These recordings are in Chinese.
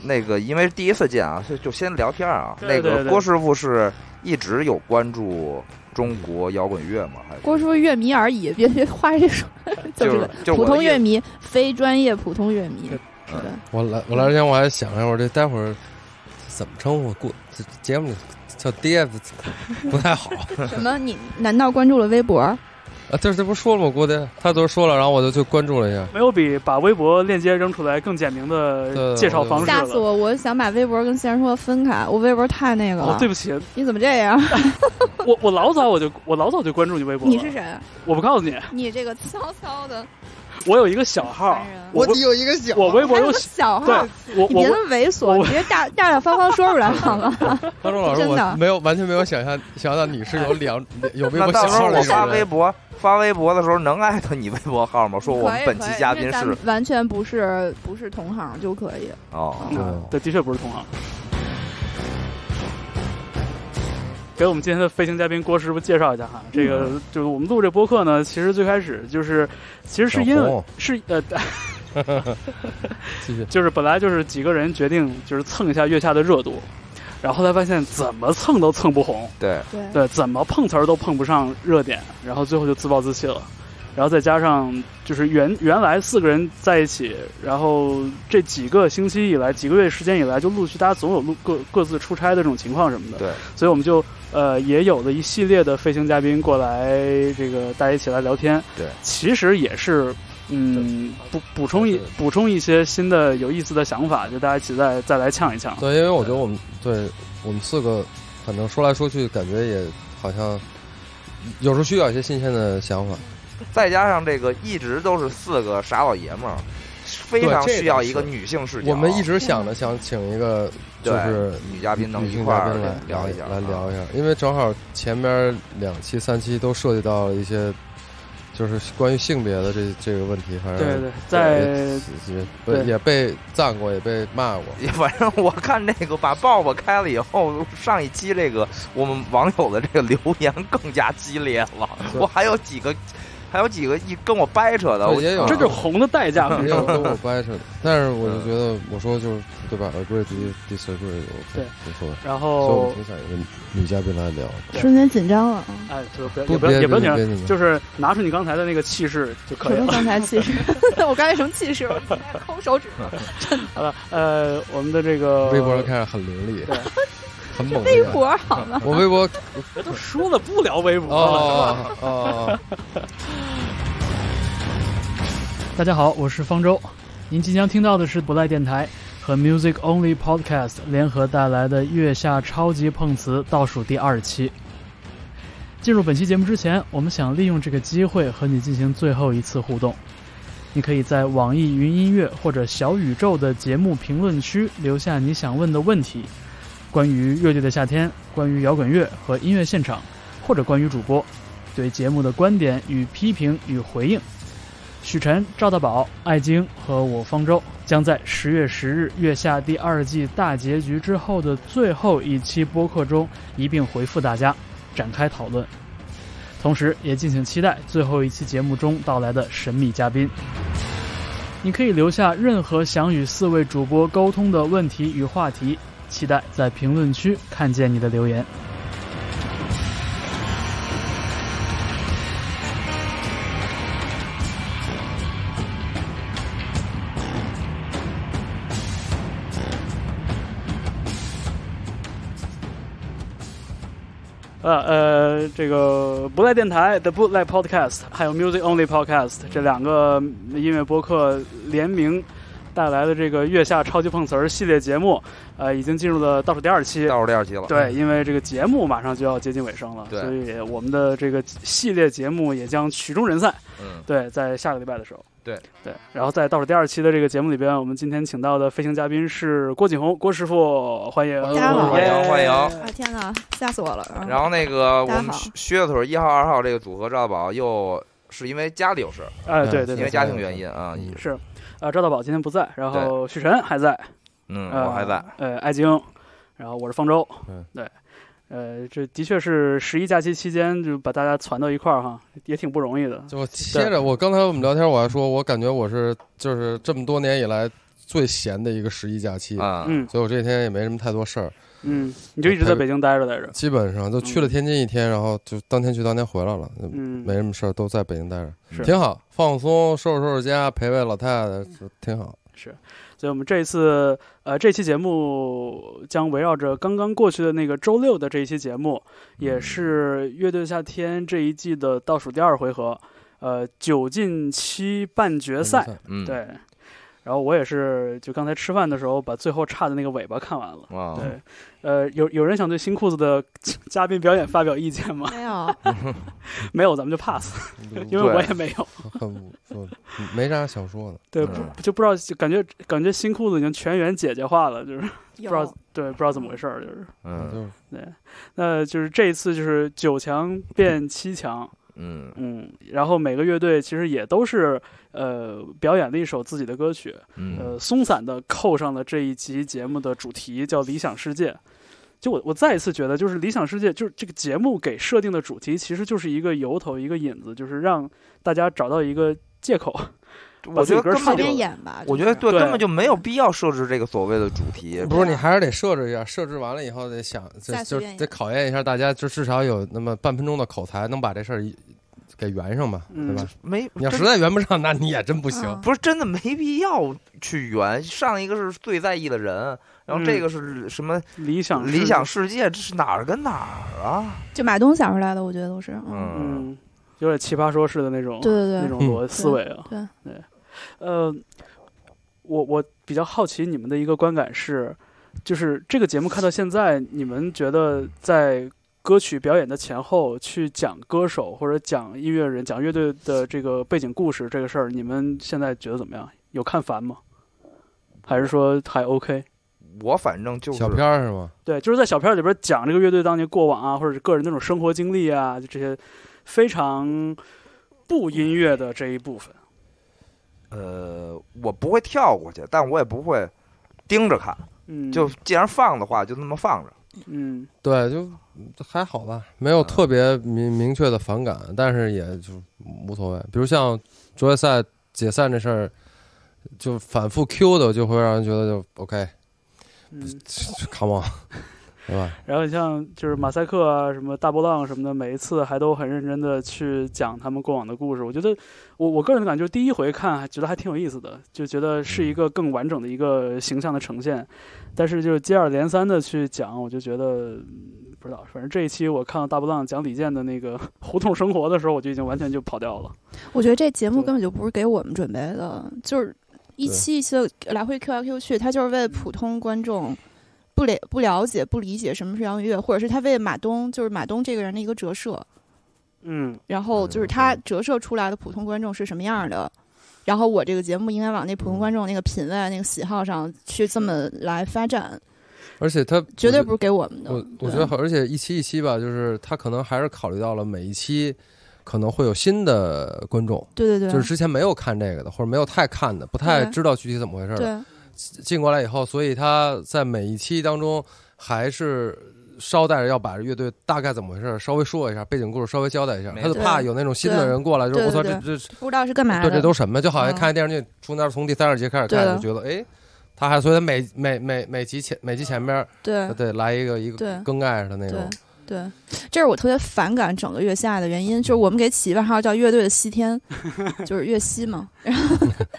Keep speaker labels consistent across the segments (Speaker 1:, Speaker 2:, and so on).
Speaker 1: 那个因为第一次见啊，就先聊天啊。
Speaker 2: 对对对
Speaker 1: 那个郭师傅是一直有关注中国摇滚乐吗？还是
Speaker 3: 郭师傅乐迷而已，别花这说，就是普通乐迷，非专业普通乐迷。是的。
Speaker 4: 我来之前我还想着，我这待会儿怎么称呼过这节目里叫爹不太好。
Speaker 3: 什么？你难道关注了微博？
Speaker 4: 啊，这不是说了吗？郭爹，他都说了，然后我就去关注了一下。
Speaker 2: 没有比把微博链接扔出来更简明的介绍方式了。
Speaker 3: 吓死我！我想把微博跟现实生活分开，我微博太那个了。
Speaker 2: 对不起，
Speaker 3: 你怎么这样？
Speaker 2: 我老早就关注你微博了。
Speaker 3: 你是谁？
Speaker 2: 我不告诉你。
Speaker 3: 你这个悄悄的。
Speaker 2: 我有一个小号，
Speaker 4: 我有一个小号，
Speaker 2: 我微博有
Speaker 3: 小号，
Speaker 2: 对，你
Speaker 3: 别那么猥琐，你别大大方方说出来好吗？
Speaker 4: 方舟老师，我完全没有想到你是有微博小号的。
Speaker 1: 我发微博的时候能艾特你微博号吗？说我们本期嘉宾是
Speaker 3: 完全不是同行就可以。
Speaker 1: 哦，
Speaker 2: 对，的确不是同行。给我们今天的飞行嘉宾郭师傅介绍一下哈，这个就是我们录这播客呢，其实最开始其实是因为就是本来就是几个人决定就是蹭一下月下的热度，然后后来发现怎么蹭都蹭不红，
Speaker 1: 对，
Speaker 2: 怎么碰瓷儿都碰不上热点，然后最后就自暴自弃了。然后再加上就是原来4个人在一起，然后这几个星期以来，几个月时间以来，就陆续大家总有各自出差的这种情况什么的。
Speaker 1: 对，
Speaker 2: 所以我们就也有了一系列的飞行嘉宾过来，这个大家一起来聊天。
Speaker 1: 对，
Speaker 2: 其实也是补充一些新的有意思的想法，就大家一起再来呛一呛。
Speaker 4: 对，因为我觉得我们4个，反正说来说去，感觉也好像有时候需要一些新鲜的想法。
Speaker 1: 再加上这个一直都是4个傻老爷们儿，非常需要一个女性视角。
Speaker 4: 我们一直想请一个就是
Speaker 1: 女嘉宾能一块儿来聊一下，
Speaker 4: 因为正好前面2期3期都涉及到了一些就是关于性别的这个问题，反正
Speaker 2: 对
Speaker 4: 也被赞过，也被骂过。
Speaker 1: 反正我看这个把爆爆开了以后，上一期这个我们网友的这个留言更加激烈了。我还有几个跟我掰扯的，
Speaker 4: 也有
Speaker 2: 这就是红的代价，
Speaker 4: 也有跟我掰扯的。但是我就觉得，我说就是对吧 ？agree disagree，
Speaker 2: 对，
Speaker 4: 没错。
Speaker 2: 然后，
Speaker 4: 所以我们挺想一个女嘉宾来聊。
Speaker 3: 瞬间紧张了。
Speaker 2: 哎，就不要紧张，就是拿出你刚才的那个气势就可以了。
Speaker 3: 什么刚才气势？我刚才什么气势？我抠手指。
Speaker 2: 好了，我们的这个
Speaker 4: 微博上看着很凌厉。
Speaker 2: 对。
Speaker 4: 很猛。
Speaker 3: 微博好吗？
Speaker 4: 我微博
Speaker 2: 都说了不聊微博
Speaker 4: 哦。
Speaker 2: 大家好，我是方舟。您即将听到的是不赖电台和 Music Only Podcast 联合带来的月下超级碰瓷倒数第2期。进入本期节目之前，我们想利用这个机会和你进行最后一次互动。你可以在网易云音乐或者小宇宙的节目评论区留下你想问的问题，关于乐队的夏天，关于摇滚乐和音乐现场，或者关于主播对节目的观点与批评与回应。许晨、赵大宝、艾晶和我方舟将在10月10日月下第2季大结局之后的最后一期播客中一并回复大家，展开讨论。同时也敬请期待最后一期节目中到来的神秘嘉宾。你可以留下任何想与4位主播沟通的问题与话题，期待在评论区看见你的留言。这个不赖电台 The Bootleg Podcast 还有 Music Only Podcast 这2个音乐播客联名带来的这个月下超级碰瓷儿系列节目，已经进入了倒数第2期了。对，因为这个节目马上就要接近尾声了，所以我们的这个系列节目也将曲终人散。对，在下个礼拜的时候。对，然后在倒数第2期的这个节目里边，我们今天请到的飞行嘉宾是郭景宏，郭师傅，欢迎，
Speaker 3: 大家好，
Speaker 1: 欢迎！
Speaker 3: 啊，天哪，吓死我了！
Speaker 1: 然后那个我们靴子腿1号、2号这个组合赵大宝又是因为家里有事，
Speaker 2: 对，
Speaker 1: 因为家庭原因啊，
Speaker 2: 是，赵大宝今天不在，然后许晨还在，
Speaker 1: 我还在，
Speaker 2: 艾晶，然后我是方舟，对。这的确是11假期期间就把大家攒到一块儿哈，也挺不容易的。
Speaker 4: 就接着我刚才我们聊天，我还说，我感觉我是就是这么多年以来最闲的一个11假期
Speaker 1: 啊，
Speaker 4: 所以我这天也没什么太多事儿。
Speaker 2: 你就一直在北京待着来着？
Speaker 4: 基本上就去了天津一天，然后就当天去当天回来了，没什么事儿，都在北京待着，挺好，放松，收拾家，陪陪老太太，挺好。
Speaker 2: 是，所以我们这一次这期节目将围绕着刚刚过去的那个周六的这一期节目，也是乐队夏天这一季的倒数第2回合，9进7半决赛，对。然后我也是，就刚才吃饭的时候把最后差的那个尾巴看完了。对，有人想对新裤子的嘉宾表演发表意见吗？
Speaker 3: 没有，
Speaker 2: 没有，咱们就 pass， 因为我也没有，
Speaker 4: 没啥想说的。
Speaker 2: 对，就不知道，感觉新裤子已经全员姐姐化了，就是不知道怎么回事儿，就是对，那就是这一次就是9强变7强。然后每个乐队其实也都是表演了一首自己的歌曲，松散的扣上了这一集节目的主题，叫理想世界。就我再一次觉得，就是理想世界，就是这个节目给设定的主题，其实就是一个由头，一个引子，就是让大家找到一个借口。
Speaker 1: 我觉得根本
Speaker 3: 就演吧，
Speaker 1: 我觉得对，根本就没有必要设置这个所谓的主题。
Speaker 4: 不是，你还是得设置一下，设置完了以后得想，就得考验一下大家，就至少有那么半分钟的口才，能把这事儿给圆上吧，对吧？你要实在圆不上，那你也真不行。
Speaker 1: 不是真的没必要去圆。上一个是最在意的人，然后这个是什么理想世界，这是哪儿跟哪儿啊？
Speaker 3: 就马东想出来的，我觉得都是。
Speaker 2: 有点奇葩说式的那种，
Speaker 3: 对
Speaker 2: 那种逻辑思维啊。对，我比较好奇你们的一个观感是，就是这个节目看到现在，你们觉得在歌曲表演的前后去讲歌手或者讲音乐人、讲乐队的这个背景故事这个事儿，你们现在觉得怎么样？有看烦吗？还是说还 OK？
Speaker 1: 我反正就是
Speaker 4: 小片是吗？
Speaker 2: 对，就是在小片里边讲这个乐队当年过往啊，或者是个人那种生活经历啊，就这些非常不音乐的这一部分。
Speaker 1: 我不会跳过去，但我也不会盯着看。就既然放的话，就那么放着。
Speaker 4: 对，就还好吧，没有特别明确的反感，但是也就无所谓。比如像职业赛解散这事儿，就反复 Q 的，就会让人觉得就 OK，come on， 对吧？
Speaker 2: 然后像就是马赛克啊，什么大波浪什么的，每一次还都很认真的去讲他们过往的故事。我觉得我个人的感觉，第一回看觉得还挺有意思的，就觉得是一个更完整的一个形象的呈现。但是就是接二连三的去讲，我就觉得不知道，反正这一期我看到大波浪讲李健的那个胡同生活的时候，我就已经完全就跑掉了。
Speaker 3: 我觉得这节目根本就不是给我们准备的，就是一期一期的来回 Q 来 Q 去，他就是为了普通观众不了解、不理解什么是摇滚乐，或者是他为马东，就是马东这个人的一个折射。然后就是他折射出来的普通观众是什么样的。然后我这个节目应该往那普通观众那个品味、那个喜好上去这么来发展，
Speaker 4: 而且他
Speaker 3: 绝对不是给我们的。
Speaker 4: 我觉得，而且一期一期吧，就是他可能还是考虑到了每一期可能会有新的观众，
Speaker 3: 对，
Speaker 4: 就是之前没有看这个的，或者没有太看的，不太知道具体怎么回事的，进过来以后，所以他在每一期当中还是捎带着要把乐队大概怎么回事稍微说一下，背景故事稍微交代一下，他就怕有那种新的人过来，就是我操，这
Speaker 3: 不知道是干嘛的，
Speaker 4: 对，这都什么？就好像看电视剧，从第30集开始看，就觉得哎，他还所以他每集前面对来一个更改的那种。
Speaker 3: 对，这是我特别反感整个月下的原因，就是我们给起外号叫乐队的西天，就是月西嘛，然后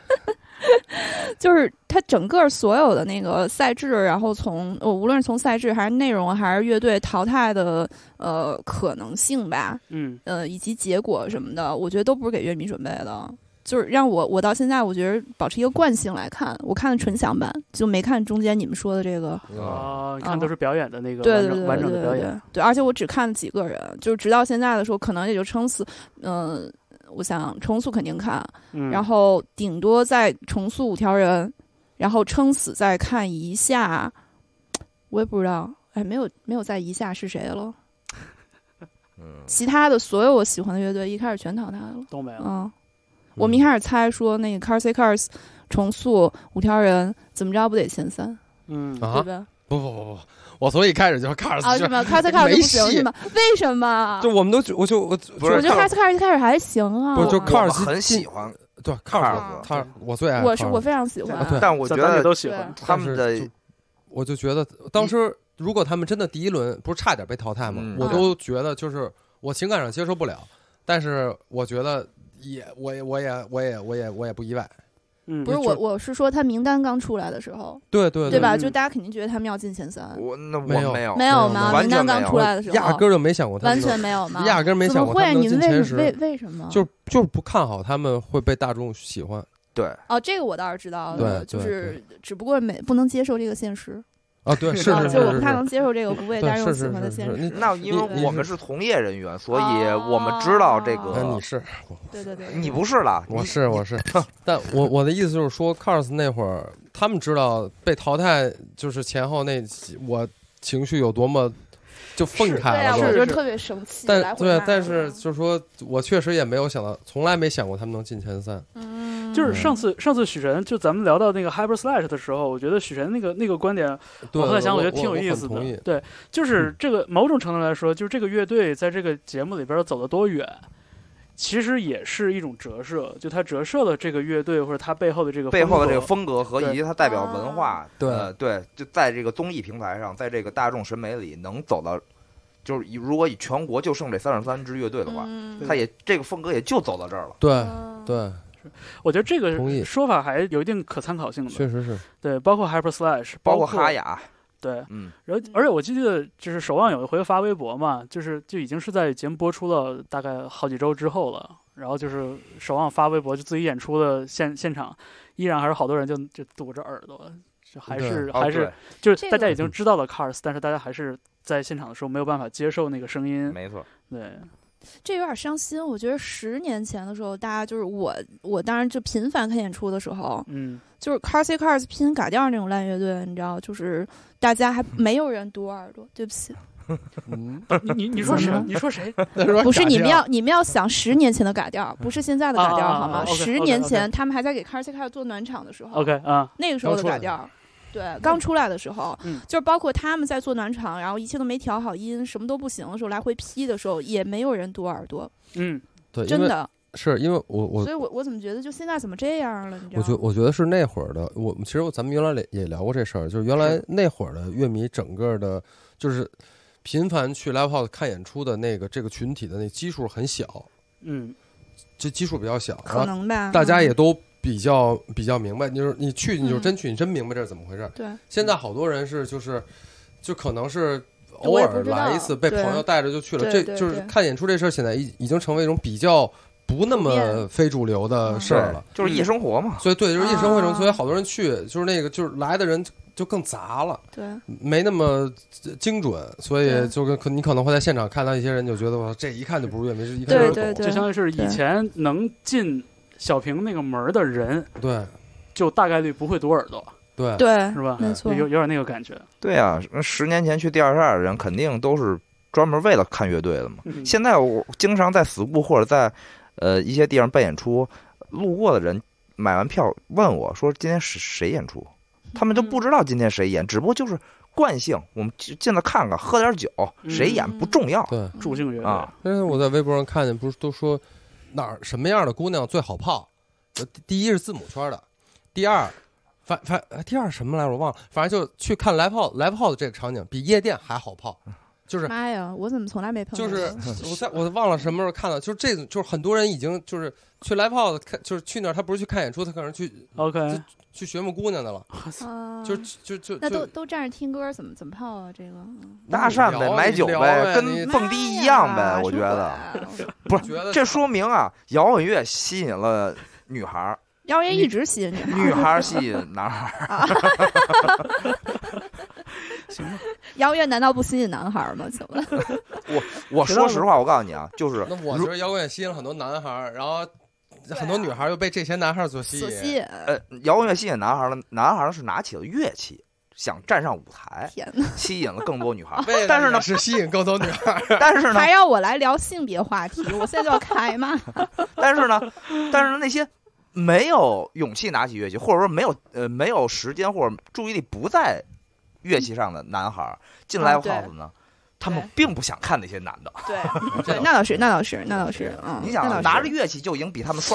Speaker 3: 就是它整个所有的那个赛制，然后无论是从赛制还是内容还是乐队淘汰的可能性吧，以及结果什么的，我觉得都不是给乐迷准备的。就是让我到现在我觉得保持一个惯性来看，我看的纯享版，就没看中间你们说的这个
Speaker 2: 你看都是表演的那个完整的表演，
Speaker 3: 对，而且我只看了几个人，就是直到现在的时候，可能也就撑死，我想重塑肯定看，然后顶多再重塑5条人，然后撑死再看一下，我也不知道，哎，没有再一下是谁了，其他的所有我喜欢的乐队一开始全淘汰了，
Speaker 2: 都没了，
Speaker 3: 我们一开始猜说那个 Cars 重塑5条人怎么着不得前3，对吧？
Speaker 4: 不，我从一开始就 Cars
Speaker 3: 啊，什么 Cars 不行是吗？为什么？
Speaker 4: 就我们都我
Speaker 3: 觉得 Cars 一开始还行啊，
Speaker 4: 不就 Cars
Speaker 1: 很喜欢，
Speaker 4: 对，Cars，我最爱，
Speaker 3: 我非常喜欢，
Speaker 1: 但我觉得
Speaker 2: 都喜欢
Speaker 1: 他们的，
Speaker 4: 我就觉得当时如果他们真的第一轮不是差点被淘汰吗？我都觉得就是我情感上接受不了，但是我觉得我也不意外。
Speaker 3: 不是我是说他名单刚出来的时候，
Speaker 4: 对
Speaker 3: 吧？就大家肯定觉得他们要进前3。
Speaker 1: 我
Speaker 3: 没有吗？名单刚出来的时候，
Speaker 4: 压根儿就没想过他们，
Speaker 3: 完全没有吗？
Speaker 4: 压根儿没想过他们能进前10。
Speaker 3: 为什么？
Speaker 4: 就是不看好他们会被大众喜欢。
Speaker 1: 对，
Speaker 3: 这个我倒是知道
Speaker 4: 的，
Speaker 3: 就是只不过不能接受这个现实。
Speaker 4: 对，是，
Speaker 3: 就我不太能接受这个不被大众喜欢的现实。
Speaker 1: 那因为我们是从业人员，所以我们知道这个。
Speaker 4: 你是，
Speaker 3: 对，
Speaker 1: 你不是了，
Speaker 4: 我是。但我的意思就是说 ，Cars 那会儿，他们知道被淘汰就是前后那我情绪有多么就愤慨了，
Speaker 3: 我就特别生气。
Speaker 4: 但是就是说我确实也没有想到，从来没想过他们能进前3。
Speaker 2: 就是上次许晨就咱们聊到那个 Hyper Slash 的时候，我觉得许晨那个观点，我后来想，我觉得挺有意思的。对，就是这个某种程度来说，就是这个乐队在这个节目里边走了多远，其实也是一种折射，就它折射了这个乐队或者它背后的这个
Speaker 1: 风格和以及它代表文化。对，就在这个综艺平台上，在这个大众审美里能走到。就是如果以全国就剩这33支乐队的话，它也这个风格也就走到这儿了。
Speaker 4: 对。
Speaker 2: 我觉得这个说法还有一定可参考性的，
Speaker 4: 确实是。
Speaker 2: 对，包括 Hyper Slash，
Speaker 1: 包括哈雅，
Speaker 2: 对，然后而且我记得就是守望有一回发微博嘛，就已经是在节目播出了大概好几周之后了，然后就是守望发微博就自己演出的现场，依然还是好多人就堵着耳朵，就还是就是大家已经知道了 Cars， 但是大家还是在现场的时候没有办法接受那个声音，
Speaker 1: 没错，
Speaker 3: 对。这有点伤心，我觉得10年前的时候，大家就是我当然就频繁看演出的时候，就是 Cars 拼嘎调那种烂乐队，你知道，就是大家还没有人堵耳朵，对不起。
Speaker 2: 你说谁？你说谁？
Speaker 3: 不是你们要想10年前的嘎调，不是现在的嘎调好吗？10年前他们还在给 Cars 做暖场的时候
Speaker 2: ，OK
Speaker 3: 那个时候的嘎调。对，刚出来的时候，就是包括他们在做暖场，然后一切都没调好音，什么都不行的时候，来回批的时候，也没有人堵耳朵。
Speaker 4: 对，
Speaker 3: 真的
Speaker 4: 是因为我，
Speaker 3: 所以我怎么觉得就现在怎么这样了？你知道吗？
Speaker 4: 我觉得是那会儿的，其实咱们原来也聊过这事儿，就是原来那会儿的乐迷整个的，就是频繁去 live house 看演出的这个群体的那基数很小，这基数比较小，
Speaker 3: 可能吧，
Speaker 4: 大家也都。比较明白，就是你去你就真去，你真明白这是怎么回事。
Speaker 3: 对，
Speaker 4: 现在好多人就可能是偶尔来一次，被朋友带着就去了。这就是看演出这事儿，现在已经成为一种比较不那么非主流的事儿了，
Speaker 1: 就是夜生活嘛。
Speaker 4: 所以对，就是夜生活中，所以好多人去，就是那个就是来的人就更杂了，
Speaker 3: 对，
Speaker 4: 没那么精准，所以就你可能会在现场看到一些人就觉得哇，这一看就不是乐迷，是一看就是狗，
Speaker 2: 就相当于是以前能进小平那个门的人，
Speaker 4: 对，
Speaker 2: 就大概率不会堵耳朵，
Speaker 3: 对，
Speaker 2: 是吧？
Speaker 3: 没错，
Speaker 2: 有点那个感觉。
Speaker 1: 对啊，10年前去第22的人肯定都是专门为了看乐队的嘛。现在我经常在死库或者在一些地方办演出，路过的人买完票问我说今天是谁演出，他们都不知道今天谁演，只不过就是惯性，我们进来看看，喝点酒，谁演不重要。
Speaker 4: 对，
Speaker 2: 助兴乐
Speaker 1: 啊。
Speaker 4: 但是我在微博上看见，不是都说。什么样的姑娘最好泡？第一是字母圈的，第二，第二什么来着？我忘了。反正就去看来泡的这个场景，比夜店还好泡。就是
Speaker 3: 妈呀，我怎么从来没碰到？
Speaker 4: 就是我忘了什么时候看到，就是这种，就是很多人已经就是去来泡的，就是去那儿，他不是去看演出，他可能去
Speaker 2: OK
Speaker 4: 去学木姑娘的了。就
Speaker 3: 那都站着听歌，怎么泡啊？这个
Speaker 1: 搭讪呗，买酒呗，跟蹦迪一样呗。我觉得不是，这说明啊，摇滚乐吸引了女孩，
Speaker 3: 摇滚乐一直吸引
Speaker 1: 女孩，吸引男孩。
Speaker 2: 行吧，
Speaker 3: 摇滚乐难道不吸引男孩吗？请问，
Speaker 1: 我说实话，我告诉你啊，就是
Speaker 4: 那我觉得摇滚乐吸引了很多男孩，然后很多女孩又被这些男孩所吸引。
Speaker 1: 摇滚乐吸引男孩了，男孩是拿起了乐器，想站上舞台，吸引了更多女孩。但是呢，
Speaker 4: 是吸引更多女孩。
Speaker 1: 但是呢，
Speaker 3: 还让我来聊性别话题，我现在就要开骂。
Speaker 1: 但是呢，那些没有勇气拿起乐器，或者说没有时间或者注意力不在乐器上的男孩进来 live house 呢，他们并不想看那些男的。
Speaker 3: 对，那倒是。
Speaker 1: 你想拿着乐器就已经比他们帅了，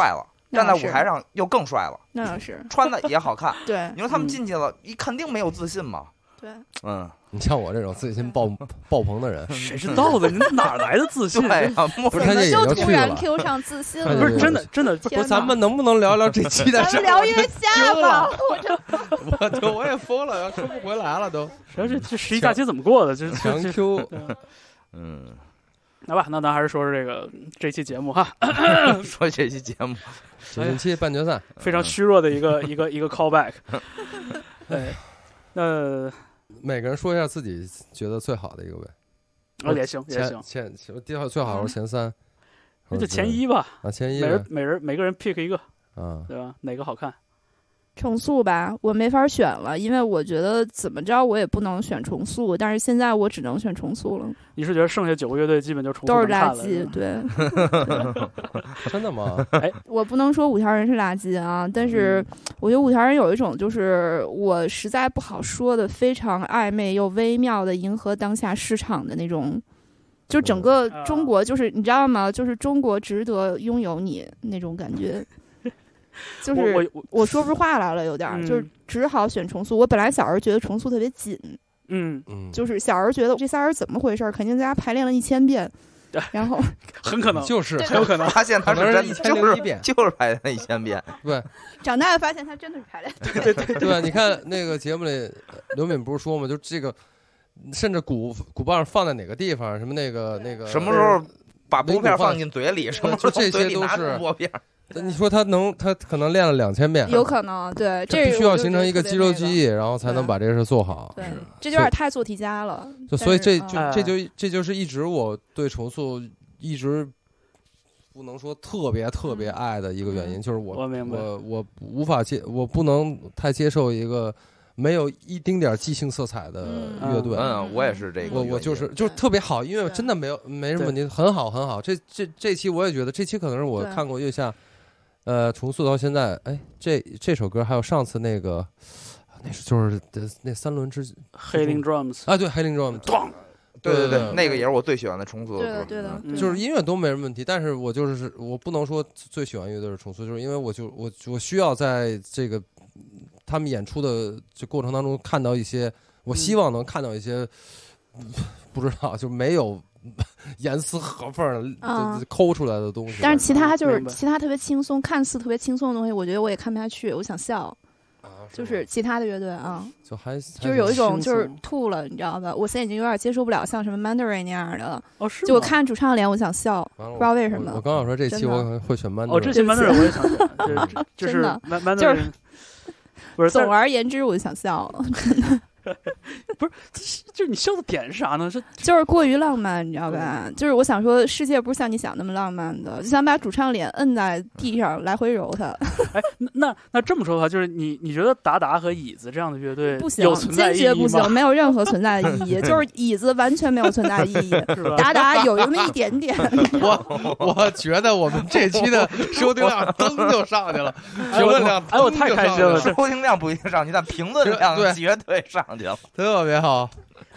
Speaker 1: 站在舞台上又更帅了，
Speaker 3: 那是
Speaker 1: 穿的也好看。
Speaker 3: 对，
Speaker 1: 你说他们进去了，你肯定没有自信嘛。
Speaker 3: 对，
Speaker 4: 你像我这种自信爆棚的人，
Speaker 2: 谁知道的？你哪来的自信？
Speaker 1: 对啊，
Speaker 4: 不是他也要去了，
Speaker 3: 突然 Q 上自信了，
Speaker 2: 不是真的，
Speaker 4: 不是咱们能不能聊聊这期的事？
Speaker 3: 咱们聊月下吧，
Speaker 4: 我也疯了，说不回来了都。
Speaker 2: 这十一假期怎么过的？这
Speaker 4: 强 Q，
Speaker 2: 来吧，那咱还是说说这期节目哈。
Speaker 1: 说这期节目，
Speaker 4: 九进七半决赛，
Speaker 2: 非常虚弱的一个 callback。对，那
Speaker 4: 每个人说一下自己觉得最好的一个呗。
Speaker 2: 也行，
Speaker 4: 前最好是前3，
Speaker 2: 那就前1吧。
Speaker 4: 前1，
Speaker 2: 每个人 pick 一个，对吧？哪个好看？
Speaker 3: 重塑吧，我没法选了，因为我觉得怎么着我也不能选重塑，但是现在我只能选重塑了。
Speaker 2: 你是觉得剩下9个乐队基本就重塑
Speaker 3: 都是垃圾？对。
Speaker 4: 真的吗？
Speaker 2: 哎，
Speaker 3: 我不能说五条人是垃圾啊，但是我觉得五条人有一种就是我实在不好说的非常暧昧又微妙的迎合当下市场的那种，就整个中国就是你知道吗？就是中国值得拥有你那种感觉。就是我说不出话来了，有点就是只好选重塑。我本来小时候觉得重塑特别紧，就是小时候觉得这仨人怎么回事，肯定在家排练了1000遍，然后
Speaker 2: 很可能
Speaker 4: 就是
Speaker 2: 很有可能
Speaker 1: 发现他是真
Speaker 4: 1001遍，
Speaker 1: 就是排练了1000遍。
Speaker 4: 对，
Speaker 3: 长大了发现他真的是排练。
Speaker 4: 对，你看那个节目里，刘敏不是说吗？就这个，甚至鼓棒放在哪个地方，什么那个
Speaker 1: 什么时候把拨片放进嘴里，什么时候
Speaker 4: 这些都是
Speaker 1: 拨片。
Speaker 4: 你说他可能练了2000遍，
Speaker 3: 有可能，对，这
Speaker 4: 必须要形成一个肌肉记忆，然后才能把这个事做好。
Speaker 3: 对，这就有点太做题家了。
Speaker 4: 所以这就是一直我对重塑一直不能说特别爱的一个原因，就是我无法我不能太接受一个没有一丁点即兴色彩的乐队。
Speaker 1: 我也是这个，
Speaker 4: 我就是特别好，因为真的没什么问题，很好。这期我也觉得，这期可能是我看过月下。重塑到现在，哎，这首歌还有上次那个，就是那3轮之
Speaker 2: Hailing Drums
Speaker 4: 啊，对 Hailing Drums，
Speaker 1: 对，那个也是我最喜欢的重塑的歌。
Speaker 3: 对的，
Speaker 4: 就是音乐都没什么问题，但是我不能说最喜欢乐队是重塑，就是因为我需要在这个他们演出的这过程当中看到一些，我希望能看到一些，不知道就没有。严丝合缝抠出来的东西，
Speaker 3: 但是其他特别轻松，看似特别轻松的东西，我觉得我也看不下去，我想笑。就是其他的乐队就是有一种就是吐了，你知道吧？我现在已经有点接受不了像什么 Mandarin 那样的。就我看主唱脸，我想笑，不知道为什么。
Speaker 4: 我刚想说这期我可能会选 Mandarin。
Speaker 2: 这期 Mandarin 我也想选，就是 Mandarin。不是，
Speaker 3: 总而言之，我就想笑了。
Speaker 2: 不是，就是你笑的点是啥呢？
Speaker 3: 就是过于浪漫，你知道吧？就是我想说，世界不是像你想那么浪漫的，就想把主唱脸摁在地上来回揉它。
Speaker 2: 哎，那这么说的话，就是你觉得达达和椅子这样的乐队
Speaker 3: 不行，
Speaker 2: 有存在意义吗？
Speaker 3: 坚决不行，没有任何存在的意义。就是椅子完全没有存在的意义，达达有那么一点点。
Speaker 4: 我觉得我们这期的收听量噔就上去了，评论量
Speaker 2: 我太开心了，
Speaker 1: 收听量不一定上去，但评论量绝对上去了，
Speaker 4: 特别好。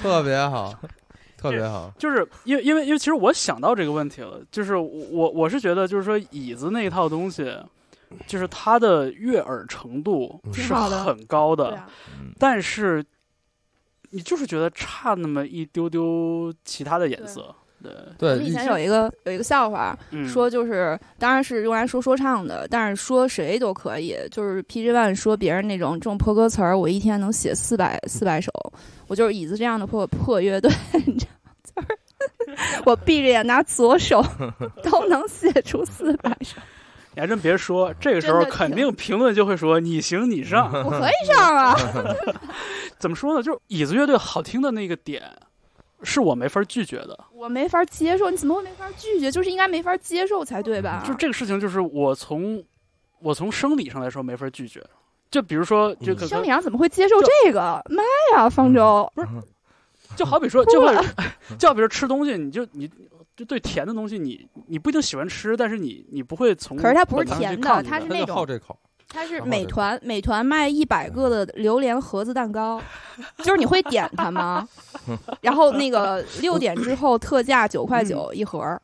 Speaker 2: 就是因为其实我想到这个问题了，就是我是觉得就是说椅子那一套东西，就是它的悦耳程度是很高的，但是你就是觉得差那么一丢丢其他的颜色。
Speaker 4: 对，
Speaker 3: 以前有一个笑话，说就是当然是用来说唱的，但是说谁都可以。就是 PG One 说别人那种这种破歌词儿，我一天能写400首。我就是椅子这样的破乐队，就是我闭着眼拿左手都能写出400首。
Speaker 2: 你还真别说，这个时候肯定评论就会说你行你上，
Speaker 3: 我可以上啊。
Speaker 2: 怎么说呢？就是椅子乐队好听的那个点。是我没法拒绝的，
Speaker 3: 我没法接受，你怎么会没法拒绝？就是应该没法接受才对吧？
Speaker 2: 就这个事情，就是我从生理上来说没法拒绝。就比如说，
Speaker 3: 生理上怎么会接受这个？妈呀，方舟
Speaker 2: 不是，就好比说，就好比说吃东西，你就对甜的东西，你不一定喜欢吃，但是你不会从，
Speaker 3: 可是它不是甜的，它是那种
Speaker 4: 好这口。
Speaker 3: 它是美团卖100个的榴莲盒子蛋糕，就是你会点它吗？然后那个6点之后特价9.9块一盒，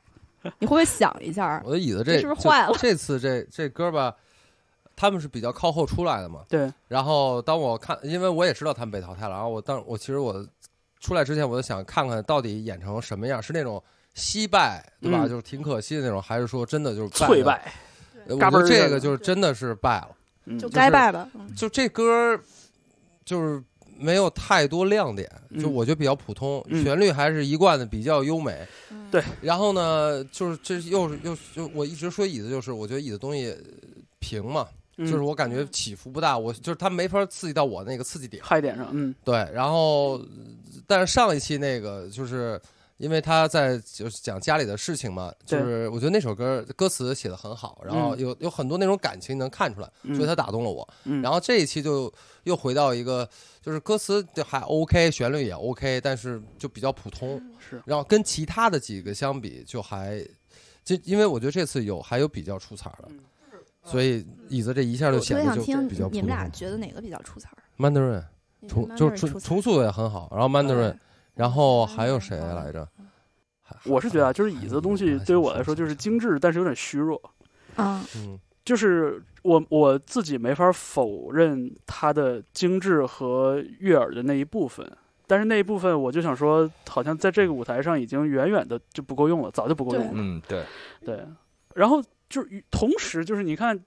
Speaker 3: 你会不会想一下？
Speaker 4: 我的椅子
Speaker 3: 是不是坏了？
Speaker 4: 这次这歌吧，他们是比较靠后出来的嘛。
Speaker 2: 对。
Speaker 4: 然后当我看，因为我也知道他们被淘汰了，然后我其实我出来之前我就想看看到底演成什么样，是那种惜败对吧？就是挺可惜的那种，还是说真的就是
Speaker 2: 脆败？
Speaker 4: 我觉得这个就是真的是败了，
Speaker 3: 就该败了。
Speaker 4: 就这歌就是没有太多亮点，就我觉得比较普通，旋律还是一贯的比较优美。
Speaker 2: 对。
Speaker 4: 然后呢，就是这又我一直说椅子，就是我觉得椅子东西平嘛。就是我感觉起伏不大，我就是它没法刺激到我那个刺激点
Speaker 2: 嗨点上，
Speaker 4: 对。然后，但是上一期那个就是因为他在就是讲家里的事情嘛，就是我觉得那首歌词写得很好，然后有很多那种感情能看出来，所以他打动了我。然后这一期就又回到一个就是歌词还 OK， 旋律也 OK， 但是就比较普通。
Speaker 2: 是。
Speaker 4: 然后跟其他的几个相比，就因为我觉得这次还有比较出彩的。所以椅子这一下就显得就比较普通。
Speaker 3: 你们俩觉得哪个比较出彩
Speaker 4: ？Mandarin， 重塑也很好，然后 Mandarin， 然后还有谁来着？
Speaker 2: 我是觉得就是椅子的东西对于我来说就是精致，但是有点虚弱。就是我自己没法否认它的精致和悦耳的那一部分，但是那一部分我就想说，好像在这个舞台上已经远远的就不够用了，早就不够用了。对。然后。就是同时，就是你看，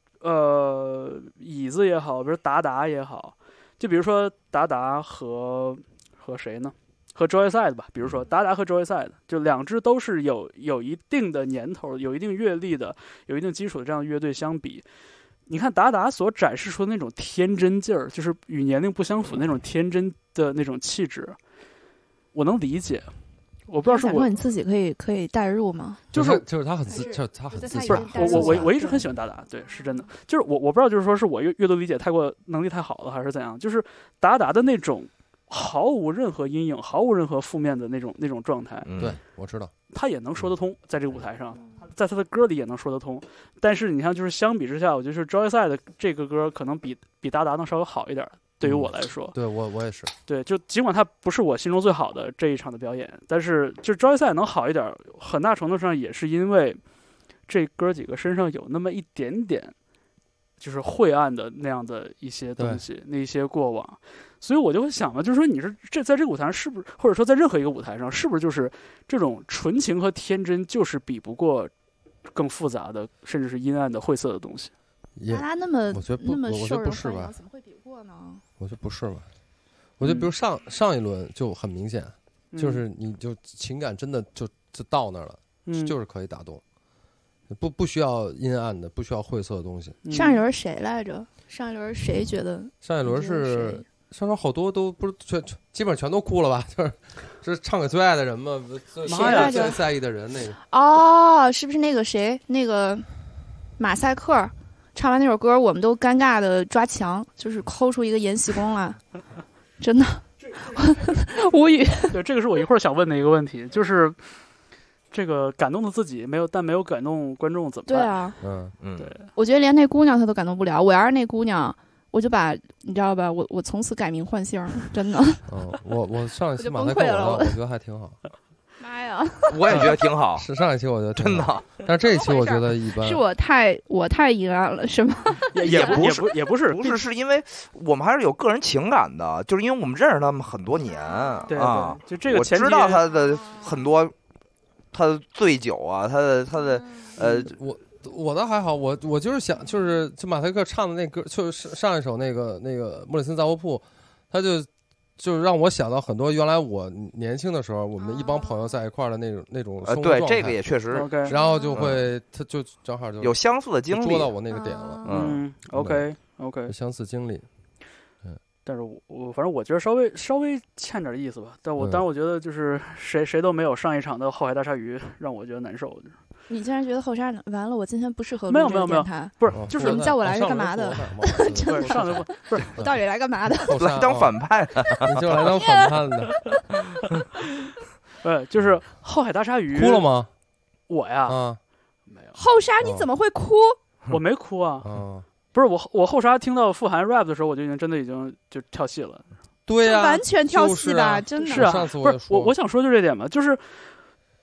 Speaker 2: 椅子也好，比如达达也好，就比如说达达和谁呢？和 Joyside 吧。比如说达达和 Joyside， 就两支都是有一定的年头、有一定阅历的、有一定基础的这样的乐队相比，你看达达所展示出的那种天真劲儿，就是与年龄不相符那种天真的那种气质，我能理解。我不知道是我
Speaker 3: 你自己可以代入吗？
Speaker 4: 就是他很自
Speaker 3: 信。
Speaker 2: 我一直很喜欢达达，对，是真的。就是我不知道，就是说是我阅读理解能力太好了，还是怎样？就是达达的那种毫无任何阴影、毫无任何负面的那种状态。
Speaker 4: 对，我知道。
Speaker 2: 他也能说得通，在这个舞台上，在他的歌里也能说得通。但是你看，就是相比之下，我觉得是 Joyside 的这个歌可能比达达能稍微好一点。对于我来说，
Speaker 4: 对我也是。
Speaker 2: 对，就尽管它不是我心中最好的这一场的表演，但是就 Joyside 能好一点，很大程度上也是因为这哥几个身上有那么一点点，就是晦暗的那样的一些东西，那一些过往。所以我就会想嘛，就是说你是在这个舞台上是不是，或者说在任何一个舞台上是不是就是这种纯情和天真，就是比不过更复杂的，甚至是阴暗的晦涩的东西。
Speaker 3: 达达那么
Speaker 4: 我觉得不是吧？
Speaker 3: 怎么会比不过呢？
Speaker 4: 我觉得不是吧？我觉得比如上一轮就很明显，就是你就情感真的就到那儿了，就是可以打动，不需要阴暗的，不需要晦涩的东西。
Speaker 3: 上一轮谁来着？上一轮谁觉得？
Speaker 4: 上一轮是上轮好多都不是基本上全都哭了吧？就是唱给最爱的人嘛，最在意的人那个。
Speaker 3: 哦，是不是那个谁？那个马赛克。唱完那首歌，我们都尴尬的抓墙，就是抠出一个延禧宫来，真的无语。
Speaker 2: 对，这个是我一会儿想问的一个问题，就是这个感动了自己，但没有感动观众怎么办？
Speaker 3: 对啊，
Speaker 2: 对，
Speaker 3: 我觉得连那姑娘她都感动不了。我要是那姑娘，我就把你知道吧，我从此改名换姓，真的。
Speaker 4: 我上一期马赛克我觉得还挺好。
Speaker 3: 妈呀！
Speaker 1: 我也觉得挺好。
Speaker 4: 是上一期我觉得
Speaker 1: 真的，
Speaker 4: 但是这一期我觉得一般。
Speaker 3: 是我太阴暗了，是吗？
Speaker 2: 也不是，
Speaker 1: 是因为我们还是有个人情感的，就是因为我们认识他们很多年
Speaker 2: 对
Speaker 1: 啊。
Speaker 2: 就这个
Speaker 1: 我知道他的很多，他的醉酒啊，他的
Speaker 4: 我倒还好，我就是想就马赛克唱的那歌，就是上一首那个莫里森杂货铺，他就是让我想到很多原来我年轻的时候，我们一帮朋友在一块儿的那种生活状态。
Speaker 1: 对，这个也确实。
Speaker 4: 然后就会，他就正好就
Speaker 1: 有相似的经历，
Speaker 4: 捉到我那个点了。
Speaker 2: OK，
Speaker 4: 相似经历。
Speaker 2: 但是我反正我觉得稍微欠点意思吧。但我觉得就是谁都没有上一场的后海大鲨鱼让我觉得难受。
Speaker 3: 你竟然觉得后沙完了？我今天不适合
Speaker 2: 录这个电
Speaker 3: 台，
Speaker 2: 不是，就是
Speaker 3: 你叫我来是干嘛的？
Speaker 2: 不是上来不是，
Speaker 3: 我到底来干嘛的？
Speaker 1: 来当反派的，
Speaker 4: 你就来当反派
Speaker 2: 的。就是后海大鲨鱼
Speaker 4: 哭了吗？
Speaker 2: 我呀，没有。
Speaker 3: 后沙你怎么会哭？
Speaker 2: 我没哭啊。不是我后沙听到傅涵 rap 的时候，我就真的已经就跳戏了。
Speaker 4: 对呀，
Speaker 3: 完全跳戏吧，真的
Speaker 2: 是啊。不是我想说就这点嘛，就是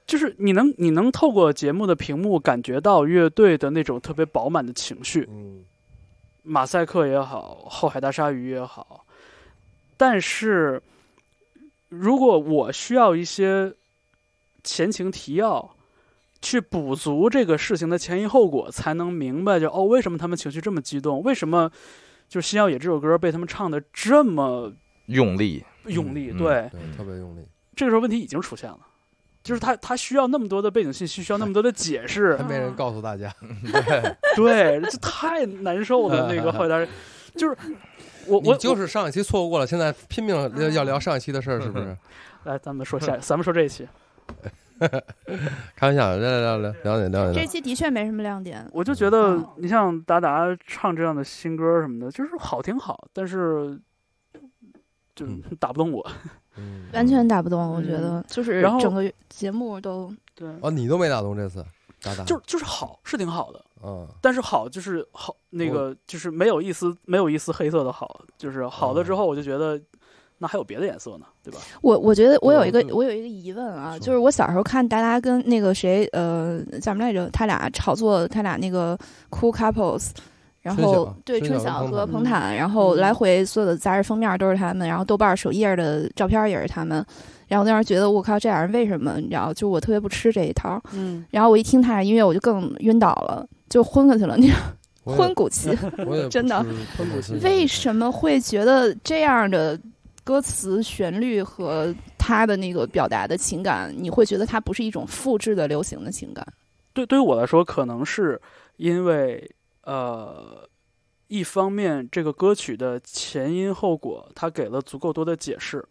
Speaker 2: 就是你能透过节目的屏幕感觉到乐队的那种特别饱满的情绪，马赛克也好，后海大鲨鱼也好，但是如果我需要一些前情提要去补足这个事情的前因后果，才能明白为什么他们情绪这么激动，为什么就《新耀野》这首歌被他们唱的这么
Speaker 1: 用力，
Speaker 2: 对，
Speaker 4: 特别用力。
Speaker 2: 这个时候问题已经出现了，就是他需要那么多的背景信息，需要那么多的解释，
Speaker 4: 还没人告诉大家。
Speaker 2: 对，这太难受了。那个后来就是你
Speaker 4: 就是上一期错过了，现在拼命要聊上一期的事儿，是不是？
Speaker 2: 来，咱们说这一期。
Speaker 4: 开玩笑，聊。
Speaker 3: 这期的确没什么亮点。
Speaker 2: 我就觉得，你像达达唱这样的新歌什么的，就是好挺好，但是就打不动我。
Speaker 3: 完全打不动，我觉得就是整个节目都
Speaker 2: 对。
Speaker 4: 你都没打动这次，达达
Speaker 2: 就是好，是挺好的。但是好就是好，那个就是没有一丝黑色的好，就是好了之后，我就觉得。那还有别的颜色呢，对吧？
Speaker 3: 我觉得我有一个疑问啊，就是我小时候看达达跟那个谁叫什么来着，他俩炒作他俩那个 Cool Couples， 然后对春晓和彭坦，然后来回所有的杂志封面都是他们，然后豆瓣首页的照片也是他们，然后那时候觉得我靠，这俩人为什么你知道？就我特别不吃这一套，然后我一听他俩音乐我就更晕倒了，就昏过去了，你昏骨气，真的，为什么会觉得这样的？歌词、旋律和他的那个表达的情感，你会觉得它不是一种复制的流行的情感？
Speaker 2: 对于我来说，可能是因为一方面这个歌曲的前因后果，他给了足够多的解释。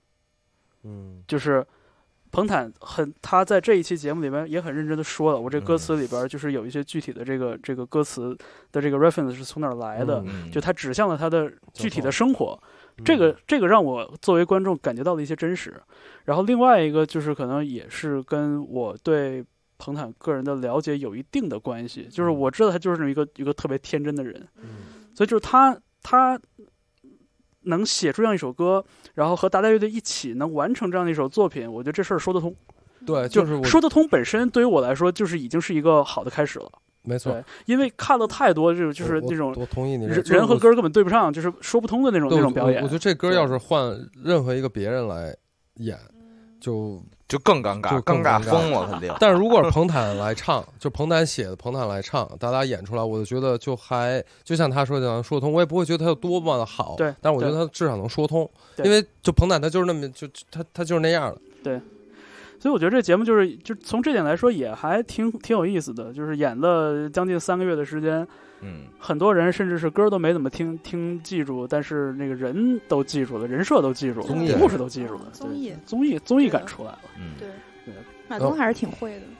Speaker 2: 就是彭坦他在这一期节目里面也很认真的说了，我这歌词里边就是有一些具体的这个歌词的这个 reference 是从哪儿来的，就他指向了他的具体的生活。这个让我作为观众感觉到了一些真实，然后另外一个就是可能也是跟我对彭坦个人的了解有一定的关系，就是我知道他就是一个特别天真的人，所以就是他能写出这样一首歌，然后和达达乐队一起能完成这样的一首作品，我觉得这事儿说得通。
Speaker 4: 对，
Speaker 2: 就是说得通本身对于我来说就是已经是一个好的开始了。
Speaker 4: 没错，
Speaker 2: 因为看了太多就是那种
Speaker 4: 我同意你
Speaker 2: 人和歌根本对不上，就是说不通的那种表演。
Speaker 4: 我觉得这歌要是换任何一个别人来演，就
Speaker 1: 更尴尬，尴尬疯了肯定。
Speaker 4: 但是如果是彭坦来唱，就彭坦写的，彭坦来唱，大家演出来，我就觉得就像他说的能说通，我也不会觉得他有多么的好，
Speaker 2: 对，
Speaker 4: 但是我觉得他至少能说通，因为就彭坦他就是那么他就是那样的，
Speaker 2: 对。所以我觉得这节目就从这点来说也还挺有意思的，就是演了将近3个月的时间，很多人甚至是歌都没怎么听记住，但是那个人都记住了，人设都记住了，故事都记住了，综艺感出来了，
Speaker 3: 对，马东还是挺会的。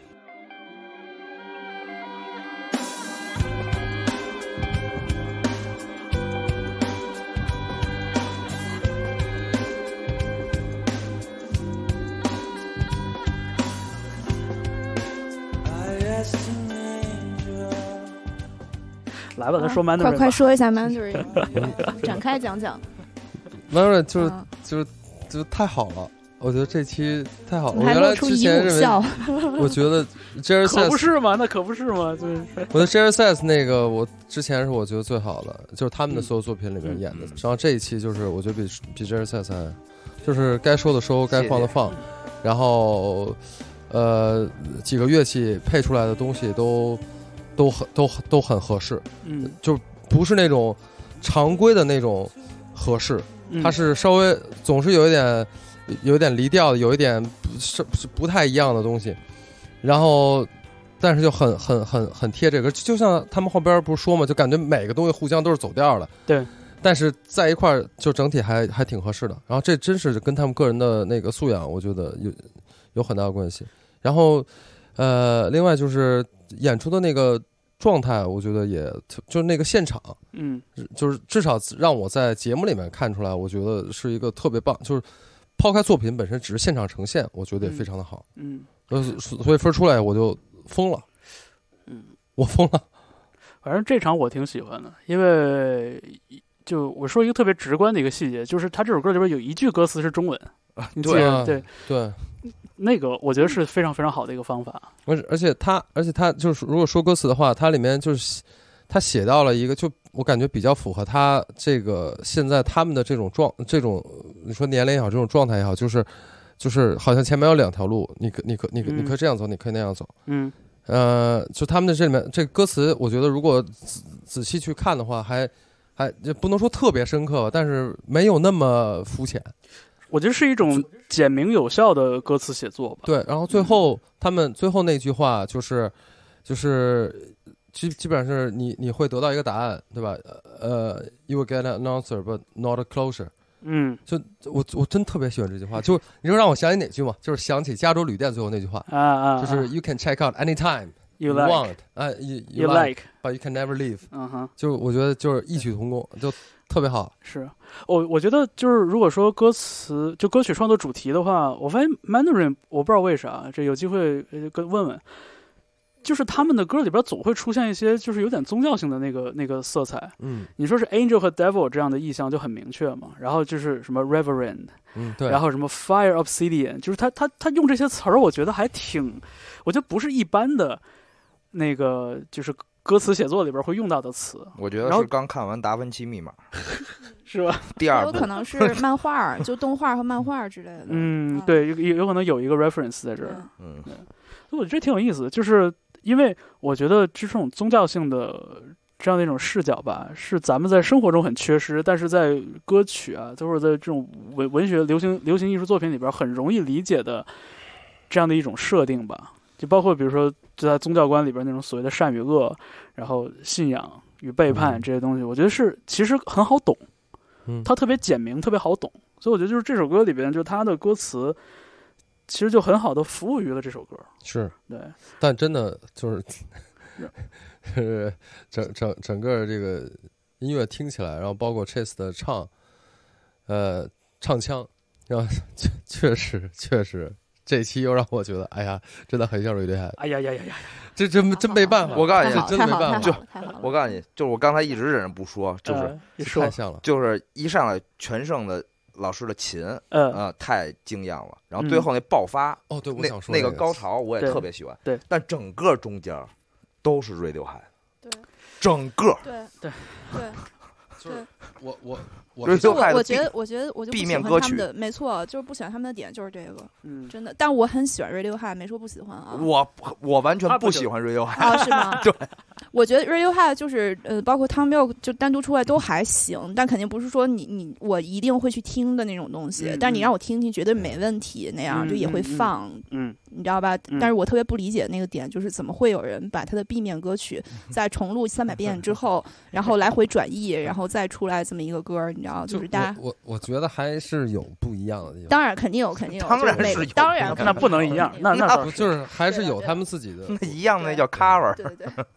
Speaker 2: 来吧，咱说 Mandarin，
Speaker 3: 快说一下 Mandarin， 展开讲讲。
Speaker 4: Mandarin 就太好了，我觉得这期太好了。我
Speaker 3: 原来之前认为，
Speaker 4: 我觉得 Jerry Says
Speaker 2: 可不是吗？那可不是吗？
Speaker 4: 我的 Jerry Says 那个，我之前是我觉得最好的，就是他们的所有作品里面演的。然后这一期就是我觉得比 Jerry Says 还，就是该收的收，该放的放，然后几个乐器配出来的东西都很合适，就不是那种常规的那种合适，它是稍微总是有一点离调的，有一点不太一样的东西，然后但是就很贴这个，就像他们后边不是说嘛，就感觉每个东西互相都是走调的，
Speaker 2: 对，
Speaker 4: 但是在一块儿就整体还挺合适的。然后这真是跟他们个人的那个素养，我觉得有很大的关系。然后另外就是演出的那个状态，我觉得也就是那个现场，就是至少让我在节目里面看出来，我觉得是一个特别棒，就是抛开作品本身，只是现场呈现，我觉得也非常的好。所以分出来我就疯了，我疯了。
Speaker 2: 反正这场我挺喜欢的，因为就我说一个特别直观的一个细节，就是他这首歌里边有一句歌词是中文，你记得？对。 那个我觉得是非常非常好的一个方法。
Speaker 4: 而且他就是如果说歌词的话，它里面就是他写到了一个，就我感觉比较符合他这个现在他们的这种你说年龄也好，这种状态也好，就是好像前面有两条路，你可以这样走，你可以那样走。就他们的这里面这个歌词，我觉得如果仔细去看的话，还就不能说特别深刻吧，但是没有那么肤浅。
Speaker 2: 我觉得是一种简明有效的歌词写作吧。对，
Speaker 4: 然后他们最后那句话就是基本上是你会得到一个答案，对吧？You will get an answer, but not a closure。就我真特别喜欢这句话。就你说让我想起哪句嘛？就是想起加州旅店最后那句话就是 You can check out anytime you want， you like but you can never leave。就我觉得就是异曲同工，就特别好。
Speaker 2: 是，我觉得就是如果说歌词就歌曲创作主题的话，我发现 Mandarin 我不知道为啥，这有机会问问。就是他们的歌里边总会出现一些就是有点宗教性的那个色彩。你说是 angel 和 devil 这样的意象就很明确嘛。然后就是什么 reverend，
Speaker 4: 对，
Speaker 2: 然后什么 fire obsidian， 就是他用这些词儿，我觉得还挺，我觉得不是一般的那个就是歌词写作里边会用到的词。
Speaker 1: 我觉得是刚看完达芬奇密码
Speaker 2: 是吧？
Speaker 3: 第二部有可能是漫画，就动画和漫画之类的。
Speaker 2: 对，有可能有一个 reference 在这儿。对，所以我觉得这挺有意思的，就是因为我觉得这种宗教性的这样的一种视角吧，是咱们在生活中很缺失，但是在歌曲啊，或者在这种文学流行艺术作品里边很容易理解的这样的一种设定吧。就包括比如说就在宗教观里边那种所谓的善与恶，然后信仰与背叛这些东西，我觉得是其实很好懂。它特别简明，特别好懂。所以我觉得就是这首歌里边，就它的歌词其实就很好的服务于了这首歌。
Speaker 4: 是，
Speaker 2: 对。
Speaker 4: 但真的就是整个这个音乐听起来，然后包括 Chase 的唱腔，然后确实这期又让我觉得，哎呀，真的很像Radiohead。
Speaker 2: 哎呀，
Speaker 4: 这真没办法。
Speaker 1: 我告诉你，
Speaker 4: 真没办法。
Speaker 1: 我告诉你，就是我刚才一直忍着不说，就是
Speaker 4: 太像了，
Speaker 1: 就是一上来全胜的老师的琴，太惊艳了。然后最后那爆发，
Speaker 4: 对，我想说
Speaker 1: 那个高潮，我也特别喜欢。
Speaker 2: 对，
Speaker 1: 但整个中间都是Radiohead。
Speaker 3: 对，
Speaker 1: 整个。
Speaker 3: 对。
Speaker 4: 就是
Speaker 3: 我觉得我就不喜欢他们的，没错，就是不喜欢他们的点就是这个，真的。但我很喜欢 Radiohead， 没说不喜欢啊。
Speaker 1: 我完全不喜欢 Radiohead
Speaker 3: 啊，是吗？
Speaker 1: 对，
Speaker 3: 我觉得 Radiohead 就是包括 Tom York 就单独出来都还行，但肯定不是说我一定会去听的那种东西。但是你让我听听，绝对没问题，那样就也会放，你知道吧？但是我特别不理解那个点，就是怎么会有人把他的 B 面歌曲在重录300遍之后，然后来回转译，然后再出来这么一个歌，你知道？就是大家
Speaker 4: 我觉得还是有不一样的地方。
Speaker 3: 当然肯定有，
Speaker 1: 当然是有，
Speaker 3: 当然
Speaker 2: 那不能一样，那
Speaker 4: 就是还是有他们自己的。
Speaker 1: 那一样，那叫 cover。
Speaker 3: 对。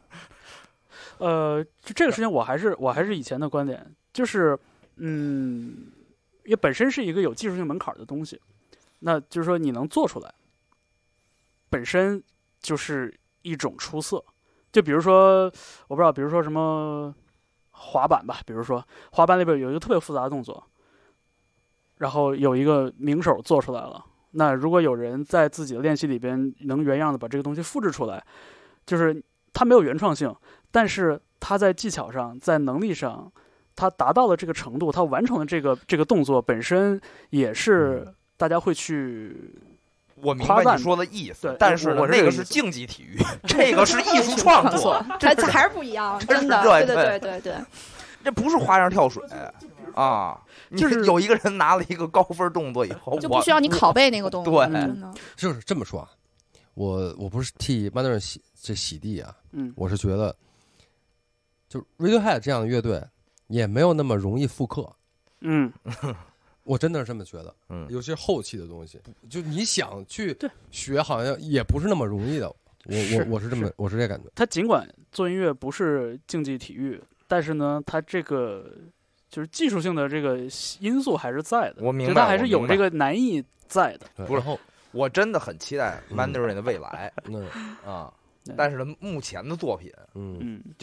Speaker 2: 就这个事情，我还是以前的观点，就是也本身是一个有技术性门槛的东西，那就是说你能做出来，本身就是一种出色。就比如说，我不知道，比如说什么滑板吧，比如说滑板里边有一个特别复杂的动作，然后有一个名手做出来了。那如果有人在自己的练习里边能原样的把这个东西复制出来，就是他没有原创性，但是他在技巧上，在能力上，他达到了这个程度，他完成了这个动作本身也是大家会去。
Speaker 1: 我明白你说的意思，但是那个是竞技体育，这个是艺术创作，
Speaker 3: 它还是不一样，真的。对，
Speaker 1: 这不是花样跳水啊，就是有一个人拿了一个高分动作以后，
Speaker 3: 就不需要你拷贝那个动作。
Speaker 1: 对，
Speaker 4: 就是这么说啊。我不是替Mandarin洗地啊，我是觉得，就 Radiohead 这样的乐队也没有那么容易复刻。我真的是这么觉得，有些后期的东西，就你想去学，好像也不是那么容易的。我是这感觉。
Speaker 2: 他尽管做音乐不是竞技体育，但是呢，他这个就是技术性的这个因素还是在的。
Speaker 1: 我明白，
Speaker 2: 他还是有这个难易在的。
Speaker 1: 不是，我真的很期待 Mandarin 的未来，但是呢，目前的作品，就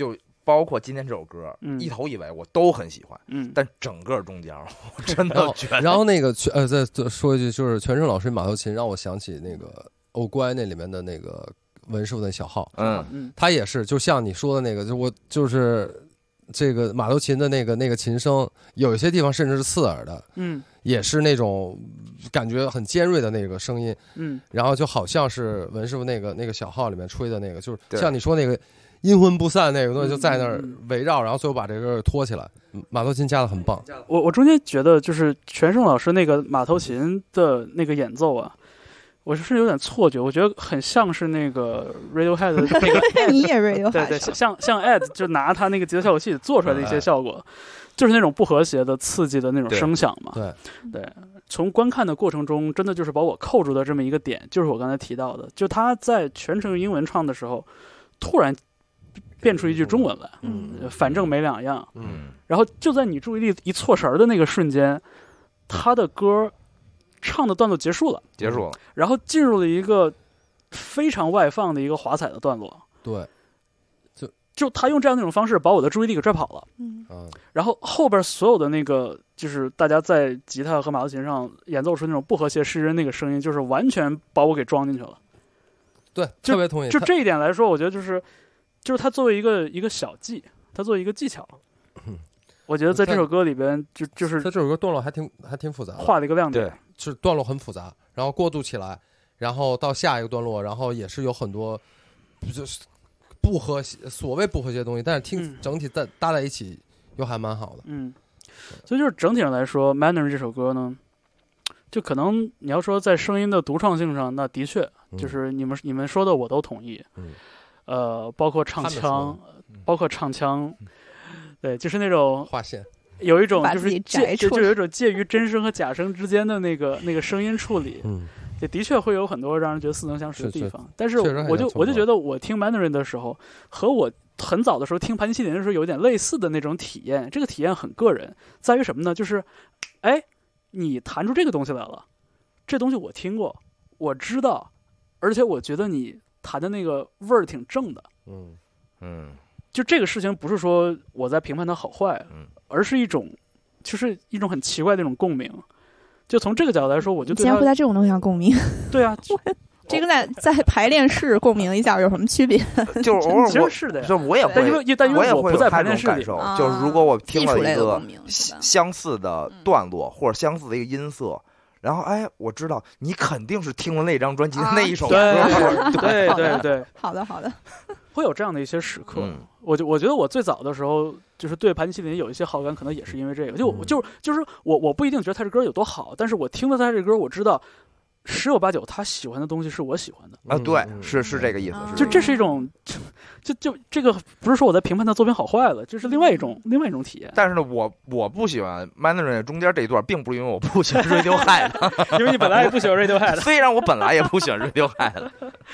Speaker 1: 包括今天这首歌，一头一尾我都很喜欢，但整个中间我真的觉得。
Speaker 4: 然后那个再说一句，就是全胜老师马头琴让我想起那个欧乖那里面的那个文师傅的小号，他也是就像你说的那个，就是这个马头琴的那个琴声，有一些地方甚至是刺耳的，也是那种感觉很尖锐的那个声音，然后就好像是文师傅那个小号里面吹的那个，就是像你说那个阴魂不散那个东西就在那儿围绕，然后最后把这个拖起来，马头琴加的很棒。
Speaker 2: 我中间觉得就是全胜老师那个马头琴的那个演奏啊，我是有点错觉，我觉得很像是那个 Radiohead 的那个
Speaker 3: 你也 Radiohead
Speaker 2: 对，像 Ed 就拿他那个吉他效果器做出来的一些效果，就是那种不和谐的刺激的那种声响嘛。对，从观看的过程中，真的就是把我扣住的这么一个点，就是我刚才提到的，就他在全程用英文唱的时候，突然变出一句中文来，反正没两样，然后就在你注意力一错神的那个瞬间，他的歌唱的段落结束了，然后进入了一个非常外放的一个华彩的段落。
Speaker 4: 对，
Speaker 2: 就他用这样那种方式把我的注意力给拽跑了。然后后边所有的那个就是大家在吉他和马头琴上演奏出那种不和谐失真那个声音，就是完全把我给装进去了。
Speaker 4: 对，特别同意。
Speaker 2: 就这一点来说，我觉得就是它作为一个小技，它作为一个技巧。我觉得在这首歌里边，就是
Speaker 4: 它这首歌段落还挺复杂的，
Speaker 2: 画了一个亮点，
Speaker 4: 就是段落很复杂，然后过渡起来，然后到下一个段落，然后也是有很多就是所谓不和谐的东西，但是听整体搭在一起又还蛮好的。
Speaker 2: 所以就是整体上来说 Mandarin 这首歌呢，就可能你要说在声音的独创性上，那的确就是你们说的我都同意。包括唱腔，对，就是那种
Speaker 4: 划线，
Speaker 2: 有一种就是就有一种介于真声和假声之间的那个声音处理，也的确会有很多让人觉得似曾相识的地方。但是我就觉得我听 Mandarin 的时候，和我很早的时候听盘尼西林的时候有点类似的那种体验。这个体验很个人，在于什么呢？就是你弹出这个东西来了，这东西我听过，我知道，而且我觉得你弹的那个味儿挺正的。就这个事情不是说我在评判它好坏，而是就是一种很奇怪的一种共鸣。就从这个角度来说，我就对它
Speaker 3: 竟然会在这种东西上共鸣。
Speaker 2: 对啊，
Speaker 3: 这个在排练室共鸣一下有什么区别？
Speaker 1: 就是偶尔
Speaker 2: 其实是的呀，
Speaker 1: 我也会，
Speaker 2: 但因为我不在排练室里，
Speaker 1: 就是如果我听了一个相似的段落或者相似的一个音色。然后我知道你肯定是听了那张专辑的那一首歌。
Speaker 2: 对，
Speaker 3: 好的，
Speaker 2: 会有这样的一些时刻。我觉得我最早的时候就是对盘尼西林有一些好感，可能也是因为这个。就是我不一定觉得他这歌有多好，但是我听了他这歌，我知道十有八九他喜欢的东西是我喜欢的
Speaker 1: 啊。对，是这个意思。
Speaker 2: 就这是一种，就这个不是说我在评判他作品好坏了，就是另外一种体验。
Speaker 1: 但是呢，我不喜欢 Mandarin 中间这一段，并不是因为我不喜欢 Radiohead，
Speaker 2: 因为你本来也不喜欢 Radiohead，
Speaker 1: 虽然我本来也不喜欢 Radiohead。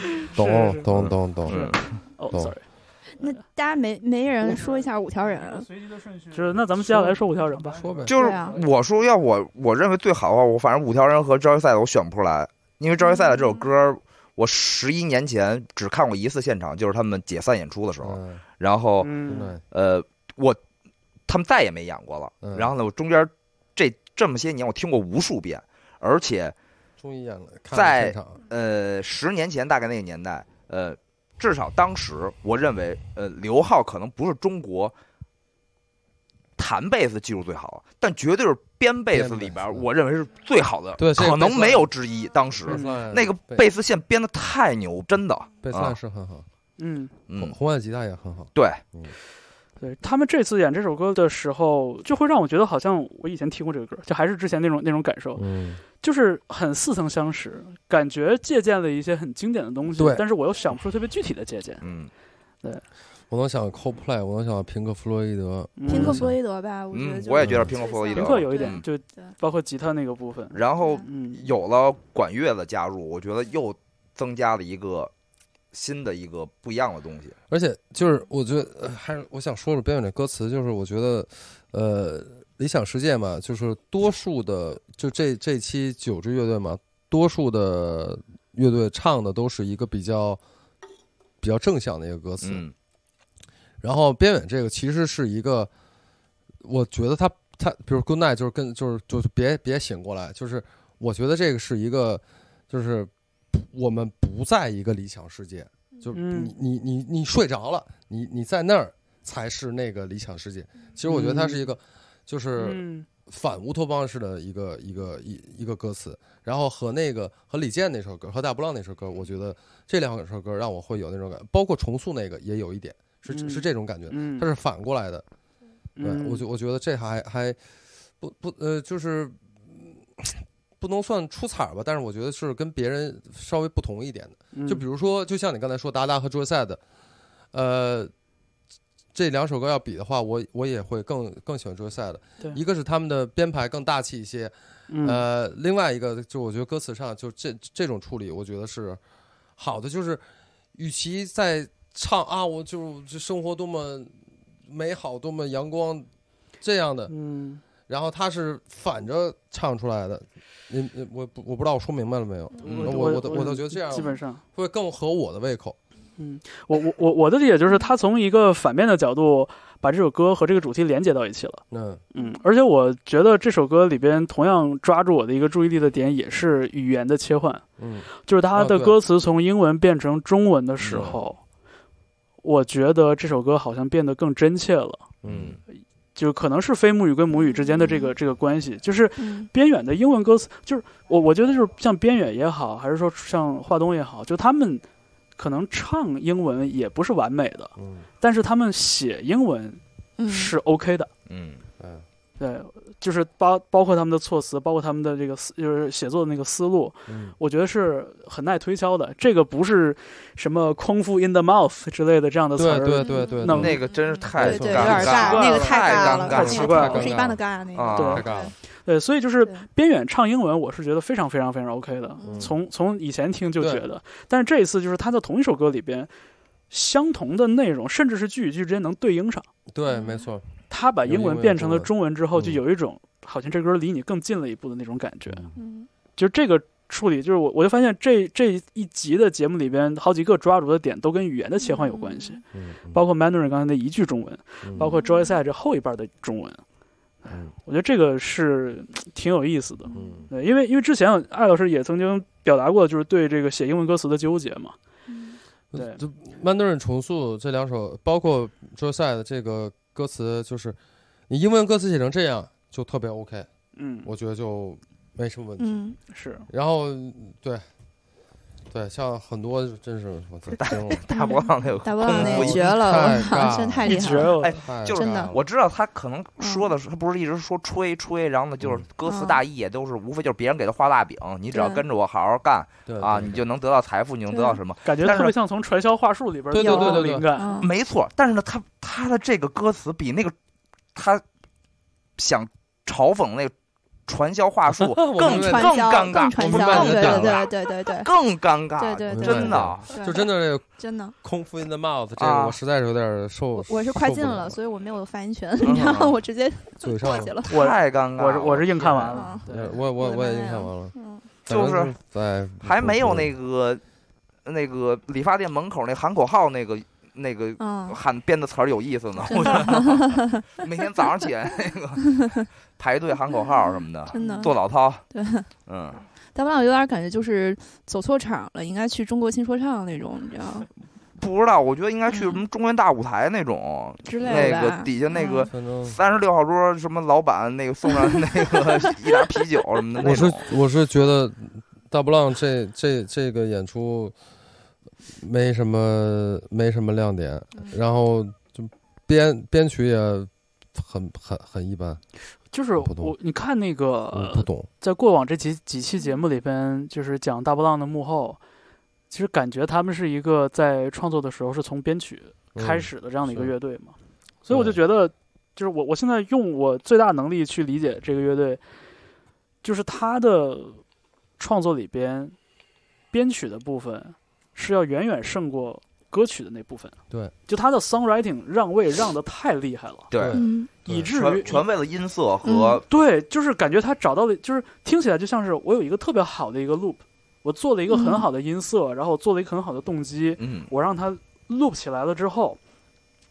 Speaker 4: 懂。
Speaker 2: sorry。
Speaker 3: 那大家没人说一下五条人啊？
Speaker 2: 随机的顺序。就是那咱们接下来说五条人吧。
Speaker 4: 说呗。
Speaker 1: 就是我说要我认为最好的话，我反正五条人和赵一赛的我选不出来，因为赵一赛的这首歌，我11年前只看过一次现场，就是他们解散演出的时候，然后他们再也没演过了。然后呢，我中间这么些年我听过无数遍，而且
Speaker 4: 终于演了，
Speaker 1: 在10年前大概那个年代，至少当时我认为，刘浩可能不是中国弹贝斯技术最好，但绝对是编贝斯里边，我认为是最好的，可能没有之一。当时那个贝斯线编的太牛，真的。
Speaker 4: 贝斯是很好，红外吉他也很好。
Speaker 1: 对，
Speaker 2: 对他们这次演这首歌的时候，就会让我觉得好像我以前听过这个歌，就还是之前那种感受，就是很似曾相识，感觉借鉴了一些很经典的东西，但是我又想不出特别具体的借鉴。对。
Speaker 4: 我能想 Coldplay， 我能想平克·弗洛伊德，
Speaker 3: 吧，我觉得
Speaker 1: 我也觉得平克·弗洛伊德，
Speaker 2: 平克有一点，就包括吉他那个部分。
Speaker 1: 然后有了管乐的加入，我觉得又增加了一个新的一个不一样的东西。
Speaker 4: 而且就是我觉得还是我想说说边远的歌词，就是我觉得理想世界嘛，就是多数的就这期9支乐队嘛，多数的乐队唱的都是一个比较正向的一个歌词。 然后边远这个其实是一个，我觉得他比如 Good Night 就是别醒过来，就是我觉得这个是一个，就是我们不在一个理想世界，就是你睡着了，你在那儿才是那个理想世界。其实我觉得它是一个，就是反乌托邦式的一个歌词。然后和李健那首歌和大波浪那首歌，我觉得这两首歌让我会有那种感觉，包括重塑那个也有一点是这种感觉，它是反过来的。对，我觉得这还就是不能算出彩吧，但是我觉得是跟别人稍微不同一点的。就比如说，就像你刚才说达达和 Joyside 这两首歌要比的话，我也会更喜欢 Joyside。一个是他们的编排更大气一些，另外一个就我觉得歌词上就这种处理，我觉得是好的。就是与其在唱啊，我就生活多么美好，多么阳光这样的，然后他是反着唱出来的。我不知道我说明白了没有？我都觉得这样
Speaker 2: 基本上
Speaker 4: 会更合我的胃口。
Speaker 2: 我的理解就是他从一个反面的角度把这首歌和这个主题连接到一起了。而且我觉得这首歌里边同样抓住我的一个注意力的点也是语言的切换。就是他的歌词从英文变成中文的时候，我觉得这首歌好像变得更真切了。就可能是非母语跟母语之间的这个关系，就是边远的英文歌词，就是我觉得就是像边远也好，还是说像华东也好，就他们可能唱英文也不是完美的，但是他们写英文是 OK 的。对，就是包括他们的措辞，包括他们的这个就是写作的那个思路，我觉得是很耐推敲的。这个不是什么空腹 in the mouth 之类的这样的词儿。
Speaker 4: 对，
Speaker 1: 那个真是太
Speaker 3: 有点尬，那个太尬了，
Speaker 2: 太奇怪了，
Speaker 3: 不是一般的尬那个。
Speaker 2: 对，对，所以就是边远唱英文，我是觉得非常非常非常 OK 的。从以前听就觉得，但是这一次就是他在同一首歌里边，相同的内容，甚至是句与句之间能对应上。
Speaker 4: 对，没错。
Speaker 2: 他把英文变成了中文之后，就有一种好像这歌离你更近了一步的那种感觉。就这个处理，就是我就发现这一集的节目里边，好几个抓住的点都跟语言的切换有关系，包括 Mandarin 刚才那一句中文，包括 Joyside 这后一半的中文。我觉得这个是挺有意思的。对，因为之前艾老师也曾经表达过，就是对这个写英文歌词的纠结嘛。对，
Speaker 4: 就 Mandarin 重塑这两首，包括 Joyside 这个歌词，就是你英文歌词写成这样就特别 OK。我觉得就没什么问题。
Speaker 2: 是。然
Speaker 4: 后对，像很多真是我
Speaker 1: 大波浪那个，
Speaker 3: 大波浪那个绝了，真太厉害了。
Speaker 1: 就是
Speaker 3: 真的，
Speaker 1: 我知道他可能说的是，他不是一直说吹，然后呢，就是歌词大意也都是无非就是别人给他画大饼，你只要跟着我好好干啊，你就能得到财富，你能得到什么？
Speaker 2: 感觉特别像从传销话术里边
Speaker 4: 对
Speaker 2: 灵感。
Speaker 1: 没错，但是呢，他的这个歌词比那个他想嘲讽那个传销话术更尴尬，
Speaker 3: 对，
Speaker 1: 更尴尬，
Speaker 3: 对，
Speaker 1: 真的，
Speaker 4: 就真的这个
Speaker 3: 真的
Speaker 4: 空腹 in the mouth， 这个我实在是有点受。
Speaker 3: 我是快进了，所以我没有发言权，然后我直接过去了，
Speaker 1: 太尴尬了。
Speaker 2: 我是硬看完了，
Speaker 4: 我也硬看完了，
Speaker 1: 就是还没有那个理发店门口那喊口号那个喊编的词儿有意思呢。我觉得每天早上起来那个排队喊口号什么的，
Speaker 3: 真的
Speaker 1: 做早操。
Speaker 3: 对，大波浪有点感觉就是走错场了，应该去中国新说唱那种，你知道吗？
Speaker 1: 不知道，我觉得应该去什么中原大舞台那种
Speaker 3: 之类的，
Speaker 1: 那个底下那个36号桌什么老板那个送上那个一打啤酒什么的那种。
Speaker 4: 我是觉得大波浪这个演出没什么亮点，然后就编曲也很一般。
Speaker 2: 就是你看那个
Speaker 4: 不懂，
Speaker 2: 在过往这几期节目里边，就是讲大波浪的幕后，其实感觉他们是一个在创作的时候是从编曲开始的这样的一个乐队嘛，所以我就觉得，就是我现在用我最大能力去理解这个乐队，就是他的创作里边编曲的部分是要远远胜过歌曲的那部分。
Speaker 4: 对，
Speaker 2: 就他的 songwriting 让位让得太厉害了。
Speaker 1: 对，
Speaker 2: 以至于
Speaker 1: 全为了音色和
Speaker 2: 对，就是感觉他找到了，就是听起来就像是我有一个特别好的一个 loop， 我做了一个很好的音色，然后做了一个很好的动机，我让它 loop 起来了之后，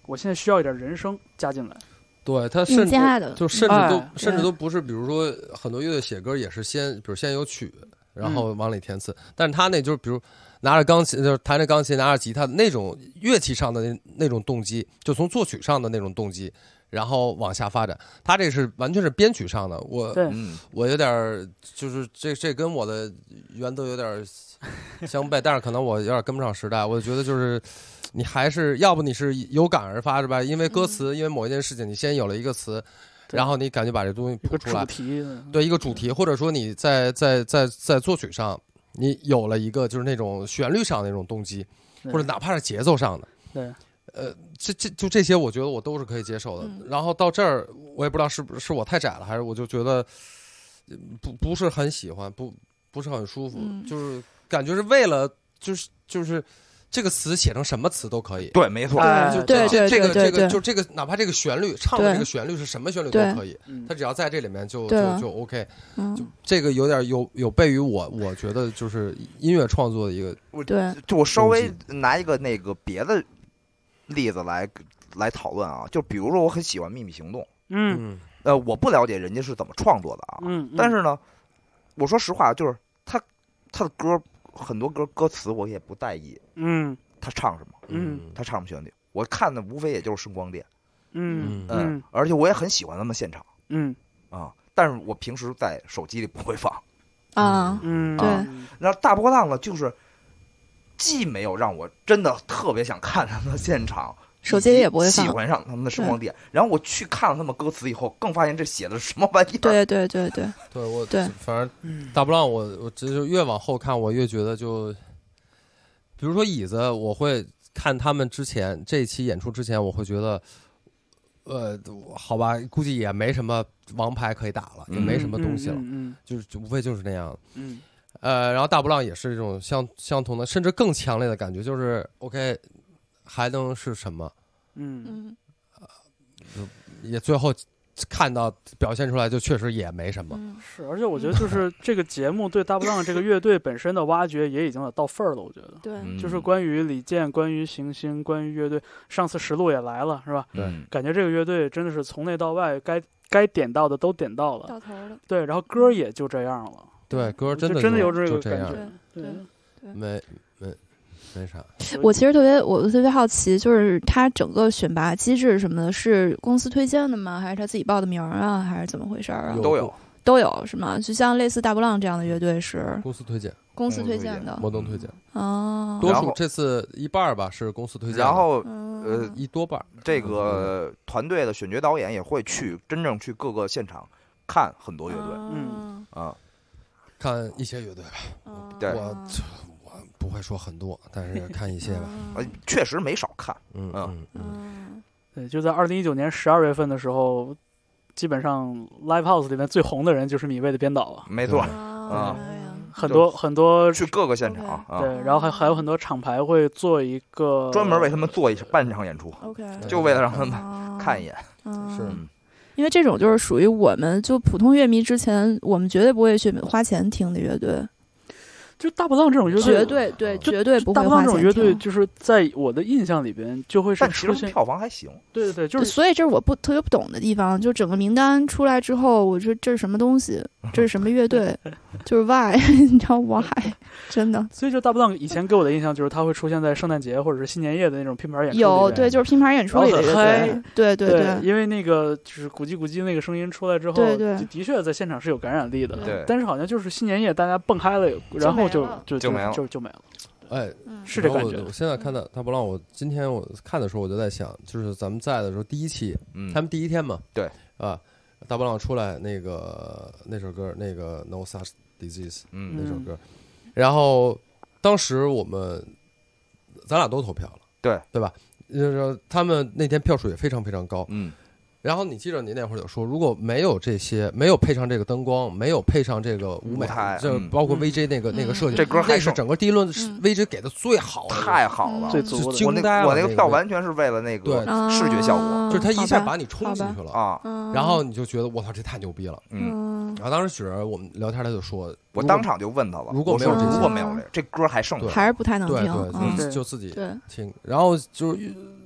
Speaker 2: 我现在需要一点人声加进来。
Speaker 4: 对，他甚至甚至都不是，比如说很多乐队写歌也是比如先有曲，然后往里填词，但是他那就是比如拿着钢琴，就是弹着钢琴，拿着吉他那种乐器上的那种动机，就从作曲上的那种动机，然后往下发展。他这是完全是编曲上的，我有点就是这跟我的原则有点相悖，但是可能我有点跟不上时代。我觉得就是你还是要不你是有感而发是吧？因为歌词，因为某一件事情，你先有了一个词。然后你感觉把这东西谱出来，对一个主题，或者说你在作曲上，你有了一个就是那种旋律上的那种动机，或者哪怕是节奏上的，
Speaker 2: 对，
Speaker 4: 这些，我觉得我都是可以接受的。然后到这儿，我也不知道是我太窄了，还是我就觉得不是很喜欢，不是很舒服，就是感觉是为了就是。这个词写成什么词都可以，
Speaker 1: 对，没错，
Speaker 3: 对，
Speaker 4: 这个就这个，哪怕这个旋律唱的这个旋律是什么旋律都可以，它只要在这里面就 OK， 就这个有点有悖于我觉得就是音乐创作的一个，
Speaker 3: 对，
Speaker 1: 就我稍微拿一个那个别的例子来讨论啊，就比如说我很喜欢秘密行动，我不了解人家是怎么创作的啊，但是呢，我说实话，就是他的歌。很多歌词我也不在意，他唱什么，他唱什么旋律，我看的无非也就是声光电，而且我也很喜欢他们现场，但是我平时在手机里不会放，
Speaker 3: 对，
Speaker 1: 然后大波浪呢，就是既没有让我真的特别想看他们的现场。
Speaker 3: 手机也不会放，
Speaker 1: 喜欢上他们的声光电，然后我去看了他们歌词以后，更发现这写的是什么玩意儿。
Speaker 3: 对，
Speaker 4: 我反正大波浪，我就越往后看，我越觉得就，比如说椅子，我会看他们之前这一期演出之前，我会觉得，好吧，估计也没什么王牌可以打了，也没什么东西了，就是无非就是那样，然后大波浪也是这种相同的，甚至更强烈的感觉，就是 OK。还能是什么？也最后看到表现出来，就确实也没什么。
Speaker 2: 是，而且我觉得就是这个节目对大波浪这个乐队本身的挖掘也已经到份儿了。我觉得，
Speaker 3: 对，
Speaker 2: 就是关于李健、关于行星、关于乐队，上次实录也来了，是吧？
Speaker 1: 对，
Speaker 2: 感觉这个乐队真的是从内到外，该点到的都点到了，
Speaker 3: 到头了。
Speaker 2: 对，然后歌也就这样了。
Speaker 4: 对，歌真的
Speaker 2: 有这个
Speaker 4: 感
Speaker 2: 觉。对，
Speaker 4: 没啥。
Speaker 3: 我其实我特别好奇，就是他整个选拔机制什么的，是公司推荐的吗？还是他自己报的名啊？还是怎么回事啊？都有是吗？就像类似大波浪这样的乐队是
Speaker 4: 公司推荐
Speaker 3: 的，
Speaker 4: 摩登推荐
Speaker 3: 哦。
Speaker 4: 多数这次一半吧是公司推荐，
Speaker 1: 然后
Speaker 4: 一多半。
Speaker 1: 这个团队的选角导演也会真正去各个现场看很多乐队，
Speaker 4: 看一些乐队吧。
Speaker 1: 对。
Speaker 4: 我不会说很多，但是看一些吧。
Speaker 1: 确实没少看。
Speaker 2: 对，就在2019年12月份的时候，基本上 Live House 里面最红的人就是米未的编导了。
Speaker 1: 没错，
Speaker 2: 很多
Speaker 1: 去各个现场，
Speaker 2: 对，然后还有很多厂牌会做一个
Speaker 1: 专门为他们做半场演出，就为了让他们看一眼。
Speaker 4: 是。
Speaker 3: 因为这种就是属于我们就普通乐迷之前，我们绝对不会去花钱听的乐队。
Speaker 2: 就大波浪这种乐队，
Speaker 3: 绝对不会花钱听。
Speaker 2: 大波浪这种乐队，就是在我的印象里边就会是出现
Speaker 1: 票房还行。
Speaker 2: 对，就是
Speaker 3: 所以这是我特别不懂的地方。就整个名单出来之后，我说这是什么东西？这是什么乐队？就是 why， 你知道 why？ 真的。
Speaker 2: 所以就大波浪以前给我的印象就是他会出现在圣诞节或者是新年夜的那种拼盘演出。
Speaker 3: 有，对，就是拼盘演出里的乐队。对，
Speaker 2: 因为那个就是咕叽咕叽那个声音出来之后，
Speaker 3: 对，
Speaker 2: 的确在现场是有感染力的。
Speaker 1: 对，
Speaker 2: 但是好像就是新年夜大家蹦嗨了，然后就没了。就没了，是这感觉。
Speaker 4: 我现在看到大波浪，今天我看的时候，我就在想，就是咱们在的时候第一期，他们第一天嘛，
Speaker 1: 对
Speaker 4: 啊，大波浪出来那首歌，那个 No Such Disease，那首歌，然后当时咱俩都投票了，对吧？就是他们那天票数也非常非常高，然后你记着，你那会儿有说，如果没有这些，没有配上这个灯光，没有配上这个舞美，就包括 VJ 那个设计，
Speaker 1: 这歌
Speaker 4: 那是整个第一轮 VJ 给的最好的，
Speaker 1: 太好了，
Speaker 2: 最足的。
Speaker 4: 惊呆了。
Speaker 1: 我那个票完全是为了那个视觉效果，
Speaker 4: 就是他一下把你冲进去了
Speaker 1: 啊，
Speaker 4: 然后你就觉得我操，这太牛逼了。然后当时雪儿我们聊天，他就说，
Speaker 1: 我当场就问他了，
Speaker 4: 如果没有
Speaker 1: 这歌还剩，
Speaker 3: 还是不太能听，
Speaker 4: 对，就自己听，然后就是。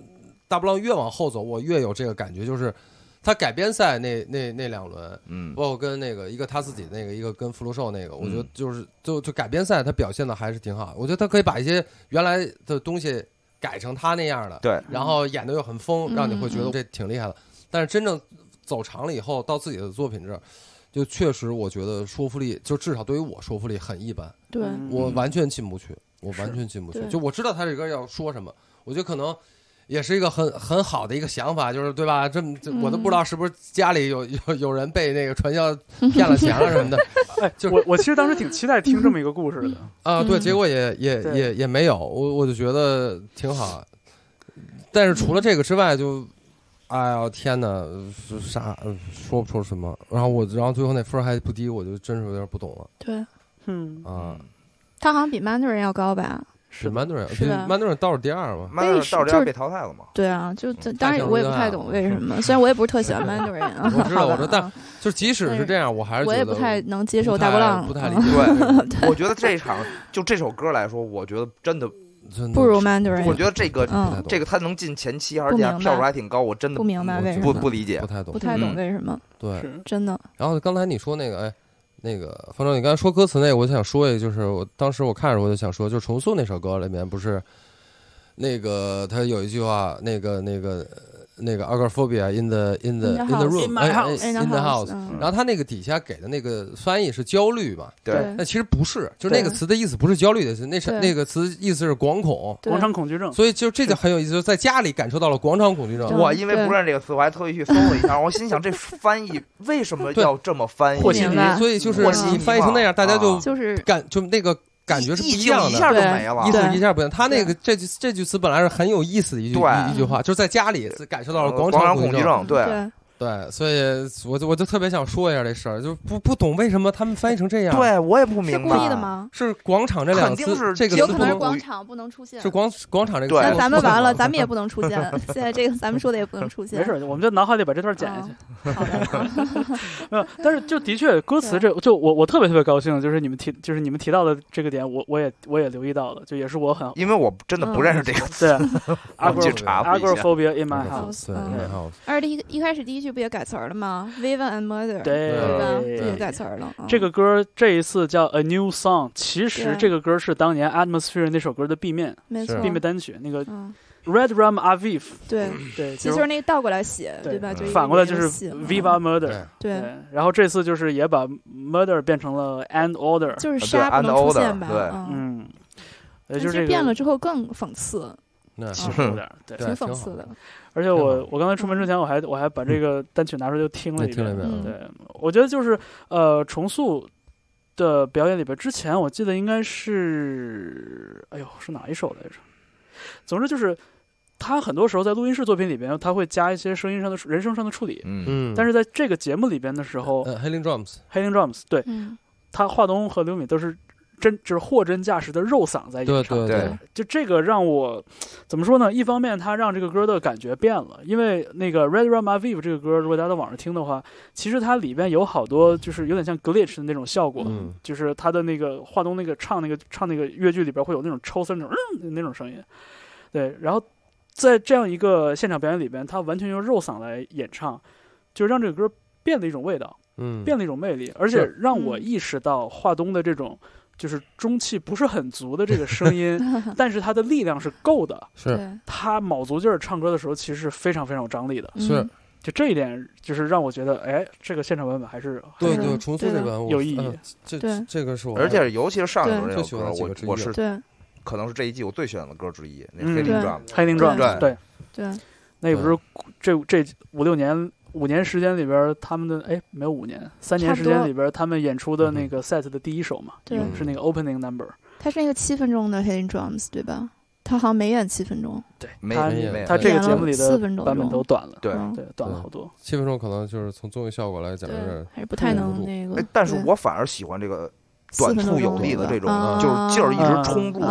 Speaker 4: 大波浪越往后走，我越有这个感觉，就是他改编赛那2轮，包括跟那个一个他自己那个，一个跟福禄寿那个，我觉得就改编赛他表现的还是挺好。我觉得他可以把一些原来的东西改成他那样的，
Speaker 1: 对，
Speaker 4: 然后演的又很疯，让你会觉得这挺厉害的。但是真正走长了以后，到自己的作品这儿，就确实我觉得说服力，就至少对于我说服力很一般。
Speaker 3: 对，
Speaker 4: 我完全进不去，就我知道他这歌要说什么，我觉得可能也是一个很好的一个想法，就是对吧？这我都不知道是不是家里有人被那个传销骗了钱了什么的。
Speaker 2: 哎，我其实当时挺期待听这么一个故事的
Speaker 4: 啊，对，结果也没有，我就觉得挺好。但是除了这个之外，就哎呀天哪，啥说不出什么。然后最后那分还不低，我就真是有点不懂了。
Speaker 3: 对， 他好像比 Mandarin 要高吧？
Speaker 4: 是 Mandarin 倒数第2嘛
Speaker 1: ？Mandarin 倒数第2被淘汰了嘛？
Speaker 3: 对啊，就当然我也不太懂为什么，虽然我也不是特喜欢 Mandarin 啊。
Speaker 4: 我知道，但就即使是这样，我还是觉得
Speaker 3: 我也不太能接受大波浪，
Speaker 4: 不太理解。
Speaker 1: 对，我觉得这场就这首歌来说，我觉得真的
Speaker 3: 不如 Mandarin。
Speaker 1: 我觉得这个他能进前期，而且票数还挺高，我真的
Speaker 3: 不明白为什么，
Speaker 1: 不理解，
Speaker 3: 不太懂为什么。
Speaker 4: 对，
Speaker 3: 真的。
Speaker 4: 然后刚才你说那个，那个方舟，你刚才说歌词那个，我想说一个，就是我当时我看着我就想说，就是重塑那首歌里面不是那个他有一句话，那个 agoraphobia in the room
Speaker 2: in my house
Speaker 4: in the house， 然后他那个底下给的那个翻译是焦虑嘛？
Speaker 1: 对，
Speaker 4: 那其实不是，就是那个词的意思不是焦虑的意思，那个词意思是广
Speaker 2: 场恐惧症。
Speaker 4: 所以就这就很有意思，就在家里感受到了广场恐惧症。
Speaker 1: 我因为不认这个词，我还特意去搜了一下，我心想这翻译为什么要这么翻译？
Speaker 4: 所以就是你翻译成那样，大家
Speaker 3: 就是
Speaker 4: 就那个。感觉是不一样的，
Speaker 1: 一下就没了，
Speaker 4: 意思一下不一样。他那个这句词本来是很有意思的一句话，就是在家里感受到了广场恐惧症，对，所以我就特别想说一下这事儿，就不懂为什么他们翻译成这样。
Speaker 1: 对我也不明白，
Speaker 3: 是故意的吗？
Speaker 4: 是广场这两个字，这个
Speaker 3: 有可能是广场不能出现，
Speaker 4: 是广场这个。
Speaker 3: 那咱们完了，咱们也不能出现。现在这个咱们说的也不能出现。
Speaker 2: 没事，我们在脑海里把这段剪下去。好的。但是就的确歌词就我特别高兴，就是你们提到的这个点，我也留意到了，就也是我很
Speaker 1: 因为我真的不认识这个词，
Speaker 2: 对
Speaker 1: 去查一下。
Speaker 2: Agoraphobia in my house，
Speaker 4: 对 ，house。
Speaker 3: 而且一开始第一句不也改词了吗 ？Viva and Mother，
Speaker 2: 对
Speaker 3: 吧？也改词了。
Speaker 2: 这个歌这一次叫 A New Song， 其实这个歌是当年 Atmosphere 那首歌的 B 面，
Speaker 3: 没错
Speaker 2: ，B 面单曲那个 Red Rum Aviv，
Speaker 3: 对，其实就是那个倒过来写，对吧？
Speaker 2: 反过来就是 Viva Murder，
Speaker 3: 对。
Speaker 2: 然后这次就是也把 Murder 变成了 And Order，
Speaker 3: 就是杀不能出现吧？
Speaker 2: 对，就是
Speaker 3: 变了之后更讽刺。
Speaker 2: 其实有点对，
Speaker 3: 挺讽刺的。
Speaker 2: 而且我刚才出门之前，我还把这个单曲拿出来就听了一遍。对，我觉得就是重塑的表演里边，之前我记得应该是是哪一首来着？总之就是他很多时候在录音室作品里边，他会加一些声音上的人声上的处理。但是在这个节目里边的时候
Speaker 4: ，Hailing
Speaker 2: Drums， 对，他华东和刘敏都是。就是货真价实的肉嗓在演唱，
Speaker 1: 对，
Speaker 2: 就这个让我怎么说呢？一方面，它让这个歌的感觉变了，因为那个 Red Rum Aviv 这个歌，如果大家在网上听的话，其实它里边有好多就是有点像 glitch 的那种效果，就是它的那个华东那个唱那个乐句里边会有那种抽丝那种声音，对，然后在这样一个现场表演里边，他完全用肉嗓来演唱，就让这个歌变了一种味道，变了一种魅力，而且让我意识到华东的这种。就是中气不是很足的这个声音，但是他的力量是够的。
Speaker 4: 是
Speaker 2: 他卯足劲儿唱歌的时候，其实是非常非常有张力的。
Speaker 4: 是，
Speaker 2: 就这一点，就是让我觉得，这个现场版本还是
Speaker 4: 对重塑这版
Speaker 2: 有意义。
Speaker 4: 这个是我，
Speaker 1: 而且尤其是上一首这首歌，我是
Speaker 3: 对，
Speaker 1: 可能是这一季我最喜欢的歌之一。那黑
Speaker 2: 灵传，对，那也不是这5年时间里边，他们的没有5年，3年时间里边，他们演出的那个 set 的第一首嘛，是那个 opening number。
Speaker 3: 它是那个7分钟的 Hailing Drums， 对吧？他好像没演7分钟，
Speaker 2: 对，
Speaker 1: 他
Speaker 2: 这个节目里的
Speaker 3: 4分钟
Speaker 2: 版本都短了，
Speaker 1: 对，
Speaker 2: 短了好多。
Speaker 4: 7分钟可能就是从综艺效果来讲，
Speaker 3: 还是不太能那个。
Speaker 1: 但是我反而喜欢这个短促有力的这种，就是劲儿一直冲住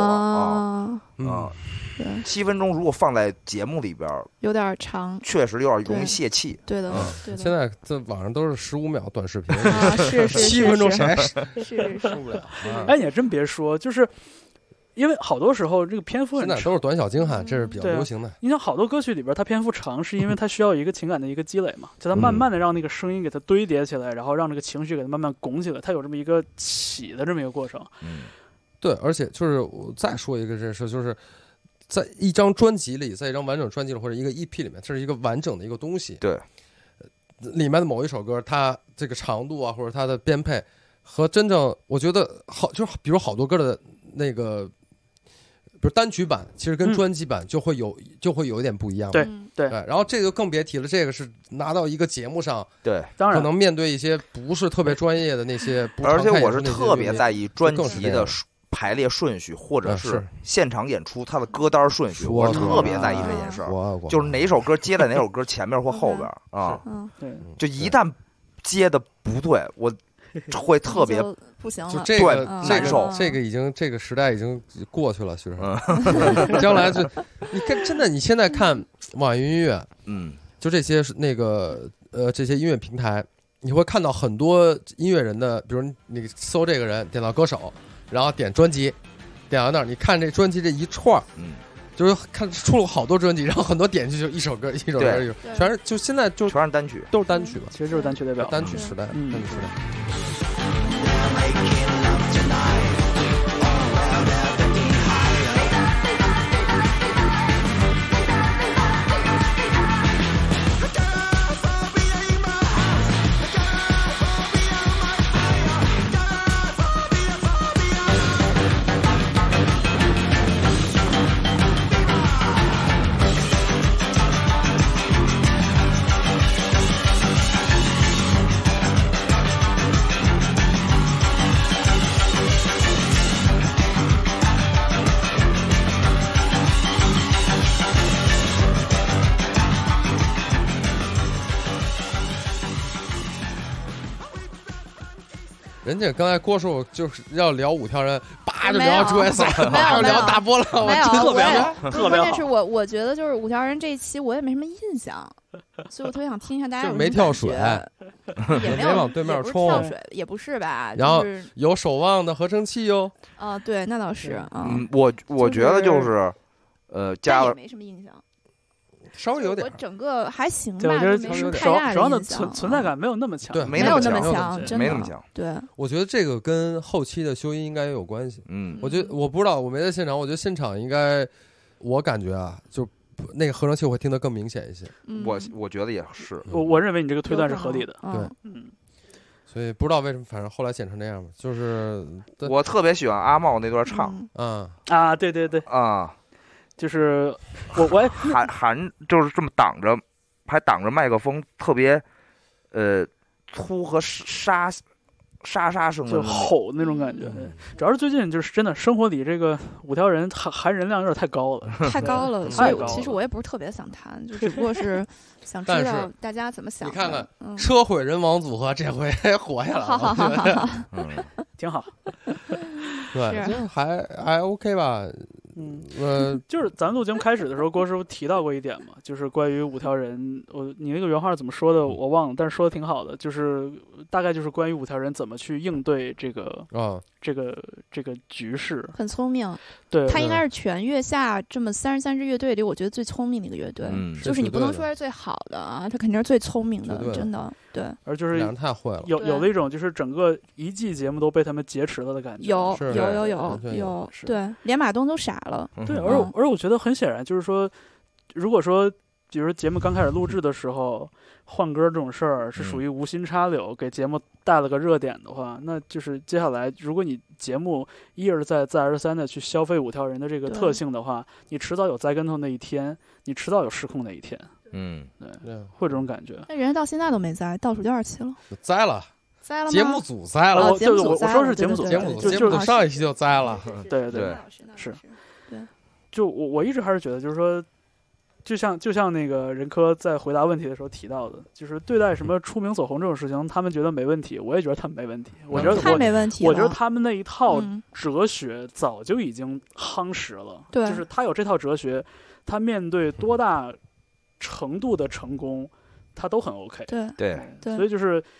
Speaker 1: 7分钟如果放在节目里边
Speaker 3: 有点长，
Speaker 1: 确实有点容易泄气。
Speaker 3: 对的，
Speaker 4: 现在在网上都是15秒短视频
Speaker 3: ，7
Speaker 4: 分钟谁
Speaker 3: 是
Speaker 4: 受不了？
Speaker 2: 你也真别说，就是因为好多时候这个篇幅很长，
Speaker 4: 现在都是短小精悍，这是比较流行的。
Speaker 2: 你想好多歌曲里边它篇幅长，是因为它需要一个情感的一个积累嘛，就它慢慢的让那个声音给它堆叠起来，然后让这个情绪给它慢慢拱起来，它有这么一个起的这么一个过程。
Speaker 4: 对，而且就是我再说一个这事，就是在一张专辑里，在一张完整专辑里或者一个 EP 里面，这是一个完整的一个东西。
Speaker 1: 对，
Speaker 4: 里面的某一首歌，它这个长度啊，或者它的编配，和真正我觉得好，就是比如好多歌的那个，比如单曲版，其实跟专辑版就会有一点不一样。
Speaker 2: 对，
Speaker 4: 然后这个就更别提了，这个是拿到一个节目上，
Speaker 1: 对，
Speaker 2: 当然
Speaker 4: 可能面对一些不是特别专业的那些，
Speaker 1: 而且我是特别在意专辑的排列顺序，或者是现场演出它的歌单顺序，我特别在意这件事儿。就是哪首歌接在哪首歌前面或后边啊？
Speaker 2: 对，
Speaker 1: 就一旦接的不对，我会特别
Speaker 3: 不行了。
Speaker 4: 就这个难受，这个时代已经过去了，学生。将来就你看，真的，你现在看网易云音乐，就这些那个这些音乐平台，你会看到很多音乐人的，比如你搜这个人，点到歌手。然后点专辑，点到那儿，你看这专辑这一串，就是看出了好多专辑，然后很多点进去就一首歌，全是就现在就
Speaker 1: 全是单曲，
Speaker 4: 都是单曲嘛，
Speaker 2: 其实就是单曲代表，
Speaker 4: 单曲时代，单曲时代。人家刚才郭叔就是要聊五条人，叭就聊出来赛，要聊大波浪，
Speaker 3: 没有，
Speaker 2: 特别好，特别好。
Speaker 3: 关键是我觉得就是五条人这一期我也没什么印象，所以我特别想听一下大家有
Speaker 4: 没跳水，
Speaker 3: 也没
Speaker 4: 往对面冲，
Speaker 3: 跳水也不是吧？
Speaker 4: 然后有守望的合成器哟。
Speaker 3: 啊，对，那倒是。
Speaker 1: 我觉得就是加了
Speaker 3: 没什么印象。
Speaker 4: 稍微有点，
Speaker 3: 我整个还行吧，
Speaker 2: 我觉得
Speaker 3: 没什么太大
Speaker 2: 的印象，存在感没有那么强，
Speaker 1: 对，
Speaker 3: 没有那么强，真的
Speaker 1: 没那么强。
Speaker 3: 对，
Speaker 4: 我觉得这个跟后期的修音应该也有关系。我觉得我不知道，我没在现场，我觉得现场应该，我感觉啊，就那个合成器我会听得更明显一些。
Speaker 1: 我觉得也是，
Speaker 2: 我认为你这个推断是合理的。
Speaker 4: 对，所以不知道为什么，反正后来剪成那样吧。就是
Speaker 1: 我特别喜欢阿茂那段唱，
Speaker 2: 对
Speaker 1: 啊。
Speaker 2: 就是我
Speaker 1: 含就是这么挡着，还挡着麦克风，特别粗和沙声的，
Speaker 2: 就吼那种感觉。主要是最近就是真的生活里这个五条人含人量有点太高了，
Speaker 3: 太高了。所以其实我也不是特别想谈，就只不过是想知道大家怎么想。
Speaker 4: 你看看车毁人亡组合这回活下来了，
Speaker 2: 挺好。
Speaker 4: 对，就还 OK 吧。
Speaker 2: 就是咱录节目开始的时候，郭师傅提到过一点嘛，就是关于五条人，你那个原话怎么说的我忘了，但是说的挺好的，就是大概就是关于五条人怎么去应对这个这个局势，
Speaker 3: 很聪明。
Speaker 2: 对，
Speaker 3: 他应该是全月下这么33支乐队里，我觉得最聪明的一个乐队。就是你不能说是最好的啊，他肯定是最聪明的，真的。对，
Speaker 2: 而就是
Speaker 4: 两人太会了，
Speaker 2: 有了一种就是整个一季节目都被他们劫持了的感觉。
Speaker 3: 有，对，连马东都傻了。
Speaker 2: 对，而我觉得很显然就是说，如果说比如说节目刚开始录制的时候换歌这种事儿是属于无心插柳，给节目带了个热点的话，那就是接下来如果你节目一而再再而三的去消费五条人的这个特性的话，你迟早有栽跟头那一天，你迟早有失控那一天。对，会这种感觉。
Speaker 3: 那人家到现在都没栽，倒数第2期了，
Speaker 4: 栽了
Speaker 3: 吗？
Speaker 4: 节目组栽了，
Speaker 3: 节目组
Speaker 2: 我说是节目组
Speaker 4: 上一期就栽了。
Speaker 2: 对，是。对，就我一直还是觉得，就是说，就像那个任科在回答问题的时候提到的，就是对待什么出名走红这种事情，他们觉得没问题，我也觉得他们没问题。我觉得
Speaker 3: 太没问题了。
Speaker 2: 我觉得他们那一套哲学早就已经夯实了。
Speaker 3: 对，
Speaker 2: 就是他有这套哲学，他面对多大程度的成功，他都很 OK。
Speaker 3: 对，
Speaker 2: 所以就是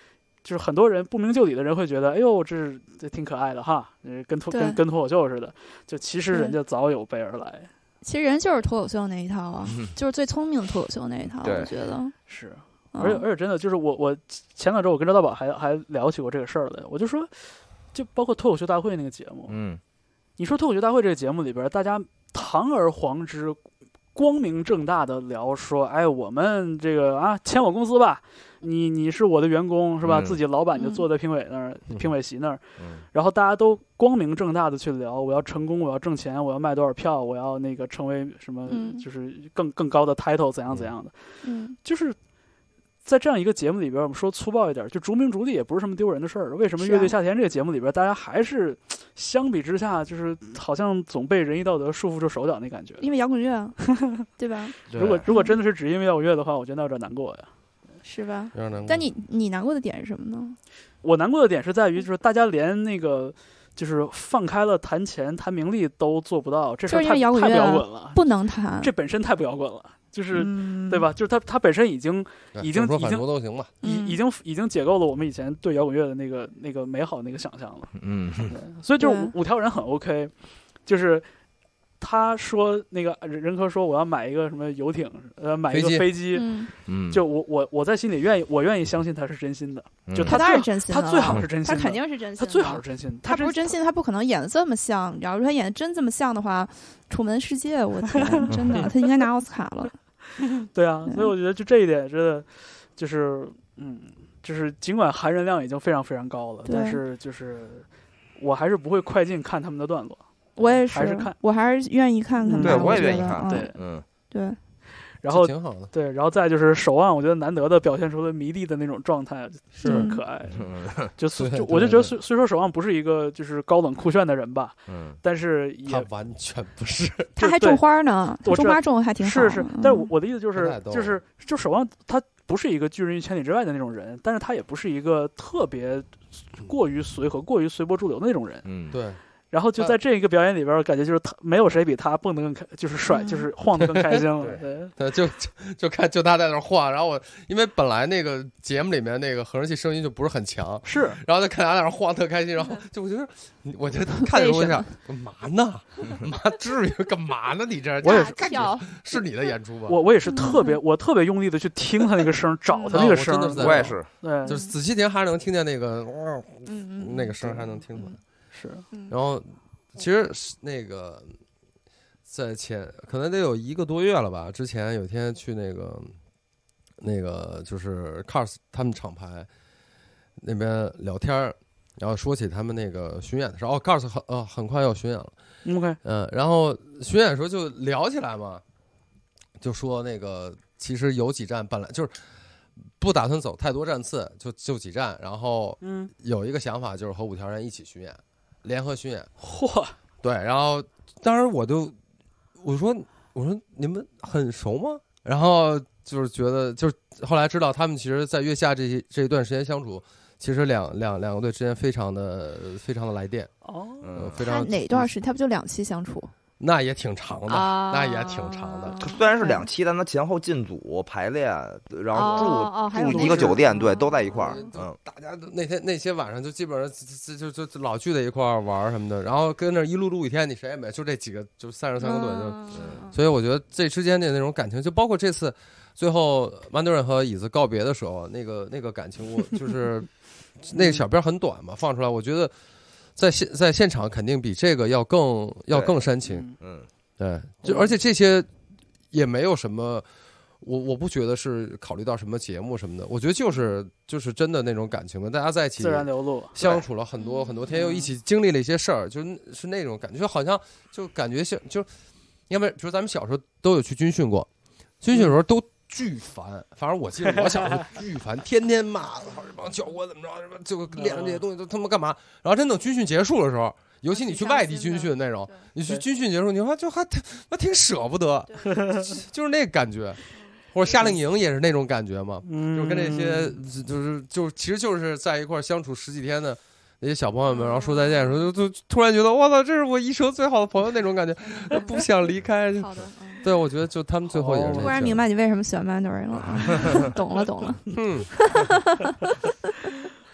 Speaker 2: 就是很多人不明就里的人会觉得，哎呦，这挺可爱的哈，跟脱口秀似的。就其实人家早有备而来。
Speaker 3: 其实人就是脱口秀那一套啊，就是最聪明的脱口秀那一套，我觉得
Speaker 2: 是。而且真的就是我前2周我跟赵大宝还聊起过这个事儿来，我就说，就包括脱口秀大会那个节目，你说脱口秀大会这个节目里边，大家堂而皇之、光明正大的聊说，哎，我们这个啊，签我公司吧，你是我的员工是吧？自己老板就坐在评委那儿，评委席那儿，然后大家都光明正大的去聊，我要成功，我要挣钱，我要卖多少票，我要那个成为什么，就是更高的 title 怎样的，就是在这样一个节目里边，我们说粗暴一点，就逐名逐利也不是什么丢人的事儿。为什么乐队夏天这个节目里边，大家还是相比之下，就是好像总被仁义道德束缚住手脚那感觉？
Speaker 3: 因为摇滚乐，对吧？
Speaker 2: 如果真的是只因为摇滚乐的话，我觉得那有点难过呀，
Speaker 3: 是吧？但你难过的点是什么呢？
Speaker 2: 我难过的点是在于，就是大家连那个就是放开了谈钱谈名利都做不到，这事太不摇滚了，
Speaker 3: 不能谈，
Speaker 2: 这本身太不摇滚了。就是，对吧？就是他本身已经
Speaker 4: 都行吧，
Speaker 2: 已经解构了我们以前对摇滚乐的那个美好那个想象了。所以就是五条人很 OK， 就是他说那个任科说我要买一个什么游艇，买一个飞机，就我在心里愿意相信他是真心的，就他
Speaker 3: 当然真心，
Speaker 2: 他最好是真心，
Speaker 3: 他肯定是真心，
Speaker 2: 他最好是真心，
Speaker 3: 他不是真心，他不可能演的这么像。假如他演的真这么像的话，楚门世界，我天，真的，他应该拿奥斯卡了。
Speaker 2: 对啊，所以我觉得就这一点真的就是就是尽管含人量已经非常非常高了，但是就是我还是不会快进看他们的段落。
Speaker 3: 我也是，
Speaker 2: 还是看，
Speaker 3: 我还是愿意看看。
Speaker 1: 对，我也愿意看。
Speaker 2: 对，
Speaker 3: 对。
Speaker 2: 然后
Speaker 4: 挺好的。
Speaker 2: 对，然后再就是守望，我觉得难得的表现出了迷弟的那种状态，是很可爱。我就觉得虽说守望不是一个就是高冷酷炫的人吧，但是
Speaker 4: 他完全不是。
Speaker 3: 他还种花呢，种花种还挺好。
Speaker 2: 是，但是我的意思就守望他不是一个拒人于千里之外的那种人，但是他也不是一个特别过于随和、过于随波逐流的那种人。
Speaker 4: 对。
Speaker 2: 然后就在这一个表演里边，感觉就是他没有谁比他蹦得更开，就是帅，就是晃得更开心了。
Speaker 4: 对，就看他在那晃，然后我因为本来那个节目里面那个合成器声音就不是很强，
Speaker 2: 是，
Speaker 4: 然后就看他在那晃特开心，然后就我觉得看着我想干嘛呢？妈至于干嘛呢？你这
Speaker 2: 我也
Speaker 4: 是你的演出吧？
Speaker 2: 我也是特别用力的去听他那个声，找他那个声，
Speaker 1: 我也是，
Speaker 2: 对，
Speaker 4: 就是仔细听还能听见那个那个声还能听出来。
Speaker 2: 是，
Speaker 4: 然后其实那个在可能得有1个多月了吧。之前有一天去那个就是 Cars 他们厂牌那边聊天，然后说起他们那个巡演的时候，Cars 很快要巡演了。
Speaker 2: OK，
Speaker 4: 然后巡演的时候就聊起来嘛，就说那个其实有几站本来就是不打算走太多站次，就几站，然后有一个想法就是和5条人一起巡演。联合巡演，
Speaker 2: 嚯！
Speaker 4: 对，然后当时我说你们很熟吗？然后就是觉得，就是后来知道他们其实，在月下这一段时间相处，其实两个队之间非常的来电
Speaker 2: 哦，
Speaker 4: 非常
Speaker 3: 哪段时间？他不就2期相处？
Speaker 4: 那也挺长的，那也挺长的。
Speaker 1: 虽然是2期，但他前后进组排练，然后住一个酒店，对，都在一块儿。
Speaker 4: 大家都那些晚上就基本上就老聚在一块儿玩什么的，然后跟那一录一天，你谁也没，就这几个，就33个队，所以我觉得这之间的那种感情，就包括这次最后曼德尔和椅子告别的时候，那个感情，我就是那个小片很短嘛，放出来，我觉得。在现场肯定比这个要更煽情，对，就而且这些也没有什么，我不觉得是考虑到什么节目什么的，我觉得就是真的那种感情的，大家在一起
Speaker 2: 自然流露，
Speaker 4: 相处了很多天，又一起经历了一些事儿，就是那种感觉，就好像就感觉像就，因为比如咱们小时候都有去军训过，军训的时候都。巨烦，反正我记得我小时候巨烦，天天骂这帮教官怎么着，什么就练这些东西都他妈干嘛？然后真等军训结束的时候，尤其你去外地军训那种，你去军训结束，你说就还挺舍不得，就是那个感觉。或者夏令营也是那种感觉嘛，就跟这些其实就是在一块相处10几天的那些小朋友们，然后说再见的时候，就突然觉得我操，这是我一生最好的朋友那种感觉，不想离开。
Speaker 3: 好的。
Speaker 4: 对，我觉得就他们最后也是。
Speaker 3: 突然明白你为什么喜欢曼德尔了，懂了。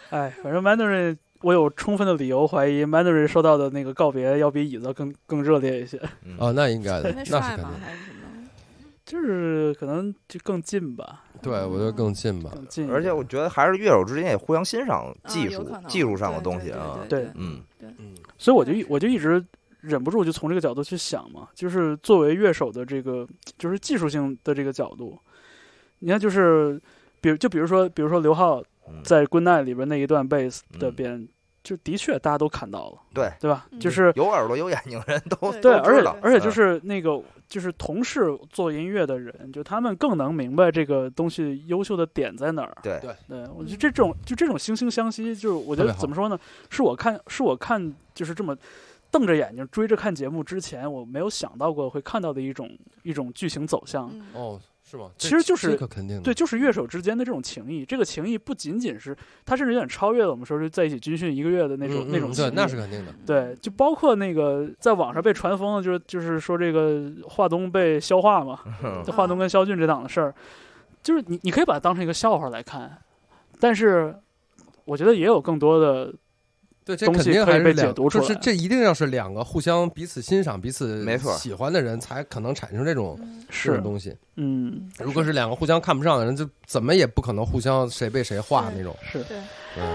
Speaker 2: 反正 Mandarin 我有充分的理由怀疑 Mandarin 收到的那个告别要比椅子更热烈一些。
Speaker 4: 那应该的，那是肯定。
Speaker 3: 还是什么？
Speaker 2: 就是可能就更近吧。
Speaker 4: 对，我觉得更近吧。
Speaker 2: 更近，
Speaker 1: 而且我觉得还是乐手之间也互相欣赏技术上的东西啊。
Speaker 2: 对，
Speaker 3: 对。
Speaker 2: 所以我就一直忍不住就从这个角度去想嘛，就是作为乐手的这个就是技术性的这个角度，你看就是比如说刘浩在 Good Night 里边那一段贝斯的边。就的确大家都看到了，对吧？就是
Speaker 1: 有耳朵有眼睛人都
Speaker 2: 对，而且就是那个就是同事做音乐的人，就他们更能明白这个东西优秀的点在哪儿。
Speaker 1: 对，
Speaker 2: 我觉得这种惺惺相惜，就是我觉得怎么说呢？是我看就是这么瞪着眼睛追着看节目之前，我没有想到过会看到的一种剧情走向。
Speaker 4: 是吗？
Speaker 2: 其实就是
Speaker 4: 这个肯定的，
Speaker 2: 对，就是乐手之间的这种情谊。这个情谊不仅仅是，它甚至有点超越了我们说是在一起军训1个月的那种情谊。
Speaker 4: 对，那是肯定的。
Speaker 2: 对，就包括那个在网上被传疯的，就是说这个华东被消化嘛，华东跟肖俊这档的事儿，就是你可以把它当成一个笑话来看，但是我觉得也有更多的。
Speaker 4: 对，这肯定还是
Speaker 2: 被解读出来，
Speaker 4: 就是这一定要是两个互相彼此欣赏、彼此
Speaker 1: 没错
Speaker 4: 喜欢的人才可能产生这种东西。如果是两个互相看不上的人，就怎么也不可能互相谁被谁画那种。
Speaker 2: 是，
Speaker 3: 对。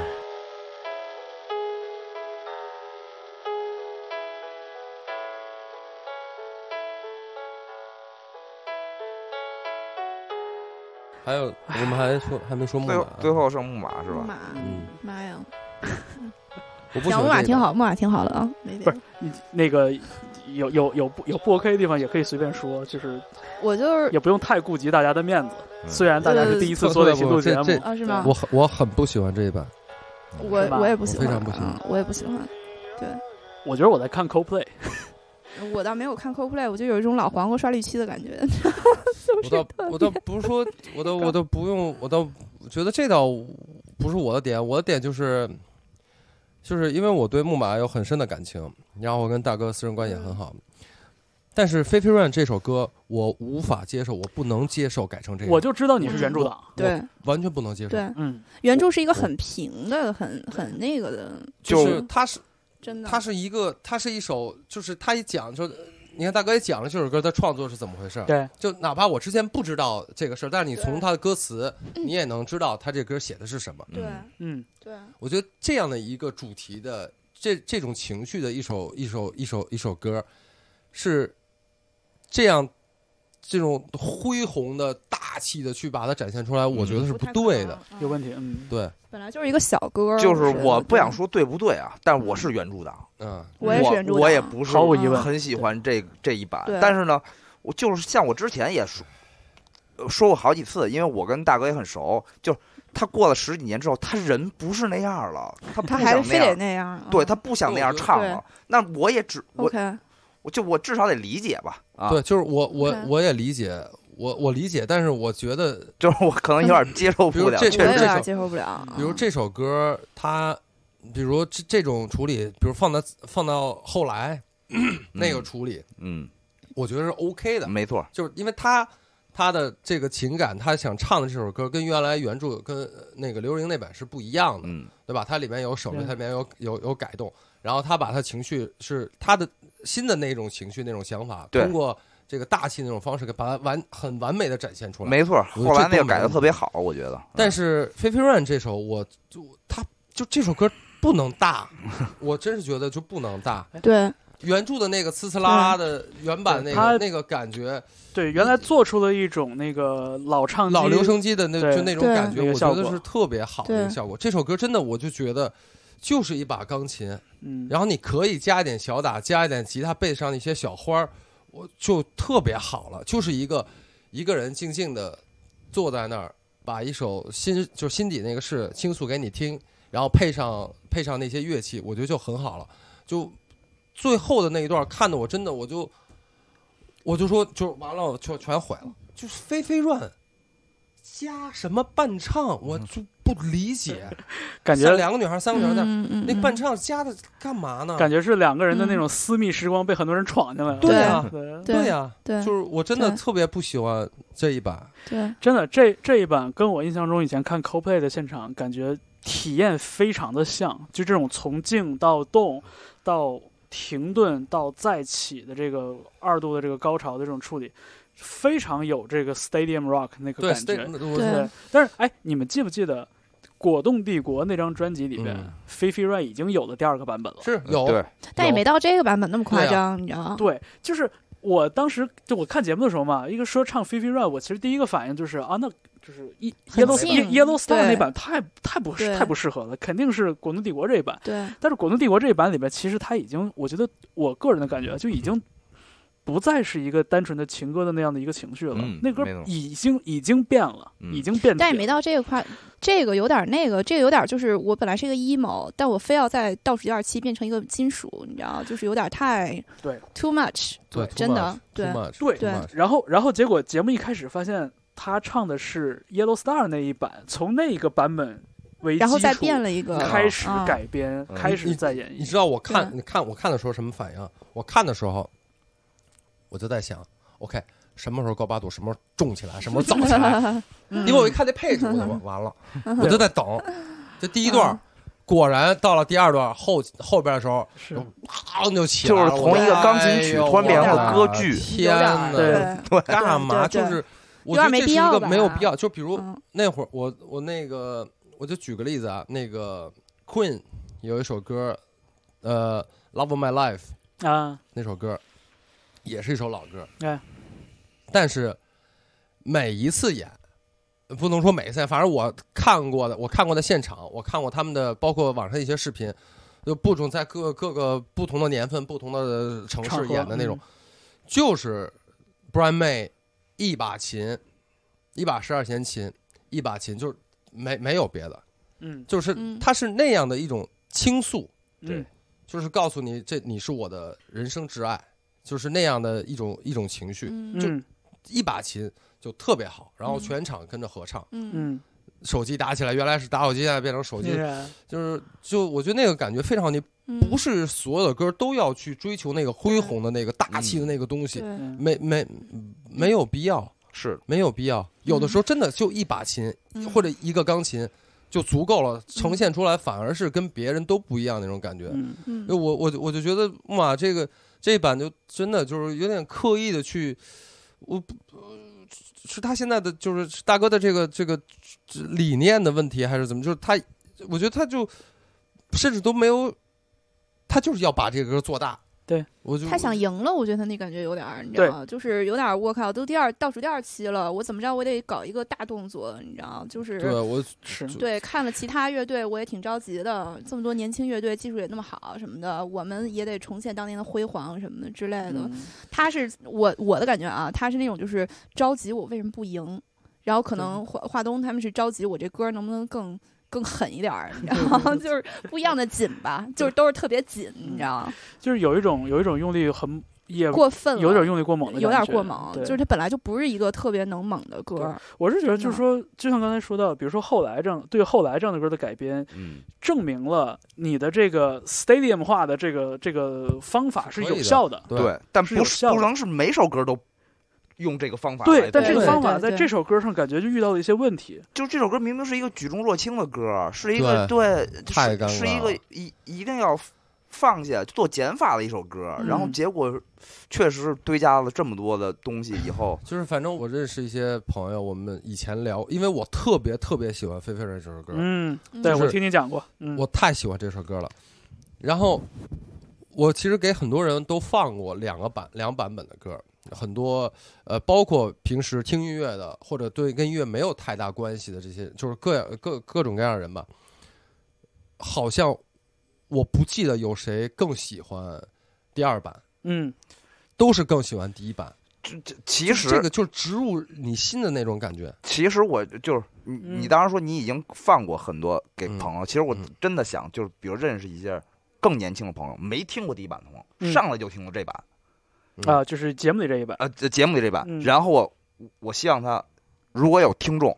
Speaker 4: 还有，我们还没说木马，
Speaker 1: 最后剩木马是吧？
Speaker 3: 木马，妈呀！
Speaker 4: 我不
Speaker 3: 木马挺好，木马挺好的啊。
Speaker 2: 不是你那个有不 OK 的地方也可以随便说，就是
Speaker 3: 我就是
Speaker 2: 也不用太顾及大家的面子。虽然大家是第一次做的新录节目
Speaker 3: 啊，是吗？
Speaker 4: 我很不喜欢这一版，
Speaker 3: 我也不喜欢，
Speaker 4: 非常不喜欢，
Speaker 3: 我也不喜欢。对，
Speaker 2: 我觉得我在看 Coldplay。
Speaker 3: 我倒没有看 Coldplay， 我就有一种老黄瓜刷绿漆的感觉。
Speaker 4: 我倒不是说，我倒不用，我倒觉得这倒不是我的点，我的点就是因为我对木马有很深的感情，然后我跟大哥私人关系也很好。但是《Fifi Run》这首歌我无法接受，我不能接受改成这样。
Speaker 2: 我就知道你是原著党，
Speaker 3: 对，
Speaker 4: 完全不能接受。
Speaker 3: 对，原著是一个很平的、很那个的，
Speaker 4: 就是它是。
Speaker 3: 真的，
Speaker 4: 它是一首，就是他一讲就，你看大哥也讲了这首歌的创作是怎么回事。
Speaker 2: 对，
Speaker 4: 就哪怕我之前不知道这个事儿，但是你从他的歌词，你也能知道他这歌写的是什么。
Speaker 3: 对，
Speaker 2: 对，
Speaker 4: 我觉得这样的一个主题的这种情绪的一首歌，是这样这种恢宏的大气的去把它展现出来，我觉得是不对的，
Speaker 2: 有问题。
Speaker 4: 对。
Speaker 3: 本来就是一个小歌，
Speaker 1: 就是我不想说对不对啊，但是我是原著党，
Speaker 3: 我也是原著党，
Speaker 1: 我也不是
Speaker 2: 毫无疑问
Speaker 1: 很喜欢这一版，但是呢，我就是像我之前也说过好几次，因为我跟大哥也很熟，就是他过了10几年之后，他人不是那样了，他
Speaker 3: 还是非得那样，
Speaker 1: 对他不想那样唱了，那我也我至少得理解吧，啊，
Speaker 4: 对，就是我也理解。我理解，但是我觉得
Speaker 1: 就是我可能有点接受不了，
Speaker 3: 我有点接受不了。
Speaker 4: 比如这首歌，它，比如这种处理，比如放到后来那个处理，我觉得是 OK 的，
Speaker 1: 没错，
Speaker 4: 就是因为他的这个情感，他想唱的这首歌跟原来原著跟那个刘若英那版是不一样的，对吧？它里面有省略，它里面有改动，然后他把他情绪是他的新的那种情绪那种想法，通过。这个大气那种方式，把它很完美的展现出来。
Speaker 1: 没错，后来那个改的特别好，我觉得。
Speaker 4: 但是《Fifi Run》这首，这首歌不能大，我真是觉得就不能大。
Speaker 3: 对，
Speaker 4: 原著的那个呲呲啦啦的原版那个感觉，
Speaker 2: 对，原来做出了一种那个老
Speaker 4: 留声机的就那种感觉，我觉得是特别好的一个效果。这首歌真的，我就觉得就是一把钢琴，然后你可以加一点小打，加一点吉他贝斯上的一些小花儿。我就特别好了，就是一个人静静的坐在那儿，把一首心底那个事倾诉给你听，然后配上那些乐器，我觉得就很好了。就最后的那一段看的我真的我就说就完了，就全毁了。就是飞飞乱， 加什么伴唱，我就不理解。
Speaker 2: 感觉
Speaker 4: 2个女孩3个女孩在那伴唱加的干嘛呢？
Speaker 2: 感觉是2个人的那种私密时光被很多人闯进来了。
Speaker 4: 对呀，
Speaker 3: 对
Speaker 4: 呀，就是我真的特别不喜欢这一版。
Speaker 3: 对，
Speaker 2: 真的这一版跟我印象中以前看 Coldplay 的现场感觉体验非常的像，就这种从静到动到停顿到再起的这个2度的这个高潮的这种处理，非常有这个 Stadium Rock 那个感觉。
Speaker 3: 对，
Speaker 2: 但是哎，你们记不记得果冻帝国那张专辑里边，Fifi Ray 已经有了第2个版本了？
Speaker 4: 是有，
Speaker 1: 对，
Speaker 3: 但也没到这个版本那么夸张，你知道吗？
Speaker 2: 对，就是我当时就我看节目的时候嘛，一个说唱 Fifi Ray， 我其实第一个反应就是啊，那就是Yellow Star 那版太不适合了，肯定是果冻帝国这一版。
Speaker 3: 对，
Speaker 2: 但是果冻帝国这一版里边，其实它已经，我觉得我个人的感觉就已经不再是一个单纯的情歌的那样的一个情绪了，那歌已经变了，已经变。
Speaker 3: 但也没到这个夸，这个有点那个，这个有点就是我本来是一个 emo， 但我非要在倒数第2期变成一个金属，你知道，就是有点太
Speaker 2: 对
Speaker 3: too much，
Speaker 4: 对，
Speaker 3: 真的对。
Speaker 2: 然后结果节目一开始发现他唱的是 Yellow Star 那一版，从那个版本为基础，
Speaker 3: 然后再变了一个，
Speaker 2: 开始改编，开始再演绎。
Speaker 4: 你知道我看的时候什么反应？我看的时候。我就在想 ，OK， 什么时候高八度，什么时候重起来，什么时候早起来？因为我一看那配置，我就完了，我就在等。这第一段，果然到了第2段后边的时候，砰就起来了，
Speaker 1: 就是从一个钢琴曲突然变成了歌剧。
Speaker 4: 天哪，
Speaker 3: 对，
Speaker 4: 干嘛？就是我觉得这是一个没有必要。就比如那会儿，我那个，我就举个例子啊，那个 Queen 有一首歌，Love of My Life
Speaker 2: 啊，
Speaker 4: 那首歌。也是一首老歌，
Speaker 2: 但
Speaker 4: 是每一次演，不能说每一次演，反正我看过的现场，我看过他们的，包括网上一些视频，就不种在各个不同的年份、不同的城市演的那种，就是 Brian May 一把琴，一把12弦琴，一把琴，就是没有别的，就是它是那样的一种倾诉，
Speaker 2: 对，
Speaker 4: 就是告诉你你是我的人生挚爱。就是那样的一种情绪，就一把琴就特别好，然后全场跟着合唱，手机打起来，原来是打火机，现在变成手机，就我觉得那个感觉非常好。你不是所有的歌都要去追求那个恢宏的那个大气的那个东西，没有必要，
Speaker 1: 是没
Speaker 4: 有必要。有的时候真的就一把琴或者一个钢琴就足够了，呈现出来反而是跟别人都不一样那种感觉。我就觉得哇，这一版就真的就是有点刻意的去，是他现在的就是大哥的这个理念的问题还是怎么？就是他，我觉得他就甚至都没有，他就是要把这个歌做大。
Speaker 2: 对，
Speaker 3: 他想赢了，我觉得他那感觉有点，你知道吗？就是有点我靠，都倒数第2期了，我怎么着我得搞一个大动作，你知道？就是
Speaker 4: 对，我
Speaker 2: 是
Speaker 3: 对看了其他乐队，我也挺着急的。这么多年轻乐队技术也那么好什么的，我们也得重现当年的辉煌什么的之类的。他是我的感觉啊，他是那种就是着急我为什么不赢，然后可能华东他们是着急我这歌能不能更狠一点儿，你知道吗？就是不一样的紧吧，就是都是特别紧，你知道吗？
Speaker 2: 就是有一种用力很也
Speaker 3: 过分了，
Speaker 2: 有点用力过猛的感觉，
Speaker 3: 有点过猛。就是它本来就不是一个特别能猛的歌。
Speaker 2: 我是觉得，就是说，就像刚才说到，比如说后来这样的歌的改编，证明了你的这个 stadium 化的这个方法是有效的。
Speaker 1: 对，但不能是每首歌都用这个方法。
Speaker 2: 对，但这个方法在这首歌上感觉就遇到了一些问题。
Speaker 1: 就这首歌明明是一个举重若轻的歌，是一个是一个一定要放下做减法的一首歌，然后结果确实是堆加了这么多的东西以后，
Speaker 4: 就是反正我认识一些朋友，我们以前聊，因为我特别喜欢菲菲瑞这首歌，
Speaker 2: 对，我听你讲过，
Speaker 4: 我太喜欢这首歌了。然后我其实给很多人都放过两版本的歌。很多包括平时听音乐的，或者对跟音乐没有太大关系的这些，就是各种各样的人吧。好像我不记得有谁更喜欢第2版，都是更喜欢第1版。
Speaker 1: 其实
Speaker 4: 这个就植入你心的那种感觉。
Speaker 1: 其实我就是你当时说你已经放过很多给朋友，其实我真的想就是比如认识一些更年轻的朋友，没听过第1版的朋友，上来就听过这版。
Speaker 2: 就是节目里这一版，
Speaker 1: 节目里这版，然后我希望他如果有听众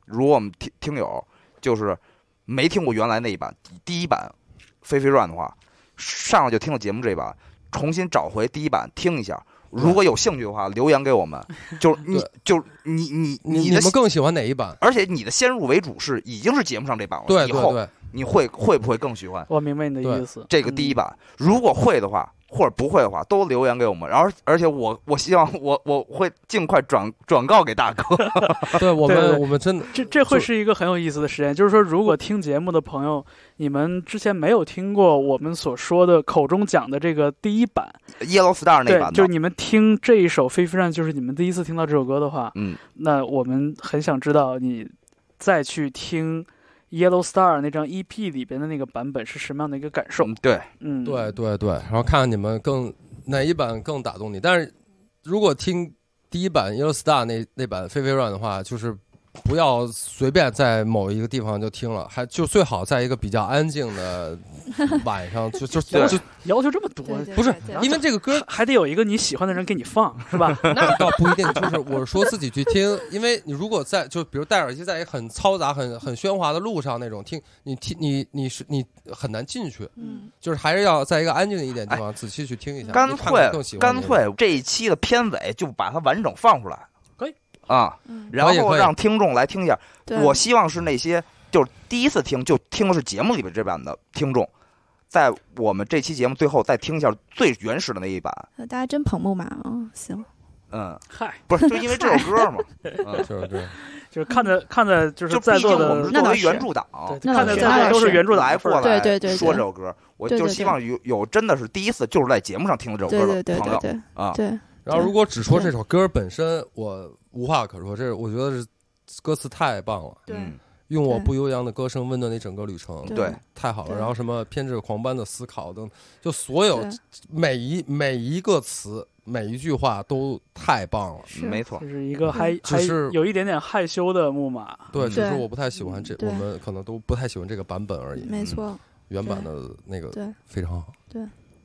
Speaker 1: 如果我们听友就是没听过原来那一版第一版飞飞转的话，上来就听了节目这一版，重新找回第一版听一下。如果有兴趣的话，留言给我们。就是你
Speaker 4: 们更喜欢哪一版？
Speaker 1: 而且你的先入为主是已经是节目上这版了，
Speaker 4: 对，
Speaker 1: 以后你会不会更喜欢？
Speaker 2: 我明白你的意思。
Speaker 1: 这个第一版，如果会的话，或者不会的话，都留言给我们。然后，而且我希望我会尽快转告给大哥。
Speaker 4: 对我们真的
Speaker 2: 这会是一个很有意思的实验。就是说，如果听节目的朋友，你们之前没有听过我们所说的口中讲的这个第一版
Speaker 1: Yellow Star 那版的，
Speaker 2: 就是你们听这一首《飞飞战》，就是你们第一次听到这首歌的话，那我们很想知道你再去听Yellow Star 那张 EP 里边的那个版本是什么样的一个感受？
Speaker 1: 对，
Speaker 4: 对，然后看看你们哪一版更打动你。但是如果听第一版 Yellow Star 那版飞飞 Run 的话，就是不要随便在某一个地方就听了，还就最好在一个比较安静的晚上，就
Speaker 2: 要求这么多，
Speaker 4: 不是因为这个歌
Speaker 2: 还得有一个你喜欢的人给你放，是吧？
Speaker 4: 那倒不一定，就是我说自己去听，因为你如果就比如戴耳机在一个很嘈杂、很喧哗的路上那种听，你很难进去，就是还是要在一个安静的一点地方仔细去听一下。干
Speaker 1: 脆这一期的片尾就把它完整放出来。啊，然后让听众来听一下。我希望是那些就是第一次听就听的是节目里边这版的听众，在我们这期节目最后再听一下最原始的那一版。
Speaker 3: 大家真捧木马啊！行，
Speaker 2: 嗨，
Speaker 1: 不是就因为这首歌嘛，
Speaker 2: 就是看着就是在座的，
Speaker 1: 我们是作为原著党，
Speaker 2: 看着在座都是原著党
Speaker 1: 来过来
Speaker 3: 对
Speaker 1: 说这首歌，我就希望有真的是第一次就是在节目上听的这首歌的朋友啊。
Speaker 3: 对。
Speaker 4: 然后，如果只说这首歌本身，我无话可说。这我觉得是歌词太棒了。
Speaker 3: 对，
Speaker 4: 用我不悠扬的歌声温暖你整个旅程。
Speaker 1: 对，
Speaker 4: 太好了。然后什么偏执狂般的思考等，就所有每一个词、每一句话都太棒了。
Speaker 1: 没错，
Speaker 2: 就是一个还有一点点害羞的木马。
Speaker 4: 对，只是我不太喜欢这，我们可能都不太喜欢这个版本而已。
Speaker 3: 没错，
Speaker 4: 原版的那个非常好。
Speaker 3: 对，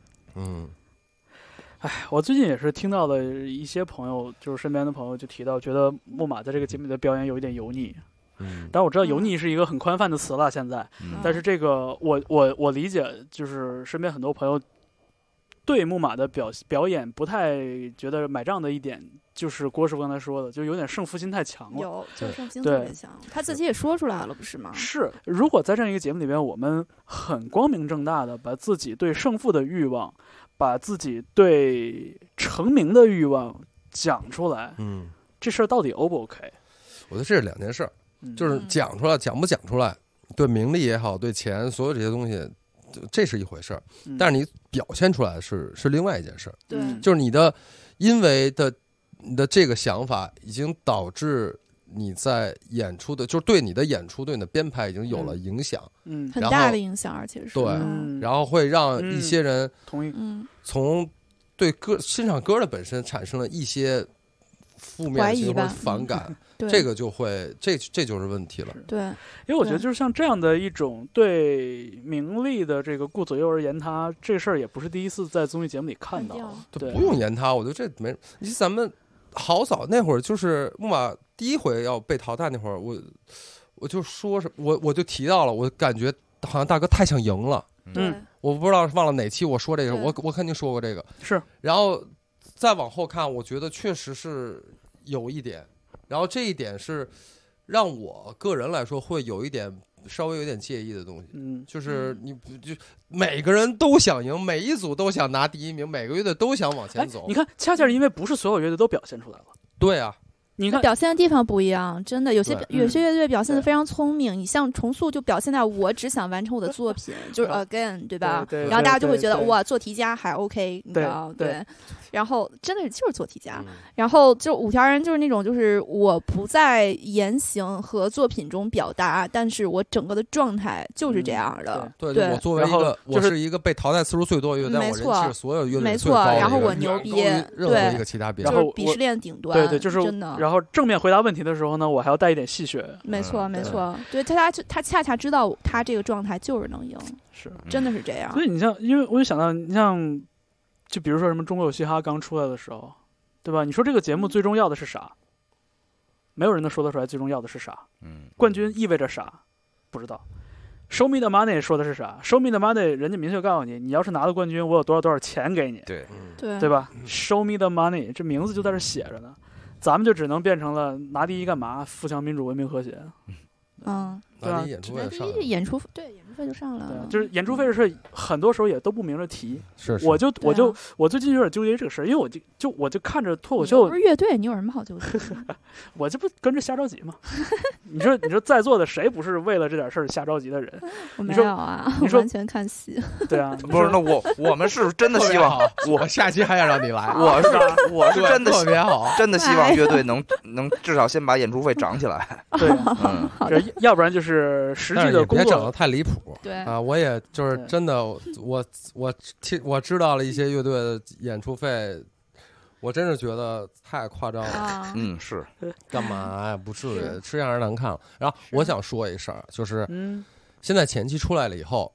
Speaker 2: 我最近也是听到了一些朋友，就是身边的朋友就提到，觉得木马在这个节目里的表演有一点油腻。但我知道油腻是一个很宽泛的词了，现在。但是这个我理解，就是身边很多朋友对木马的表演不太觉得买账的一点，就是郭师傅刚才说的，就有点胜负心太强了。
Speaker 3: 有，就胜负心特别强，他自己也说出来了，不是吗？
Speaker 2: 是，如果在这样一个节目里边，我们很光明正大的把自己对胜负的欲望，把自己对成名的欲望讲出来，这事儿到底 O 不 OK？
Speaker 4: 我觉得这是两件事，就是讲出来，讲不讲出来，对名利也好，对钱，所有这些东西，这是一回事儿。但是你表现出来是另外一件事儿。
Speaker 3: 对，
Speaker 4: 就是因为你的这个想法已经导致你在演出的，就是对你的演出、对你的编排已经有了影响，
Speaker 3: 很大的影响，而且是
Speaker 4: 对，然后会让一些人
Speaker 2: 同意，
Speaker 4: 从对欣赏歌的本身产生了一些负面性或者反感，这个就会这就是问题了。
Speaker 3: 对，
Speaker 2: 因为我觉得就是像这样的一种对名利的这个顾左右而言他，这事儿也不是第一次在综艺节目里看到。对，
Speaker 4: 不用言他，我觉得这没，咱们好早那会儿就是木马第一回要被淘汰那会儿，我就说是我就提到了，我感觉好像大哥太想赢了。我不知道忘了哪期我说这个，我肯定说过这个。
Speaker 2: 是，
Speaker 4: 然后再往后看，我觉得确实是有一点，然后这一点是让我个人来说会有一点稍微有点介意的东西。就是你就每个人都想赢，每一组都想拿第一名，每个乐队都想往前走。
Speaker 2: 你看，恰恰是因为不是所有乐队都表现出来了。
Speaker 4: 对啊。
Speaker 2: 你看
Speaker 3: 表现的地方不一样，真的有些乐队表现的非常聪明。你像重塑就表现在我只想完成我的作品，就是 again 对吧？然后大家就会觉得哇，做题家还 OK， 你知道对。然后真的就是做题家，然后就五条人就是那种就是我不在言行和作品中表达，但是我整个的状态就是这样的。
Speaker 4: 对，我作为一个我是一个被淘汰次数最多的乐队，但我人气是所有乐队最高的，
Speaker 3: 然后我牛逼，
Speaker 4: 任何一个其他别人
Speaker 3: 就是鄙视链顶端，
Speaker 2: 对，就是
Speaker 3: 真的。
Speaker 2: 然后正面回答问题的时候呢，我还要带一点戏谑。
Speaker 3: 没错，对他恰恰知道他这个状态就是能赢，
Speaker 2: 是
Speaker 3: 真的是这样。
Speaker 2: 所以你像，因为我就想到，你像，就比如说什么中国有嘻哈刚出来的时候，对吧？你说这个节目最重要的是啥？ 没有人能说得出来最终要的是啥。冠军意味着啥？不知道。Show me the money 说的是啥 ？Show me the money， 人家明确告诉你，你要是拿了冠军，我有多少钱给你，对吧 ？Show me the money， 这名字就在这写着呢，咱们就只能变成了拿第一干嘛？富强、民主、文明、和谐。对吧？
Speaker 4: 演出费上，
Speaker 3: 演出费就上了。
Speaker 2: 对，就是演出费的事，很多时候也都不明着提。
Speaker 4: 是，
Speaker 2: 我最近有点纠结这个事，因为我就看着脱口秀，
Speaker 3: 不是乐队，你有什么好纠结的？
Speaker 2: 我这不跟着瞎着急吗？你说在座的谁不是为了这点事儿瞎着急的人？
Speaker 3: 我没有啊，我完全看戏。
Speaker 2: 对啊，
Speaker 1: 不是，那我们是真的希望
Speaker 4: 我下期还想让你来。
Speaker 1: 我是真的
Speaker 4: 特别好，
Speaker 1: 真的希望乐队能至少先把演出费涨起来。
Speaker 2: 对，要不然就是实际的工作
Speaker 4: 别整得太离谱。
Speaker 3: 对
Speaker 4: 啊，我也就是真的，我知道了一些乐队的演出费，我真是觉得太夸张了。
Speaker 1: 是，
Speaker 4: 干嘛呀？不至于，是让人难看了。然后我想说一事儿，就是现在前期出来了以后，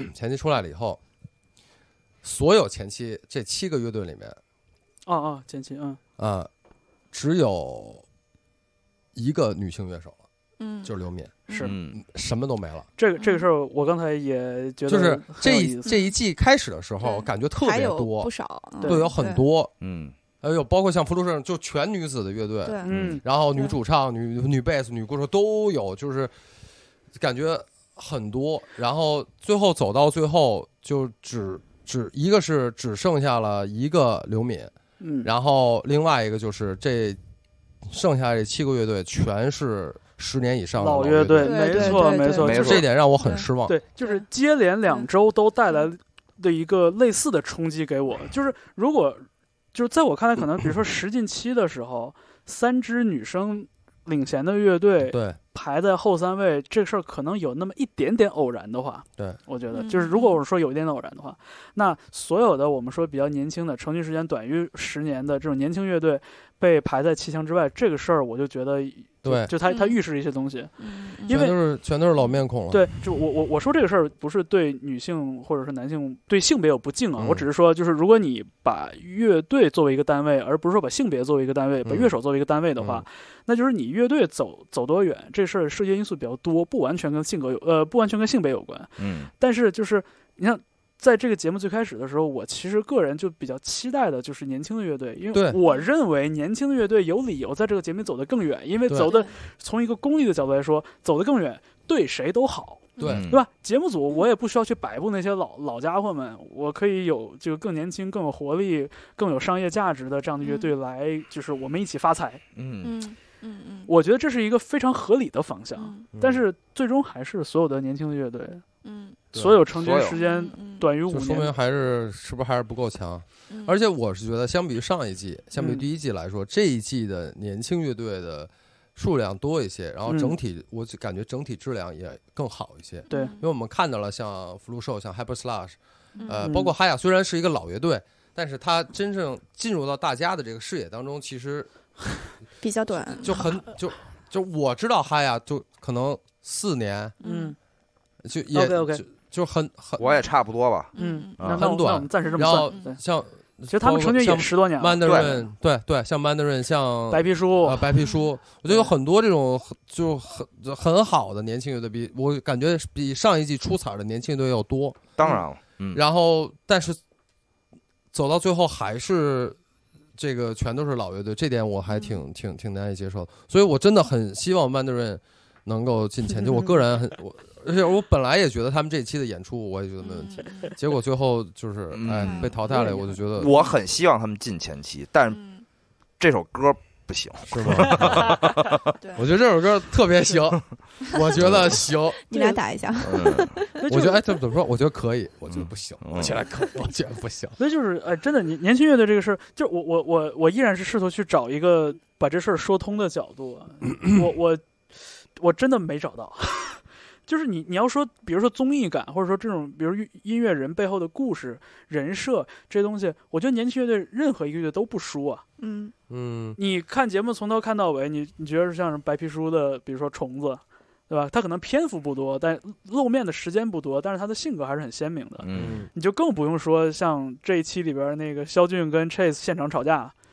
Speaker 4: 所有前期这7个乐队里面，
Speaker 2: 前期
Speaker 4: 只有一个女性乐手了，就是刘敏，
Speaker 2: 是
Speaker 4: 什么都没了。
Speaker 2: 这个事儿，我刚才也觉得，
Speaker 4: 就是这一季开始的时候，感觉特别多，
Speaker 3: 不少，
Speaker 4: 对，有很多，还有包括像福禄寿就全女子的乐队，然后女主唱、女贝斯、女鼓手都有，就是感觉很多。然后最后走到最后，就一个是只剩下了一个刘敏，然后另外一个就是这剩下这7个乐队全是10年以上的
Speaker 2: 老乐队，没错，
Speaker 4: 这一点让我很失望。
Speaker 2: 对，就是接连2周都带来的一个类似的冲击给我，就是如果就是在我看来，可能比如说10进7的时候，3支女生领衔的乐队排在后3位，这事儿可能有那么一点点偶然的话，
Speaker 4: 对，
Speaker 2: 我觉得就是如果我说有一点点偶然的话，那所有的我们说比较年轻的、成军时间短于10年的这种年轻乐队被排在7强之外，这个事儿我就觉得。
Speaker 4: 对，
Speaker 2: 就它预示一些东西，因为
Speaker 4: 全都是老面孔了。
Speaker 2: 对，就我说这个事儿不是对女性或者是男性对性别有不敬啊，我只是说，就是如果你把乐队作为一个单位，而不是说把性别作为一个单位，把乐手作为一个单位的话，那就是你乐队走多远，这事儿涉及因素比较多，不完全跟性别有关。但是就是你看。在这个节目最开始的时候，我其实个人就比较期待的就是年轻的乐队，因为我认为年轻的乐队有理由在这个节目走得更远，因为从一个功利的角度来说，走得更远对谁都好，对吧？节目组我也不需要去摆布那些老家伙们，我可以有这个更年轻、更有活力、更有商业价值的这样的乐队来，就是我们一起发财。我觉得这是一个非常合理的方向，但是最终还是所有的年轻的乐队。所有成军时间短于5年，
Speaker 4: 说明是不是还是不够强？而且我是觉得，相比于上一季，相比于第1季来说，这一季的年轻乐队的数量多一些，然后我感觉整体质量也更好一些。
Speaker 2: 对，
Speaker 4: 因为我们看到了像福禄寿、像 Hyper Slash，包括哈雅，虽然是一个老乐队，但是它真正进入到大家的这个视野当中，其实
Speaker 3: 比较短，
Speaker 4: 就我知道哈雅就可能4年，就也
Speaker 2: OK
Speaker 4: 就很，
Speaker 1: 我也差不多吧，
Speaker 4: 很短。
Speaker 2: 我们暂时这么
Speaker 4: 算。
Speaker 2: 然后
Speaker 4: 像
Speaker 2: 其实他们成军也10多年了。
Speaker 4: Mandarin 对，像 Mandarin 像
Speaker 2: 白皮书
Speaker 4: 我觉得有很多这种就很好的年轻乐队，我感觉比上一季出彩的年轻乐队要多。
Speaker 1: 当然了，
Speaker 4: 然后但是走到最后还是这个全都是老乐队，这点我还挺难以接受的。所以我真的很希望 Mandarin 能够进前期。我个人而且我本来也觉得他们这一期的演出我也觉得没问题，结果最后就是被淘汰了，我就觉得
Speaker 1: 我很希望他们进前期，但这首歌不行，
Speaker 4: 是吗？我觉得这首歌特别行，我觉得行。
Speaker 3: 你俩打一下。
Speaker 4: 我觉得怎么说？我觉得可以，我觉得不行，我觉得可以，我觉得不行。
Speaker 2: 所以就是真的年轻乐队这个事儿，就我依然是试图去找一个把这事儿说通的角度，我真的没找到。就是你要说，比如说综艺感，或者说这种，比如音乐人背后的故事、人设这些东西，我觉得年轻乐队任何一个乐队都不输啊。你看节目从头看到尾，你觉得像是白皮书的，比如说虫子，对吧？他可能篇幅不多，但露面的时间不多，但是他的性格还是很鲜明的。你就更不用说像这一期里边那个肖俊跟 Chase 现场吵架。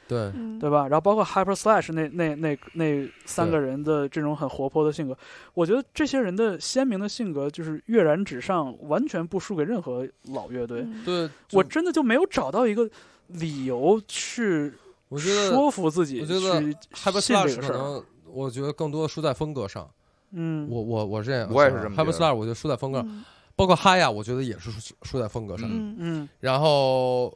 Speaker 4: 对
Speaker 2: 对吧？然后包括 Hyper Slash 那3个人的这种很活泼的性格，我觉得这些人的鲜明的性格就是跃然纸上，完全不输给任何老乐队。
Speaker 4: 对，
Speaker 2: 我真的就没有找到一个理由去说服自己。
Speaker 4: 我觉得 Hyper Slash 可能，我觉得更多的输在风格上。我是这样，
Speaker 1: 我也是这么觉得。
Speaker 4: Hyper Slash 我觉得输在风格上，包括哈亚，我觉得也是输在风格上。然后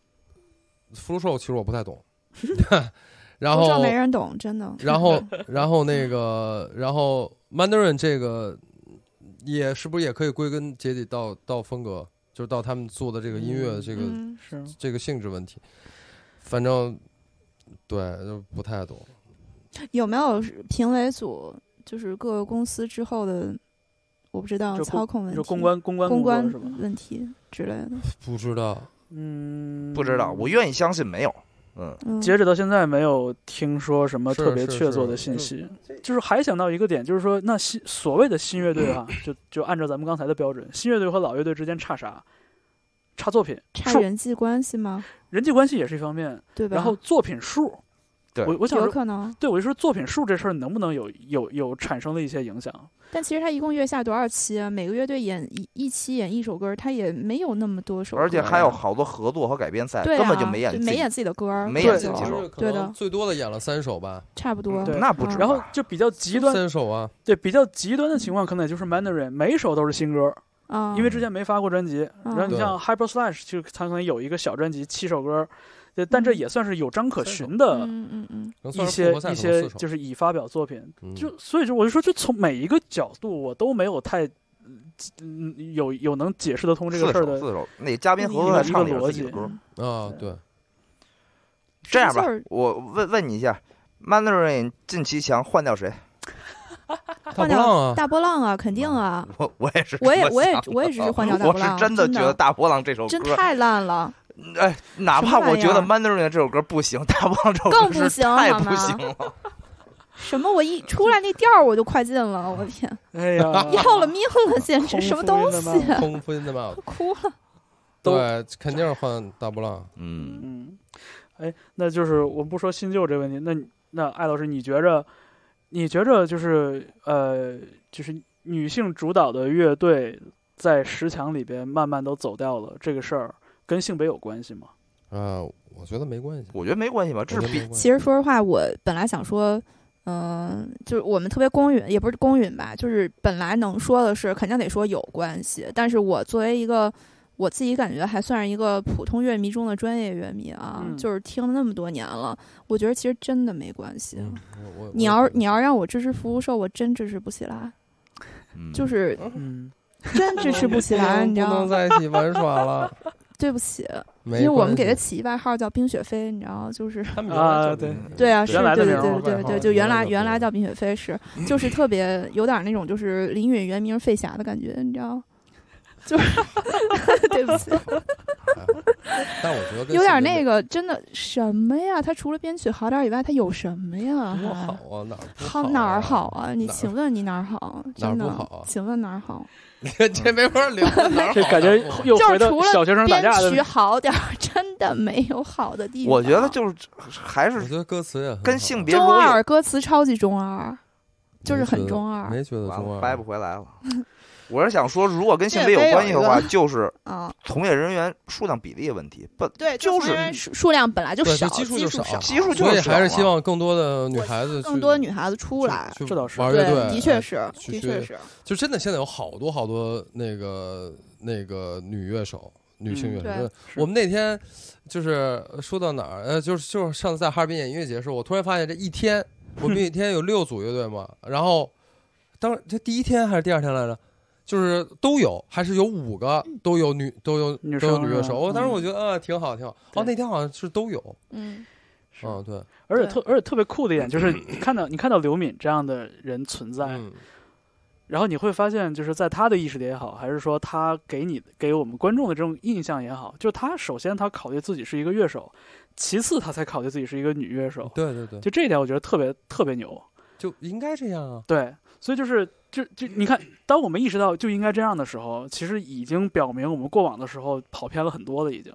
Speaker 4: Flu Show 其实我不太懂。然后
Speaker 3: 没人懂，真的。
Speaker 4: 然后那个，然后 Mandarin 这个也是不是也可以归根结底到风格，就是到他们做的这个音乐这个性质问题。反正对就不太懂。
Speaker 3: 有没有评委组就是各个公司之后的我不知道操控问题，
Speaker 2: 公关
Speaker 3: 问题之类的？
Speaker 4: 不知道，
Speaker 1: 不知道，我愿意相信没有。
Speaker 2: 截止到现在没有听说什么特别确凿的信息。就是还想到一个点，就是说那所谓的新乐队就按照咱们刚才的标准，新乐队和老乐队之间差啥？差作品，
Speaker 3: 差人际关系吗？
Speaker 2: 人际关系也是一方面，
Speaker 3: 对吧？
Speaker 2: 然后作品数，
Speaker 1: 对，
Speaker 2: 我想
Speaker 3: 有可能。
Speaker 2: 对，我就说作品数这事儿能不能有产生了一些影响？
Speaker 3: 但其实他一共月下多少期啊？每个乐队演一期演一首歌，他也没有那么多首歌，
Speaker 1: 而且还有好多合作和改编赛，
Speaker 3: 根
Speaker 1: 本就没演
Speaker 3: 自己的歌，
Speaker 1: 没演自己首，
Speaker 3: 对的，
Speaker 4: 最多的演了3首吧，
Speaker 3: 差不多。
Speaker 1: 那不止。
Speaker 2: 然后就比较极端
Speaker 4: 3首啊，
Speaker 2: 对，比较极端的情况可能也就是 Mandarin 每一首都是新歌。因为之前没发过专辑，然后你像 Hyper Slash 就他可能有一个小专辑7首歌，但这也算是有章可循的一些就是已发表作品，所以我就说，就从每一个角度我都没有太有能解释得通这个事儿的。
Speaker 1: 4首那嘉宾合作在唱自己的歌
Speaker 4: 啊，对。
Speaker 1: 这样吧，我问你一下 ，Mandarin 近期强换掉谁？
Speaker 3: 大波浪啊，肯定啊！
Speaker 1: 我也是，
Speaker 3: 我也只是换掉大波浪。
Speaker 1: 我是真的觉得大波浪这首歌
Speaker 3: 真太烂了。
Speaker 1: 哎，哪怕我觉得 Mandarin 这首歌不行，大波浪这首歌
Speaker 3: 更不行，
Speaker 1: 太不行了。
Speaker 3: 什么？我一出来那调我就快进了，我天！
Speaker 2: 哎呀，
Speaker 3: 要了命了，简直什么东西？
Speaker 4: 空腹的嘛，
Speaker 3: 哭了。
Speaker 4: 对，肯定是换大波浪。
Speaker 2: 哎，那就是我不说新旧这个问题，那艾老师，你觉着就是就是女性主导的乐队在10强里边慢慢都走掉了，这个事儿跟性别有关系吗？
Speaker 4: 我觉得没关系。
Speaker 1: 我觉得没关系吧，这是
Speaker 3: 其实说实话，我本来想说，就是我们特别公允，也不是公允吧，就是本来能说的是肯定得说有关系，但是我作为一个我自己感觉还算是一个普通乐迷中的专业乐迷啊，就是听了那么多年了，我觉得其实真的没关系。你要让我支持服务售，我真支持不起来，就是真支持不起来，你知道吗？
Speaker 4: 不能在一起玩耍了。
Speaker 3: 对不起，因为我们给他起一外号叫冰雪飞，你知道，就是对啊，是对，就原来叫冰雪飞，是就是特别有点那种就是林允原名费霞的感觉，你知道。就是对不起，
Speaker 4: 但我觉得
Speaker 3: 有点那个，真的什么呀？他除了编曲好点以外，他有什么呀？
Speaker 4: 多好啊，
Speaker 3: 哪儿好啊？你请问你哪儿好？真的，
Speaker 4: 哪儿不好？
Speaker 3: 请问哪儿好？
Speaker 4: 这没法聊，
Speaker 2: 这感觉又回到小学生打架的。
Speaker 3: 编曲好点，真的没有好的地方。
Speaker 1: 我觉得就是还是，
Speaker 4: 我觉得歌词也
Speaker 1: 跟性别
Speaker 3: 中二，歌词超级中二，就是很中二。
Speaker 4: 没觉得中二，
Speaker 1: 掰不回来了。我是想说，如果跟性别有关系的话，就是从业人员数量比例问题。不，
Speaker 3: 对，
Speaker 1: 就是
Speaker 3: 数量本来就少，
Speaker 4: 基数就少，
Speaker 1: 基数就
Speaker 4: 所以还是希望更多的女孩子，
Speaker 3: 更多的女孩子出来，
Speaker 2: 这倒是
Speaker 4: 玩乐队，
Speaker 3: 的确是，的确是。
Speaker 4: 就真的现在有好多那个女乐手、女性乐手。我们那天就是说到哪儿，就是上次在哈尔滨演音乐节的时候，我突然发现这一天我们一天有6组乐队嘛，然后这第一天还是第2天来着？就是都有，还是有5个都有女乐手。当时我觉得挺好。那天好像是都有。对。
Speaker 2: 而且特别酷的一点就是你看到刘敏这样的人存在，然后你会发现，就是在他的意识里也好，还是说他给我们观众的这种印象也好，就他首先他考虑自己是一个乐手，其次他才考虑自己是一个女乐手。
Speaker 4: 对，
Speaker 2: 就这一点我觉得特别牛，
Speaker 4: 就应该这样啊。
Speaker 2: 对，所以就你看，当我们意识到就应该这样的时候，其实已经表明我们过往的时候跑偏了很多了，已经。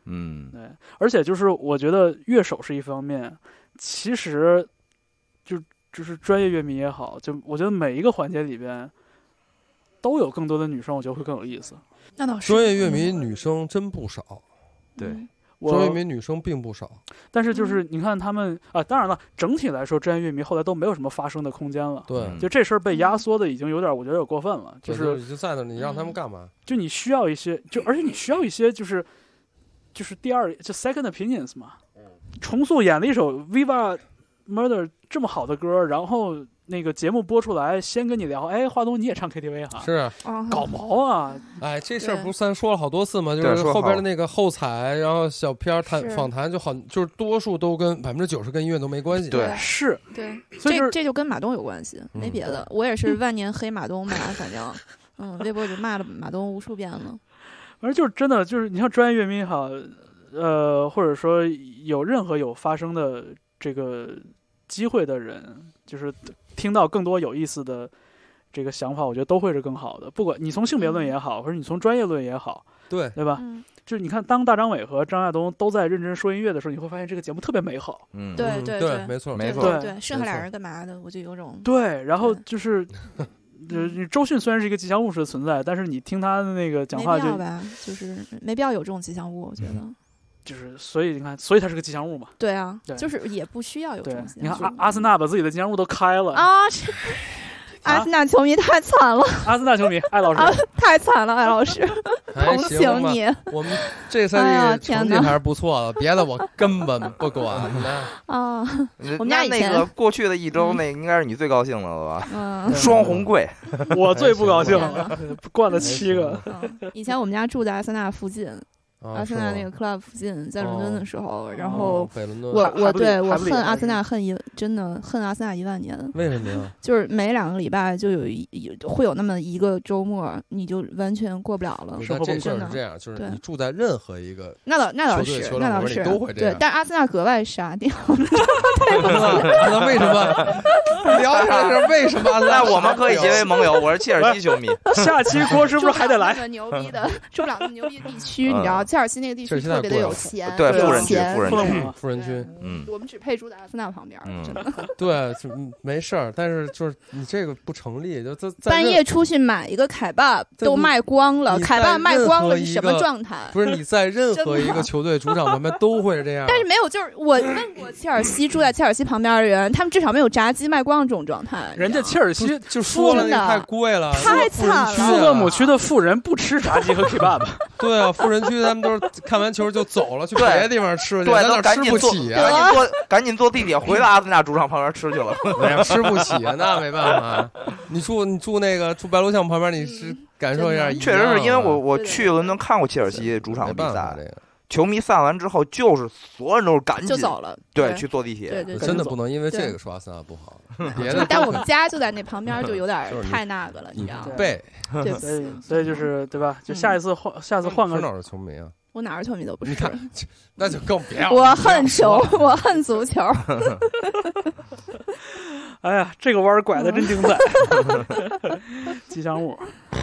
Speaker 2: 对，而且就是我觉得乐手是一方面，其实就是专业乐迷也好，就我觉得每一个环节里边都有更多的女生，我觉得会更有意思。
Speaker 3: 那倒是，
Speaker 4: 专业乐迷女生真不少，
Speaker 1: 对。
Speaker 4: 专业乐迷女生并不少，
Speaker 2: 但是就是你看他们啊，当然了，整体来说，专业乐迷后来都没有什么发声的空间了。
Speaker 4: 对，
Speaker 2: 就这事儿被压缩的已经有点，我觉得有点过分了。就是
Speaker 4: 就在那，你让他们干嘛？
Speaker 2: 就你需要一些，而且你需要一些，就是第二，就 second opinions 嘛。重塑演了一首 Viva Murder 这么好的歌，然后那个节目播出来，先跟你聊，哎，华东你也唱 KTV 哈？
Speaker 4: 是啊，
Speaker 2: 搞毛啊！
Speaker 4: 哎，这事儿不是咱说了好多次吗？就是后边的那个后采，然后小片访谈就好，就是多数都跟90%跟音乐都没关系。
Speaker 2: 对，是，
Speaker 3: 对，
Speaker 2: 所以
Speaker 3: 这就跟马东有关系，没别的。我也是万年黑马东嘛，反正微博里骂了马东无数遍了。
Speaker 2: 反正就是真的，就是你像专业乐迷哈，或者说有任何有发声的这个机会的人，就是听到更多有意思的这个想法，我觉得都会是更好的。不管你从性别论也好，或者你从专业论也好，对吧？就是你看，当大张伟和张亚东都在认真说音乐的时候，你会发现这个节目特别美好。
Speaker 3: 对，
Speaker 4: 没错，
Speaker 3: 对，剩下俩人干嘛的？我就有种
Speaker 2: 对，然后就是。周迅虽然是一个吉祥物式的存在，但是你听他的那个讲话
Speaker 3: 就是没必要有这种吉祥物，我觉得。
Speaker 2: 就是所以你看，所以他是个吉祥物嘛。
Speaker 3: 对啊，就是也不需要有这种吉祥物。
Speaker 2: 你看阿森纳把自己的吉祥物都开了
Speaker 3: 啊！阿森纳球迷太惨了，
Speaker 2: 阿森纳球迷艾老师
Speaker 3: 太惨了，艾老师，同情你。
Speaker 4: 我们这赛季成绩还是不错的，别的我根本不管
Speaker 3: 啊。我们
Speaker 1: 家那个过去的一周，那应该是你最高兴的了吧？双红柜，
Speaker 2: 我最不高兴了，灌了7个。
Speaker 3: 以前我们家住在阿森纳附近。阿森纳那个 club 附近，在伦敦的时候，然后我恨阿森纳，真的恨阿森纳1万年。
Speaker 4: 为什么呀？
Speaker 3: 就是每2个礼拜就会有那么一个周末，你就完全过不了了。
Speaker 4: 这事儿是这样，就是你住在任何一个
Speaker 3: 那倒是
Speaker 4: 都会这样。
Speaker 3: 对，但阿森纳格外傻屌。
Speaker 4: 那为什么？聊起来是为什么？
Speaker 1: 那我们可以结为盟友。我是切尔西球迷。
Speaker 2: 下期郭师傅还得来。
Speaker 3: 住不了那么牛逼的地区，你知道？切尔西那个地区特别的有钱，
Speaker 1: 对，富人区，
Speaker 3: 我们只配住在阿森纳旁边，真的。
Speaker 4: 对，没事儿，但是就是你这个不成立，就
Speaker 3: 半夜出去买一个凯霸都卖光了，凯霸卖光了是什么状态？
Speaker 4: 不是你在任何一个球队主场旁边都会这样，
Speaker 3: 但是没有，就是我问过切尔西住在切尔西旁边的人，他们至少没有炸鸡卖光这种状态。
Speaker 2: 人家切尔西
Speaker 4: 就说了，太贵了，
Speaker 3: 太惨了。
Speaker 2: 斯勒姆区的富人不吃炸鸡和凯霸吧？
Speaker 4: 对啊，富人区他们都是看完球就走了，去别的地方吃去，
Speaker 1: 对，
Speaker 4: 咱哪吃不起啊？
Speaker 1: 赶紧坐地铁回到阿森纳主场旁边吃去了，
Speaker 4: 吃不起啊，那没办法。你住白鹿巷旁边，你是感受一下。
Speaker 1: 确实是因为我去伦敦看过切尔西主场比赛，球迷散完之后，就是所有人都是赶紧
Speaker 3: 就走了，
Speaker 1: 对，去坐地铁。
Speaker 3: 对，
Speaker 4: 真的不能因为这个说阿森纳不好，别的。
Speaker 3: 但我们家就在那旁边，就有点太那个了，你知道吗？
Speaker 4: 背，
Speaker 2: 所以就是对吧？就下次换个
Speaker 4: 哪儿的球迷啊？
Speaker 3: 我哪儿球迷都不是，
Speaker 4: 那就更别。
Speaker 3: 我恨球，我恨足球。
Speaker 2: 哎呀，这个弯拐的真精彩，吉祥物。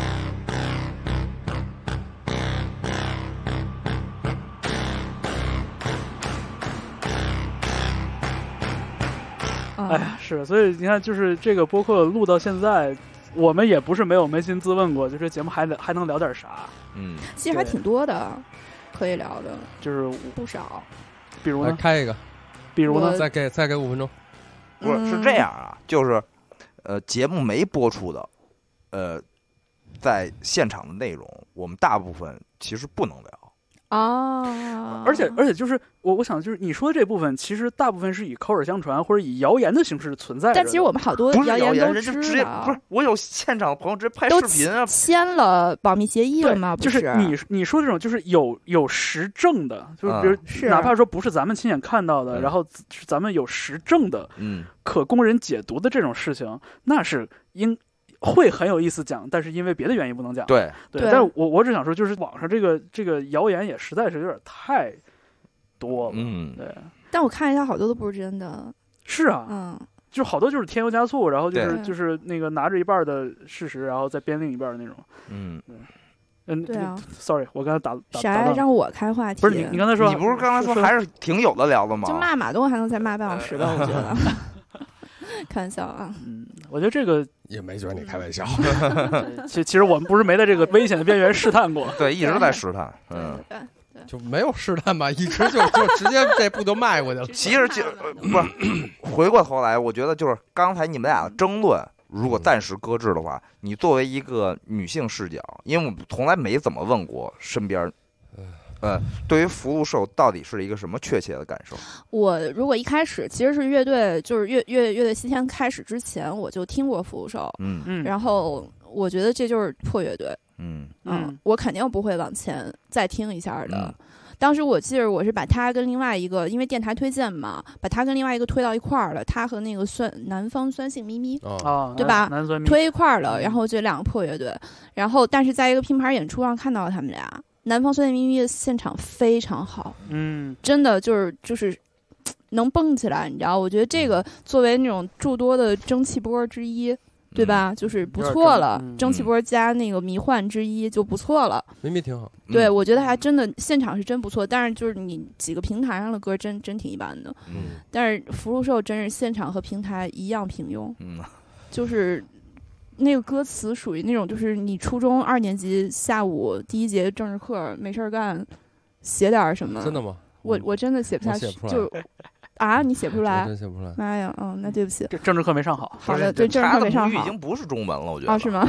Speaker 2: 哎呀，是，所以你看，就是这个播客录到现在，我们也不是没有扪心自问过，就这节目还能聊点啥？
Speaker 3: 其实还挺多的，可以聊的，
Speaker 2: 就是
Speaker 3: 不少。
Speaker 2: 比如呢？
Speaker 4: 开一个。
Speaker 2: 比如呢？
Speaker 4: 再给5分钟。
Speaker 1: 不是，是这样啊，就是节目没播出的，在现场的内容，我们大部分其实不能聊。
Speaker 2: 而且就是我想就是你说的这部分，其实大部分是以口耳相传或者以谣言的形式存在的。
Speaker 3: 但其实我们好多
Speaker 1: 谣
Speaker 3: 言都
Speaker 1: 人就直接不是，我有现场朋友直接拍视频啊，
Speaker 3: 签了保密协议了吗？
Speaker 2: 就是你说这种就是有实证的，就是比如哪怕说不是咱们亲眼看到的，然后咱们有实证的，可供人解读的这种事情，那是会很有意思讲，但是因为别的原因不能讲。
Speaker 1: 对，
Speaker 2: 但是我只想说，就是网上这个谣言也实在是有点太多了。对。
Speaker 3: 但我看一下，好多都不是真的。
Speaker 2: 是啊，就好多就是添油加醋，然后就是那个拿着一半的事实，然后再编另一半的那种。
Speaker 3: 对啊
Speaker 2: ，sorry， 我刚才打
Speaker 3: 谁让我开话题？
Speaker 2: 不是你刚才说，
Speaker 1: 你不是刚才说还是挺有的聊的吗？
Speaker 3: 就骂马东还能再骂半小时吧，我觉得。开玩笑啊，
Speaker 2: 我觉得这个
Speaker 4: 也没觉得你开玩笑。
Speaker 2: 其实我们不是没在这个危险的边缘试探过，
Speaker 1: 对，一直在试探，
Speaker 3: 对。
Speaker 4: 就没有试探吧，一直就直接这步就迈过去了。
Speaker 1: 其实就不是回过头来，我觉得就是刚才你们俩的争论，如果暂时搁置的话，你作为一个女性视角，因为我们从来没怎么问过身边，对于福禄寿到底是一个什么确切的感受？
Speaker 3: 我如果一开始其实是乐队，就是乐队西天开始之前，我就听过福禄寿，然后我觉得这就是破乐队。我肯定不会往前再听一下的。当时我记得我是把他跟另外一个，因为电台推荐嘛，把他跟另外一个推到一块儿了。他和那个南方酸性咪咪，对吧？推一块儿了，然后这两个破乐队，然后但是在一个拼盘演出上看到了他们俩。南方酸性咪咪的现场非常好，真的就是能蹦起来，你知道？我觉得这个作为那种诸多的蒸汽波之一。对吧？就是不错了，蒸汽波加那个迷幻之一就不错了。
Speaker 4: 咪咪挺好，
Speaker 3: 对，我觉得还真的现场是真不错，但是就是你几个平台上的歌真挺一般的。但是福禄寿真是现场和平台一样平庸。就是那个歌词属于那种，就是你初中2年级下午第一节政治课没事干，写点什么？
Speaker 4: 真的吗？
Speaker 3: 我真的写不下去，就。你写不出来？
Speaker 4: 真写不出来。
Speaker 3: 妈呀，那对不起，
Speaker 2: 这政治课没上好。
Speaker 3: 好的，对，政治课没上好。
Speaker 1: 已经不是中文了，我觉得。
Speaker 3: 是吗？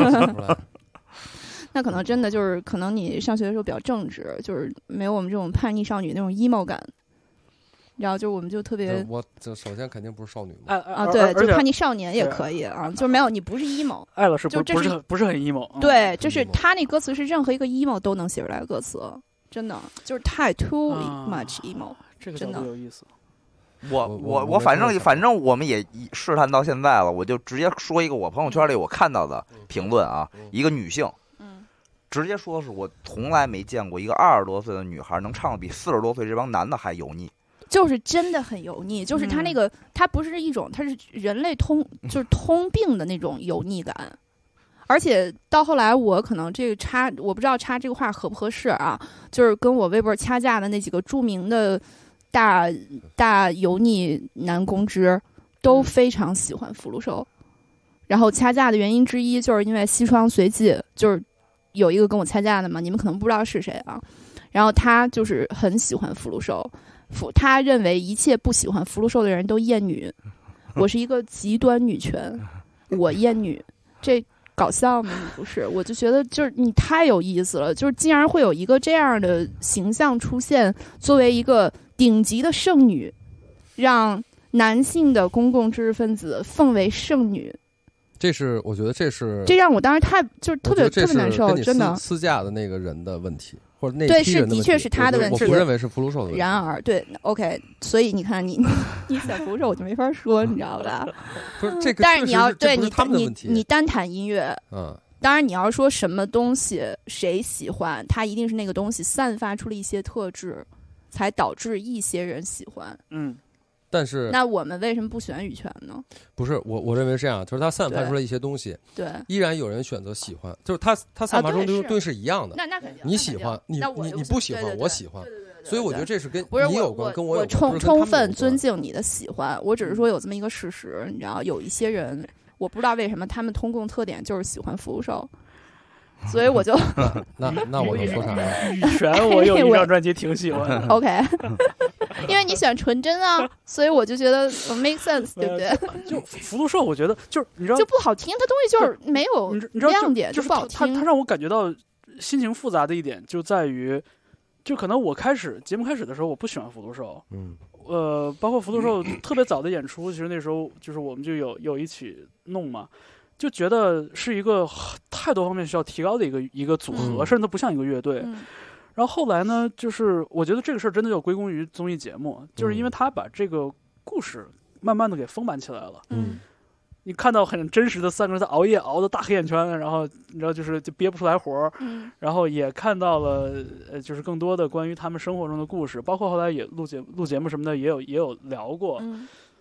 Speaker 3: 那可能真的就是，可能你上学的时候比较正直，就是没有我们这种叛逆少女那种 emo 感。然后就我们就特别，
Speaker 4: 我这首先肯定不是少女嘛。
Speaker 3: 对，就叛逆少年也可以啊，就是没有你不是 emo。
Speaker 2: 艾老师不是很 emo。
Speaker 3: 对，就是他那歌词是任何一个 emo 都能写出来的歌词，真的就是太 too much emo，
Speaker 2: 这个真的有意思。
Speaker 1: 我反正我们也试探到现在了，我就直接说一个我朋友圈里我看到的评论啊，一个女性，直接说是我从来没见过一个20多岁的女孩能唱的比40多岁这帮男的还油腻，
Speaker 3: 就是真的很油腻，就是他那个他不是一种，他是人类就是通病的那种油腻感。而且到后来，我可能这个我不知道插这个话合不合适啊，就是跟我微博掐架的那几个著名的。大油腻男公知都非常喜欢福禄寿，然后掐架的原因之一就是因为西窗随记，就是有一个跟我掐架的嘛，你们可能不知道是谁啊。然后他就是很喜欢福禄寿，他认为一切不喜欢福禄寿的人都厌女。我是一个极端女权，我厌女，这搞笑吗？你不是？我就觉得就是你太有意思了，就是竟然会有一个这样的形象出现，作为一个。顶级的圣女，让男性的公共知识分子奉为圣女，
Speaker 4: 我觉得
Speaker 3: 这让我当时特别难受，真的。
Speaker 4: 私架的那个人的问题，或者那
Speaker 3: 对是的确是他的问题，
Speaker 4: 我不认为是福禄寿的问题。
Speaker 3: 然而，对 ，OK， 所以你看你写福禄寿我就没法说，你知道吧？
Speaker 4: 不是这个，
Speaker 3: 但是你要对
Speaker 4: 你
Speaker 3: 单谈音乐，当然你要说什么东西谁喜欢，他一定是那个东西散发出了一些特质。才导致一些人喜欢，
Speaker 4: 但是
Speaker 3: 那我们为什么不选羽泉呢？
Speaker 4: 不是我认为是这样，就是他散发出来一些东西，
Speaker 3: 对，
Speaker 4: 依然有人选择喜欢，就是他散发出的东西是一样的。
Speaker 3: 那肯定，
Speaker 4: 你喜欢，你不喜欢，我喜欢，所以我觉得这是跟你有关，跟
Speaker 3: 我
Speaker 4: 有关。
Speaker 3: 我充分尊敬你的喜欢，我只是说有这么一个事实，你知道，有一些人我不知道为什么他们通共特点就是喜欢福禄寿。所以我就
Speaker 4: 那我能说啥呢？
Speaker 2: 羽泉我有一张专辑挺喜欢的。
Speaker 3: OK， 因为你喜欢纯真啊，所以我就觉得 make sense， 对不对？
Speaker 2: 就福禄寿，我觉得就是你知道
Speaker 3: 就不好听，它东西就是没有亮点，
Speaker 2: 就是
Speaker 3: 不好听。
Speaker 2: 它让我感觉到心情复杂的一点就在于，就可能我节目开始的时候我不喜欢福禄寿，包括福禄寿特别早的演出，其实那时候就是我们就有一起弄嘛。就觉得是一个太多方面需要提高的一个组合，甚至都不像一个乐队。然后后来呢，就是我觉得这个事儿真的要归功于综艺节目，就是因为他把这个故事慢慢的给丰满起来了。你看到很真实的3个人在熬夜熬的大黑眼圈，然后你知道就憋不出来活，然后也看到了就是更多的关于他们生活中的故事，包括后来也录节目什么的也有聊过。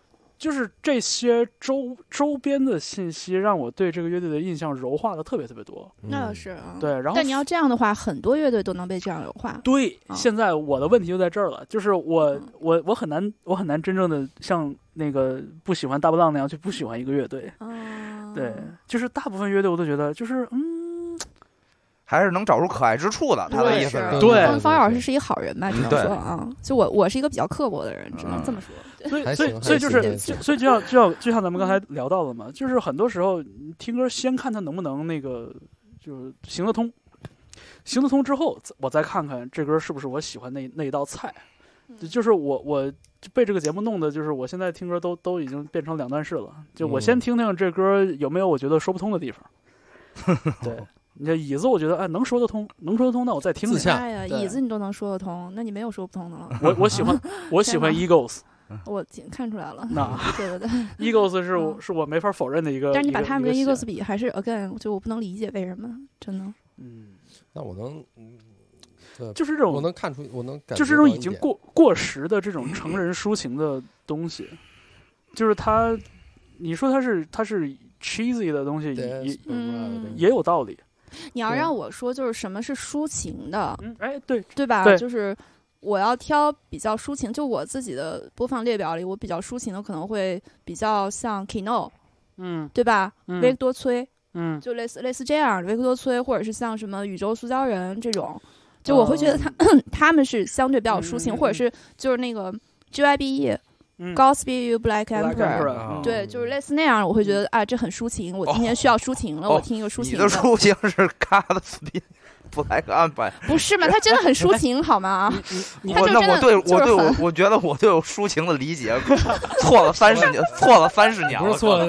Speaker 2: 就是这些周边的信息让我对这个乐队的印象柔化的特别特别多。
Speaker 3: 那是
Speaker 2: 对，然后
Speaker 3: 但你要这样的话，很多乐队都能被这样柔化。
Speaker 2: 对，现在我的问题就在这儿了，就是我很难真正的像那个不喜欢大波浪那样去不喜欢一个乐队。对，就是大部分乐队我都觉得就是
Speaker 1: 还是能找出可爱之处的。他的意思是，
Speaker 2: 对，
Speaker 3: 方老师是一好人吧？只能说啊，就我是一个比较刻薄的人，只能这么说。
Speaker 2: 所以就像咱们刚才聊到的嘛，就是很多时候听歌先看他能不能那个就是行得通，行得通之后我再看看这歌是不是我喜欢那一道菜。就是我被这个节目弄的，就是我现在听歌都已经变成两段式了。就我先听听这歌有没有我觉得说不通的地方。对，你这椅子我觉得能说得通，那我再听听。
Speaker 3: 哎呀，椅子你都能说得通，那你没有说不通的了。
Speaker 2: 我喜欢 Eagles。
Speaker 3: 我看出来了，对
Speaker 2: Eagles 是我没法否认的一个。
Speaker 3: 但是你把他们跟 Eagles 比，还是 again， 就我不能理解为什么，真的。
Speaker 4: 那我能，
Speaker 2: 就是这种
Speaker 4: 我能看出，我能感觉
Speaker 2: 就是这种已经过时的这种成人抒情的东西，就是你说它是 cheesy 的东西，也有道理。
Speaker 3: 你要让我说，就是什么是抒情的？
Speaker 2: 对
Speaker 3: 吧？就是我要挑比较抒情，就我自己的播放列表里，我比较抒情的可能会比较像 Kino， 对吧？维克多崔，就类似这样，维克多崔，或者是像什么宇宙塑胶人这种，就我会觉得他们是相对比较抒情，或者是就是那个 GYBE。Godspeed You Black Emperor，对，就是类似那样，我会觉得这很抒情。我今天需要抒情了，我听一个抒情的。
Speaker 1: 你的抒情是 Godspeed Black Emperor，
Speaker 3: 不是吗？他真的很抒情，好吗？
Speaker 1: 我觉得我对抒情的理解错了30年，错了30年，
Speaker 4: 不是错了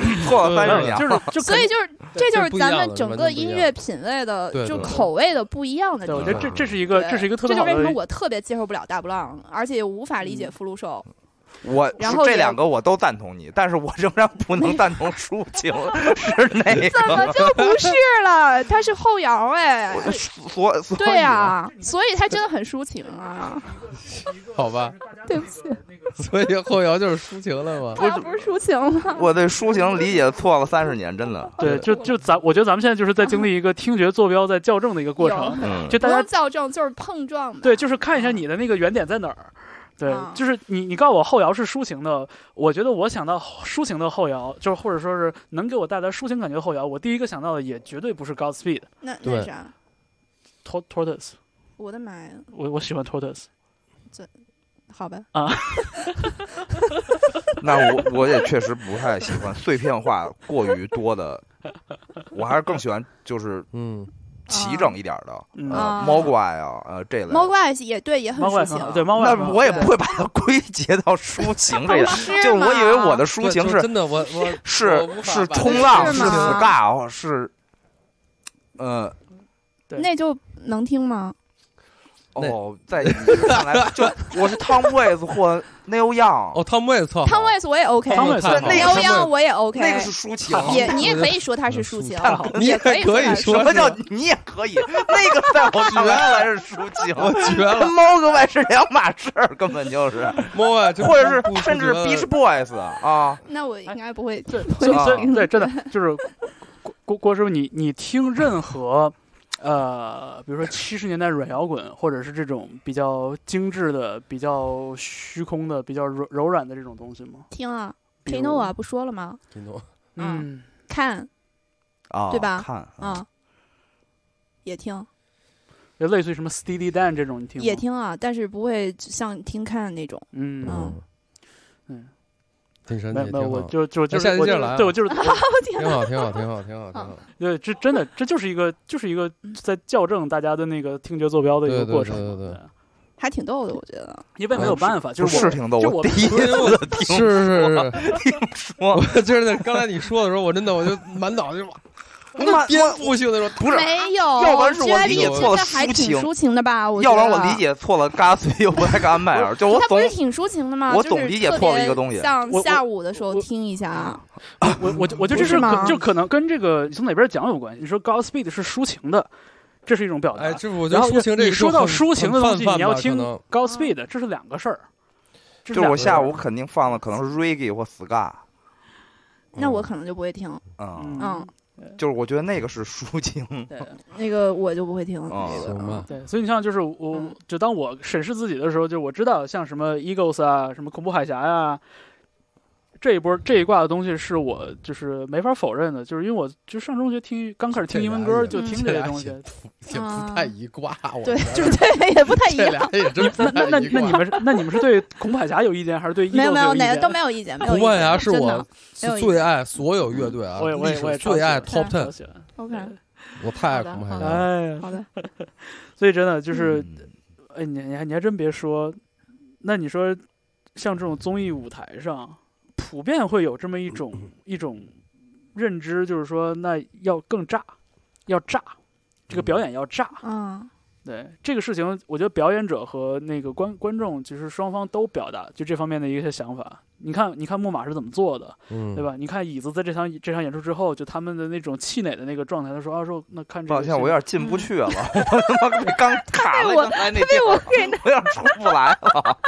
Speaker 1: 30年，
Speaker 3: 所以这就是咱们整个音乐品味的就口味的不一样的地方。
Speaker 2: 我觉得这是一个特别好的，
Speaker 3: 这就是为什么我特别接受不了大波浪，而且无法理解福禄寿。
Speaker 1: 然后这两个我都赞同你，但是我仍然不能赞同抒情是那个。
Speaker 3: 怎么就不是了？他是后摇对呀，所以他真的很抒情啊。
Speaker 4: 好吧，
Speaker 3: 对不起。
Speaker 4: 所以后摇就是抒情了吗？
Speaker 3: 不是抒情吗？
Speaker 1: 我对抒情理解错了30年，真的。
Speaker 2: 对，我觉得咱们现在就是在经历一个听觉坐标在校正的一个过程，就大家
Speaker 3: 不用校正，就是碰撞的。
Speaker 2: 对，就是看一下你的那个原点在哪儿。对，就是你告诉我后摇是抒情的，我觉得我想到抒情的后摇，就是或者说是能给我带来抒情感觉的后摇，我第一个想到的也绝对不是 Godspeed。
Speaker 3: 那啥
Speaker 2: ？Tortoise。
Speaker 3: 我的妈呀！
Speaker 2: 我喜欢 Tortoise。
Speaker 3: 好吧。
Speaker 1: 那我也确实不太喜欢碎片化过于多的，我还是更喜欢就是齐整一点的，猫怪啊，这类
Speaker 3: 猫怪也对，也很抒情。
Speaker 2: 对猫怪，
Speaker 1: 那我也不会把它归结到抒情这个，就我以为我的抒情是
Speaker 4: 真的，
Speaker 1: 是冲浪，是 ska， 是
Speaker 3: 那就能听吗？
Speaker 1: 在你看来，就我是 Tom Waits 或 Neil Young。
Speaker 4: Tom Waits
Speaker 3: 我也 OK。Neil Young 我也 OK。
Speaker 1: 那个是抒情，
Speaker 3: 你也可以说他是抒情，
Speaker 4: 你也可以说
Speaker 1: 什么叫你也可以？那个在我看来是抒情，
Speaker 4: 我绝了。
Speaker 1: 跟猫跟外是两码事儿，根本就是
Speaker 4: 猫外，
Speaker 1: 或者是甚至 Beach Boys 啊。
Speaker 3: 那我应该不会，
Speaker 2: 对，真的就是郭师傅，你听任何。比如说70年代软摇滚，或者是这种比较精致的、比较虚空的、比较柔软的这种东西吗？
Speaker 3: 听啊 ，Kino 啊，不说了吗
Speaker 4: ？Kino，
Speaker 3: 看
Speaker 1: 啊，
Speaker 3: 对吧？
Speaker 1: 看
Speaker 3: 也听，
Speaker 2: 就类似于什么 Steely Dan 这种，你听吗？
Speaker 3: 也听啊，但是不会像听看那种。
Speaker 4: 挺神奇，
Speaker 2: 我就
Speaker 4: 下期接着来，
Speaker 2: 对，我就是
Speaker 4: 挺好。
Speaker 2: 对，这真的这就是一个在校正大家的那个听觉坐标的一个过程，
Speaker 4: 对，
Speaker 3: 还挺逗的，我觉得。
Speaker 2: 因为没有办法，就是
Speaker 1: 挺逗，我第一次听
Speaker 4: 说，我就是刚才你说的时候，我真的我就满脑子就。那颠覆性的说
Speaker 1: 不是
Speaker 3: 没有，
Speaker 1: 要不然是我理解错了
Speaker 3: 还挺抒情的吧？
Speaker 1: 要不然我理解错了，Godspeed You Black Emperor，就我总
Speaker 3: 不是挺抒情的吗？
Speaker 1: 我总理解错了一个东西。
Speaker 3: 像下午的时候听一下，
Speaker 2: 我觉得这是就可能跟这个你从哪边讲有关系。你说 Godspeed 是抒情的，这是一种表达。
Speaker 4: 我觉得抒情这
Speaker 2: 你说到抒情的东西，你要听 Godspeed，
Speaker 3: 这
Speaker 2: 是两个事儿。
Speaker 1: 就是我下午肯定放的可能是 reggae 或 ska，
Speaker 3: 那我可能就不会听。
Speaker 1: 就是我觉得那个是抒情，
Speaker 2: 对，
Speaker 3: 那个我就不会听。
Speaker 2: 对，所以你像就是就当我审视自己的时候，就我知道像什么 Eagles 啊，什么恐怖海峡呀。这一挂的东西是我就是没法否认的，就是因为我就上中学刚开始听英文歌就听这些东西，
Speaker 4: 也不太一挂，
Speaker 3: 对，就是对，也不太一样。
Speaker 2: 那你们是对恐怖海峡有意见，还是对 Eagles
Speaker 3: 没有哪个都没有意见？
Speaker 4: 恐怖海峡是我最爱所有乐队啊，
Speaker 2: 我也
Speaker 4: 最爱 Top 10。
Speaker 3: OK，
Speaker 4: 我太爱恐怖海峡
Speaker 2: 了。
Speaker 3: 好的。
Speaker 2: 所以真的就是，哎，你还真别说，那你说像这种综艺舞台上。普遍会有这么一种认知，就是说，那要更炸，要炸，这个表演要炸。对这个事情，我觉得表演者和那个观众，其实双方都表达就这方面的一些想法。你看木马是怎么做的，对吧？你看椅子在这场演出之后，就他们的那种气馁的那个状态，他说那看这个，
Speaker 1: 抱歉，我有点进不去了，我他妈刚卡了，刚才那地方，我有点出不来了。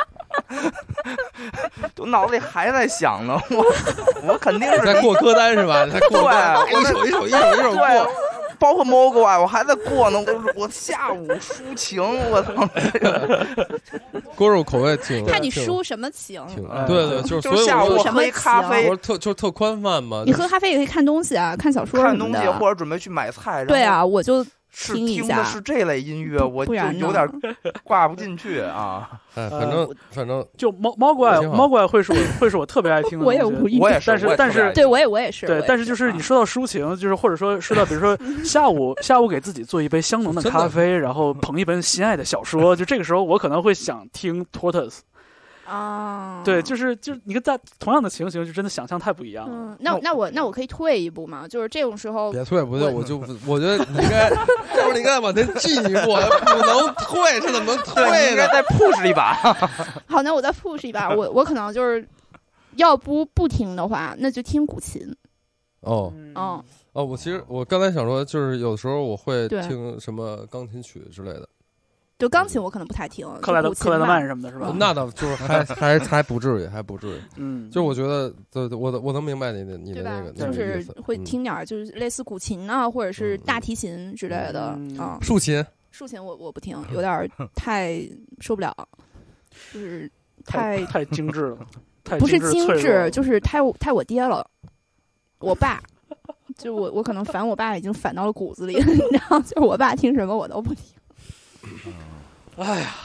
Speaker 1: 我脑子里还在想呢，我肯定是
Speaker 4: 在过歌单是吧？在过
Speaker 1: 对，
Speaker 4: 一首过。
Speaker 1: 包括 Mogwai 我还在过呢，我下午抒情，我操！
Speaker 4: 锅肉口味挺。
Speaker 3: 看你抒什么情？
Speaker 4: 对，
Speaker 1: 就是下午喝一咖啡，
Speaker 4: 我特宽泛嘛。
Speaker 3: 你喝咖啡也可以看东西啊，看小说
Speaker 1: 看东西或者准备去买菜。
Speaker 3: 对啊，我就。
Speaker 1: 听的是这类音乐，我就有点挂不进去啊。
Speaker 4: 反正
Speaker 2: 就猫怪会是我特别爱听的。
Speaker 3: 我也无意，
Speaker 1: 我也是，
Speaker 2: 但是
Speaker 3: 对我也是。
Speaker 2: 对，但是就是你说到抒情，就是或者说到比如说下午给自己做一杯香浓的咖啡，然后捧一本心爱的小说，就这个时候我可能会想听 Tortoise。对，就是你跟在同样的情形，就真的想象太不一样了。
Speaker 3: 那我可以退一步嘛？就是这种时候
Speaker 4: 别退，不对，我觉得你应该，要不你应该往前进一步，不能退，这怎么能退呢？
Speaker 1: 应该再 push 一把。
Speaker 3: 好，那我再 push 一把，我可能就是要不听的话，那就听古琴。
Speaker 4: 我其实我刚才想说，就是有时候我会听什么钢琴曲之类的。
Speaker 3: 就钢琴我可能不太听，
Speaker 2: 克莱德曼什么的是吧？
Speaker 4: 那倒就是还不至于，就是我觉得，对，我能明白你的那个，
Speaker 3: 就是会听点就是类似古琴啊，或者是大提琴之类的
Speaker 4: 竖琴
Speaker 3: 我不听，有点太受不了，就是太
Speaker 2: 精致了，
Speaker 3: 不是精致，就是太我爹了，我爸。就我可能烦我爸已经烦到了骨子里，你知道，就是我爸听什么我都不听。
Speaker 2: 哎呀，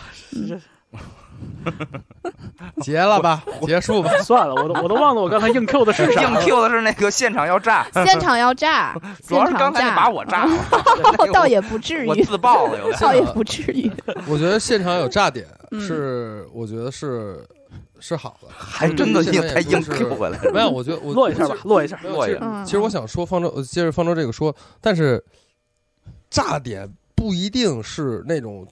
Speaker 4: 结了吧，结束吧，
Speaker 2: 算了，我都忘了我刚才硬 Q 的是啥。
Speaker 1: 硬 Q 的是那个现场要炸，
Speaker 3: 主
Speaker 1: 要是刚才把我炸了，
Speaker 3: 倒也不至于，
Speaker 1: 我自爆了有点，
Speaker 3: 倒也不至于。
Speaker 4: 我觉得现场有炸点我觉得是好的，
Speaker 1: 还真的太硬 Q 回来了。
Speaker 4: 没有，我觉得
Speaker 2: 落一下吧，落一下。
Speaker 4: 其实我想说接着方舟这个说，但是炸点不一定是那种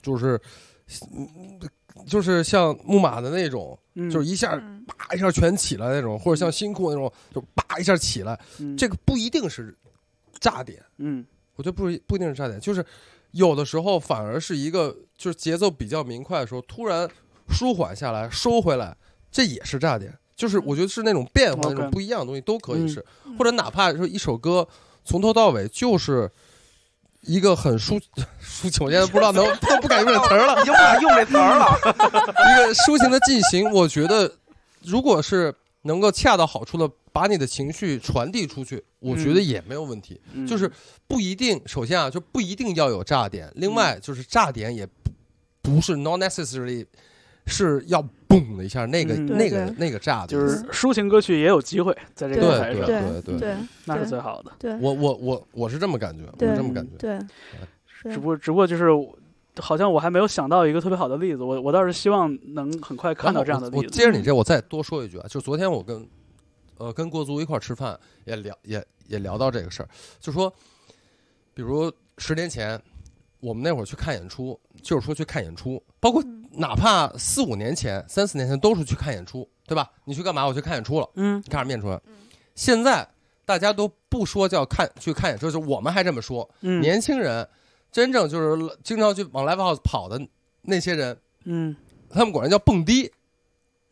Speaker 4: 就是像木马的那种，就是一下叭一下全起来那种，或者像新裤那种，就叭一下起来，这个不一定是炸点。我觉得不一定是炸点，就是有的时候反而是一个就是节奏比较明快的时候，突然舒缓下来收回来，这也是炸点。就是我觉得是那种变化，那种不一样的东西都可以是，或者哪怕说一首歌从头到尾就是一个很抒情，我现在不知道不敢用这词儿了，
Speaker 1: 已经不敢用这词儿了。
Speaker 4: 一个抒情的进行，我觉得如果是能够恰到好处的把你的情绪传递出去，我觉得也没有问题。就是不一定，首先就不一定要有炸点，另外就是炸点也不是 not necessarily 是要嘣的一下那个炸的，
Speaker 2: 就是抒情歌曲也有机会在这个台上，
Speaker 4: 对，
Speaker 2: 那是最好的。
Speaker 3: 对，
Speaker 4: 我是这么感觉，我是这么感觉。
Speaker 3: 对，
Speaker 2: 只不过就是好像我还没有想到一个特别好的例子，我倒是希望能很快看到这样的例子。
Speaker 4: 我接着你这，我再多说一句啊，就昨天我跟国足一块吃饭，也聊到这个事儿，就说，比如10年前。我们那会儿去看演出，就是说去看演出，包括哪怕4、5年前、3、4年前都是去看演出，对吧？你去干嘛？我去看演出了，看着面出来。现在大家都不说叫去看演出，就是我们还这么说。年轻人真正就是经常去往 live house 跑的那些人，他们管人叫蹦迪。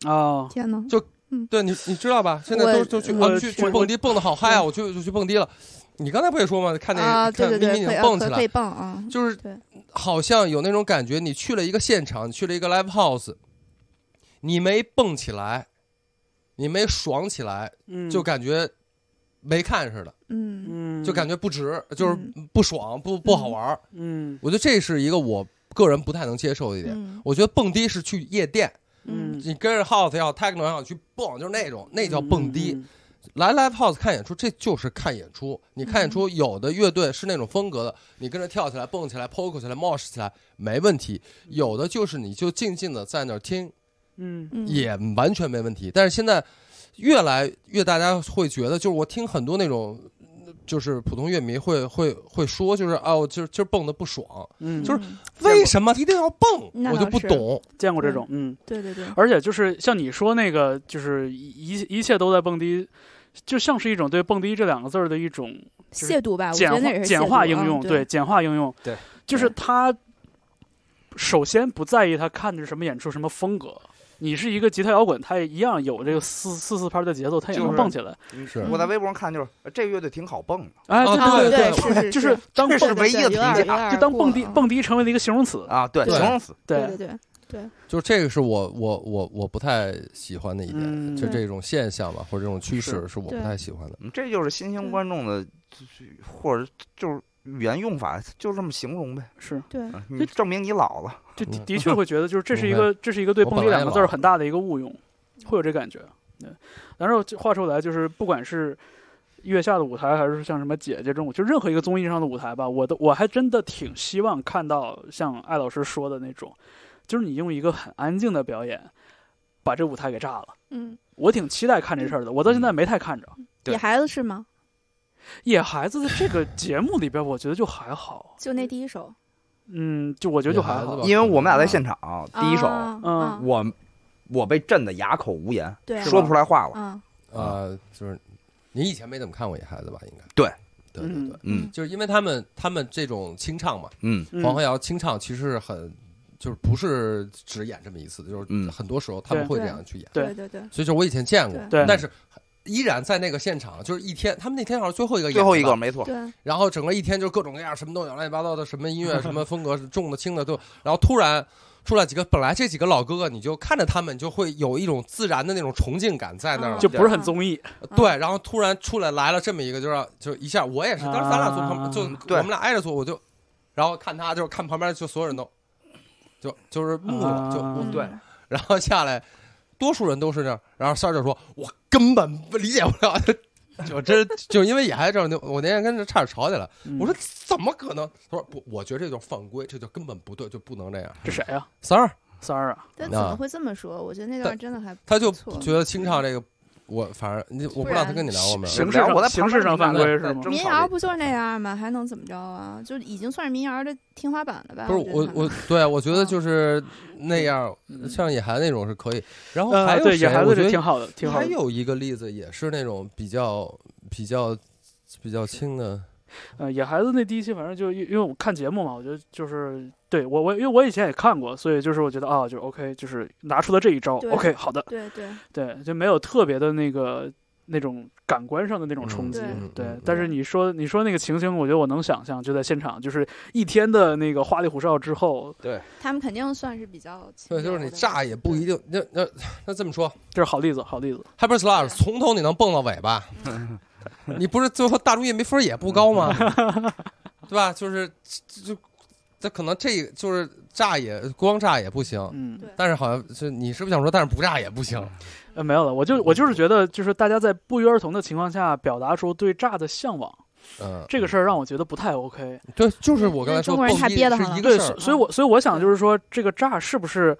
Speaker 2: 哦，
Speaker 3: 天哪！
Speaker 4: 对你知道吧？现在都去蹦迪，蹦的好嗨啊！我就去蹦迪了。你刚才不也说吗？看那
Speaker 3: 对对对，
Speaker 4: 看蹦起来，
Speaker 3: 可以蹦啊！
Speaker 4: 就是好像有那种感觉，你去了一个现场，你去了一个 live house， 你没蹦起来，你没爽起来，就感觉没看似的，就感觉不值，就是不爽，不好玩。我觉得这是一个我个人不太能接受的一点。我觉得蹦迪是去夜店，你跟着 house 也好 techno 也好去蹦，就是那种，那叫蹦迪。来 live house 看演出，这就是看演出。你看演出，有的乐队是那种风格的，你跟着跳起来、蹦起来、polka 起来、mosh 起来没问题；有的就是你就静静的在那儿听，也完全没问题。但是现在越来越大家会觉得，就是我听很多那种就是普通乐迷会说，就是今儿蹦的不爽，就是为什么一定要蹦，我就不懂。
Speaker 2: 见过这种，
Speaker 3: 对对对。
Speaker 2: 而且就是像你说那个，就是一切都在蹦迪。就像是一种对蹦迪这两个字的一种
Speaker 3: 亵渎吧，
Speaker 2: 简化应用，对，简化应用，
Speaker 4: 对，
Speaker 2: 就是他首先不在意他看的是什么演出、什么风格，你是一个吉他摇滚，他也一样有这个四拍的节奏，他也能蹦起来。
Speaker 1: 是我在微博上看，就是这个乐队挺好蹦的，
Speaker 2: 哎，
Speaker 3: 对，
Speaker 2: 就是当
Speaker 1: 这是唯一的评价，
Speaker 2: 就当蹦迪成为了一个形容词
Speaker 1: 啊，对，形容词，
Speaker 3: 对。
Speaker 4: 就是这个是我不太喜欢的一点，就这种现象吧，或者这种趋势是我不太喜欢的。
Speaker 1: 这就是新兴观众的，或者就是语言用法，就这么形容呗。
Speaker 2: 是
Speaker 3: 对，
Speaker 1: 你证明你老了，
Speaker 2: 就的确会觉得，就是这是一个对蹦迪两个字很大的一个误用，会有这感觉。对，但是话说来，就是不管是月下的舞台，还是像什么姐姐这种，就任何一个综艺上的舞台吧，我还真的挺希望看到像艾老师说的那种。就是你用一个很安静的表演，把这舞台给炸了。我挺期待看这事儿的。我到现在没太看着。
Speaker 3: 野孩子是吗？
Speaker 2: 野孩子的这个节目里边，我觉得就还好。
Speaker 3: 就那第一首。
Speaker 2: 就我觉得就还好，
Speaker 1: 因为我们俩在现场，第一首，我被震得哑口无言，说不出来话
Speaker 4: 了。就是你以前没怎么看过野孩子吧？应该
Speaker 1: 对。
Speaker 4: 就是因为他们这种清唱嘛，黄河谣清唱其实很。就是不是只演这么一次，就是很多时候他们会这样去演，
Speaker 3: 对，
Speaker 4: 所以就我以前见过，但是依然在那个现场，就是一天，他们那天好像最后一个
Speaker 1: 没错，
Speaker 3: 然
Speaker 4: 后整个一天就各种各样什么都有，乱七八糟的什么音乐什么风格，重的轻的都，然后突然出来几个，本来这几个老哥哥，你就看着他们就会有一种自然的那种崇敬感在那儿了，
Speaker 2: 就不是很综艺，
Speaker 4: 对，然后突然出来了这么一个，就一下，我也是，当时咱俩坐旁边，就我们俩挨着坐，我就，然后看他，就是看旁边就所有人都。就是木头，对，然后下来，多数人都是这样。然后三儿就说：“我根本理解不了，就因为野孩子这样，我那天跟这差点吵起来。我说怎么可能？他说不，我觉得这就是犯规，这就根本不对，就不能这样。
Speaker 2: 这谁呀？
Speaker 4: 三儿
Speaker 2: 啊？
Speaker 3: 但怎么会这么说？我觉得那段真的还
Speaker 4: 他就觉得清唱这个。”反正我不知道他跟你聊过没有。
Speaker 2: 形式上犯规是吗？
Speaker 3: 民谣不就是那样吗？还能怎么着啊？就已经算是民谣的天花板了吧？
Speaker 4: 不是对，我觉得就是那样，像野孩子那种是可以。然后还有
Speaker 2: 对野孩子挺好的，挺好的。
Speaker 4: 还有一个例子也是那种比较轻的。
Speaker 2: 野孩子那第一期，反正就因为我看节目嘛，我觉得就是对我因为我以前也看过，所以就是我觉得就 OK， 就是拿出了这一招 ，OK， 好的，对，就没有特别的那种感官上的那种冲击，对。但是你说那个情形，我觉得我能想象，就在现场，就是一天的那个花里胡哨之后，
Speaker 4: 对，
Speaker 3: 他们肯定算是比较
Speaker 4: 对，就是你炸也不一定，那这么说，
Speaker 2: 这是好例子
Speaker 4: ，Hyper Slash 从头你能蹦到尾巴。你不是最后大众乐迷分也不高吗？对吧？就是这可能这就是光炸也不行，但是好像是你是不是想说，但是不炸也不行？
Speaker 2: 没有了，我就是觉得，就是大家在不约而同的情况下表达出对炸的向往，这个事儿让我觉得不太 OK。
Speaker 4: 对，就是我刚才说，
Speaker 3: 中国人太憋得慌
Speaker 4: 是一个事儿，
Speaker 2: 所以我想就是说，这个炸是不是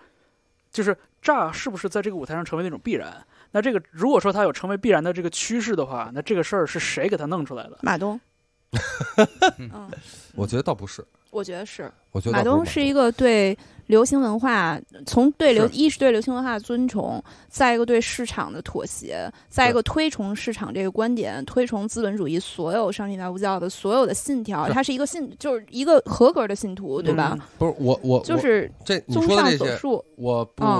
Speaker 2: 在这个舞台上成为那种必然？那这个如果说它有成为必然的这个趋势的话，那这个事儿是谁给它弄出来的？
Speaker 3: 马东。
Speaker 4: 我觉得倒不是。
Speaker 3: 我觉得是。
Speaker 4: 马
Speaker 3: 东是一个对流行文化，一是对流行文化的尊崇，再一个对市场的妥协，再一个推崇市场这个观点，推崇资本主义所有商品外物教的所有的信条，他是一个就是一个合格的信徒，对吧？
Speaker 4: 不是我
Speaker 3: 就是
Speaker 4: 这你说的这些，我不。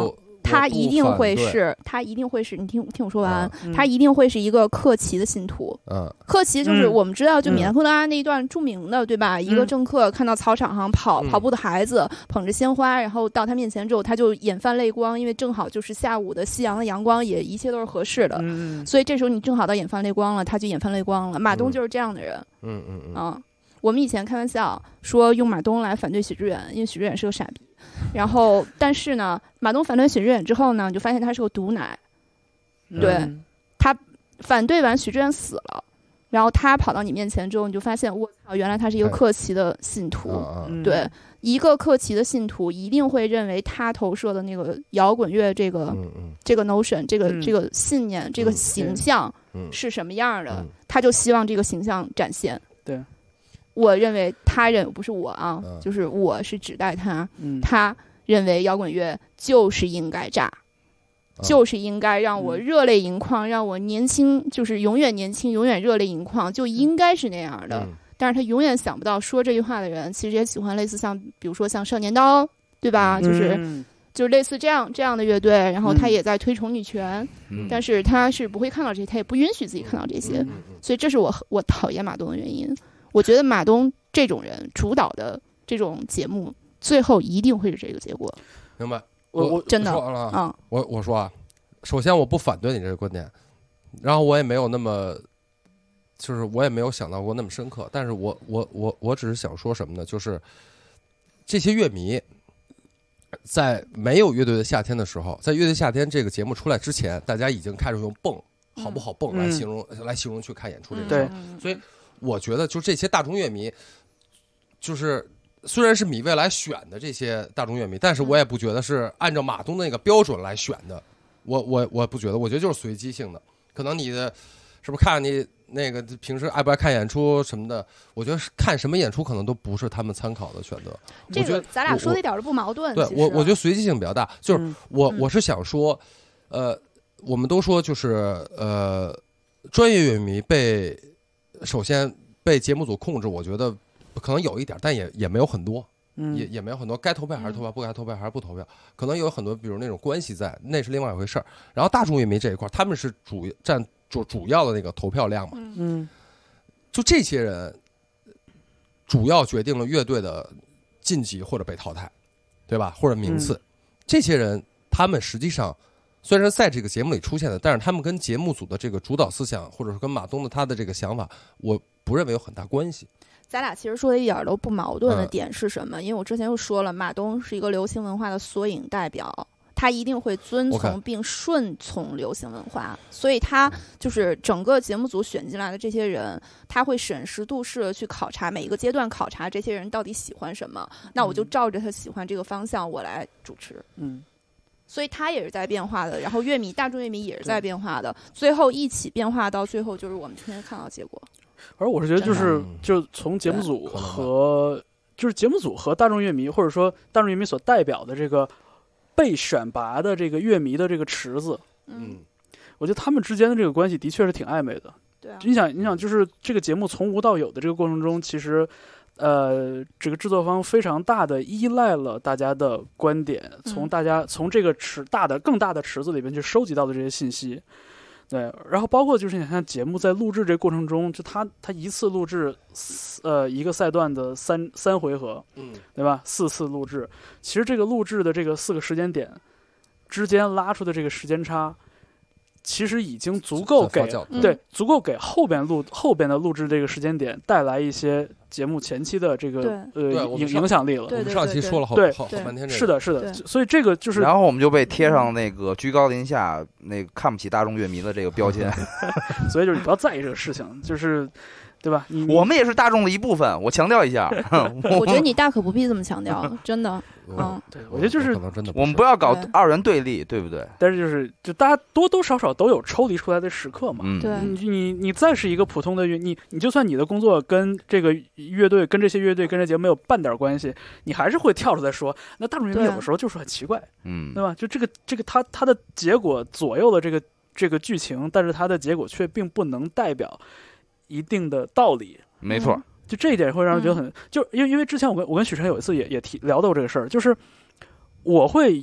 Speaker 3: 他一定会是你听我说完，他一定会是一个克奇的信徒。克奇就是我们知道，就米兰昆德拉那一段著名的，对吧？一个政客看到操场上跑步的孩子捧着鲜花，然后到他面前之后，他就眼泛泪光，因为正好就是下午的夕阳的阳光，也一切都是合适的。所以这时候你正好到眼泛泪光了，他就眼泛泪光了。马东就是这样的人。我们以前开玩笑说用马东来反对许知远，因为许知远是个傻逼。然后，但是呢，马东反对许知远之后呢，你就发现他是个毒奶。对，他反对完许知远死了，然后他跑到你面前之后，你就发现我操，原来他是一个克奇的信徒。对，一个克奇的信徒一定会认为他投射的那个摇滚乐这个notion， 这个信念，这个形象是什么样的，他就希望这个形象展现。
Speaker 2: 对。
Speaker 3: 我认为他不是我啊，就是我是指代他。他认为摇滚乐就是应该炸，就是应该让我热泪盈眶，让我年轻，就是永远年轻，永远热泪盈眶，就应该是那样的。但是他永远想不到说这句话的人，其实也喜欢类似像，比如说像少年刀，对吧？就是类似这样的乐队，然后他也在推崇女权，但是他是不会看到这些，他也不允许自己看到这些，所以这是我讨厌马东的原因。我觉得马东这种人主导的这种节目，最后一定会是这个结果。
Speaker 4: 明白？
Speaker 2: 我
Speaker 3: 真的
Speaker 4: 我说啊，首先我不反对你这个观点，然后我也没有那么，就是我也没有想到过那么深刻。但是我只是想说什么呢？就是这些乐迷在没有乐队的夏天的时候，在乐队夏天这个节目出来之前，大家已经开始用蹦好不好蹦来形容去看演出这个事。所以我觉得就这些大众乐迷，就是虽然是米未来选的这些大众乐迷，但是我也不觉得是按照马东的那个标准来选的。我不觉得，我觉得就是随机性的。可能你的是不是看你那个平时爱不爱看演出什么的，我觉得看什么演出可能都不是他们参考的选择。
Speaker 3: 这个咱俩说的一点都不矛盾。
Speaker 4: 对，我觉得随机性比较大。就是我是想说，我们都说就是专业乐迷首先被节目组控制，我觉得可能有一点，但也没有很多，也没有很多。该投票还是投票，不该投票还是不投票，可能有很多，比如那种关系在，那是另外一回事儿。然后大众乐迷这一块，他们是占主要的那个投票量嘛，就这些人主要决定了乐队的晋级或者被淘汰，对吧？或者名次，这些人他们实际上虽然在这个节目里出现的，但是他们跟节目组的这个主导思想，或者是跟马东的他的这个想法，我不认为有很大关系。
Speaker 3: 咱俩其实说的一点都不矛盾的点是什么？因为我之前又说了，马东是一个流行文化的缩影代表，他一定会遵从并顺从流行文化，所以他就是整个节目组选进来的这些人，他会审时度势的去考察每一个阶段，考察这些人到底喜欢什么，那我就照着他喜欢这个方向我来主持。所以他也是在变化的，然后大众乐迷也是在变化的，最后一起变化到最后就是我们今天看到的结果。
Speaker 2: 而我是觉得就从节目组和节目组和大众乐迷，或者说大众乐迷所代表的这个被选拔的这个乐迷的这个池子，我觉得他们之间的这个关系的确是挺暧昧的。
Speaker 3: 对啊，
Speaker 2: 你想，就是这个节目从无到有的这个过程中，其实这个制作方非常大的依赖了大家的观点，从这个更大的池子里边去收集到的这些信息。对，然后包括就是你看节目在录制这个过程中，就他一次录制一个赛段的三回合，对吧？4次录制，其实这个录制的这个4个时间点之间拉出的这个时间差，其实已经足够给后边的录制这个时间点带来一些节目前期的这个影响力了。
Speaker 4: 我们上期说了好半天这个。
Speaker 2: 是的，所以这个就是，
Speaker 1: 然后我们就被贴上那个居高临下、那个看不起大众乐迷的这个标签。
Speaker 2: 所以就是你不要在意这个事情，就是对吧？
Speaker 1: 我们也是大众的一部分，我强调一下。
Speaker 3: 我觉得你大可不必这么强调，真的。
Speaker 2: 对，我觉得就是
Speaker 1: 我们不要搞二元对立，对不对？
Speaker 2: 但是就大家多多少少都有抽离出来的时刻嘛。
Speaker 3: 对，
Speaker 2: 你再是一个普通的你就算你的工作跟这个乐队、跟这些乐队、跟这节目没有半点关系，你还是会跳出来说，那大众乐迷有的时候就是很奇怪，对吧？就这个它的结果左右了这个剧情，但是它的结果却并不能代表一定的道理。
Speaker 1: 没错。
Speaker 2: 就这一点会让人觉得因为之前我跟许晨有一次也聊到这个事儿，就是我会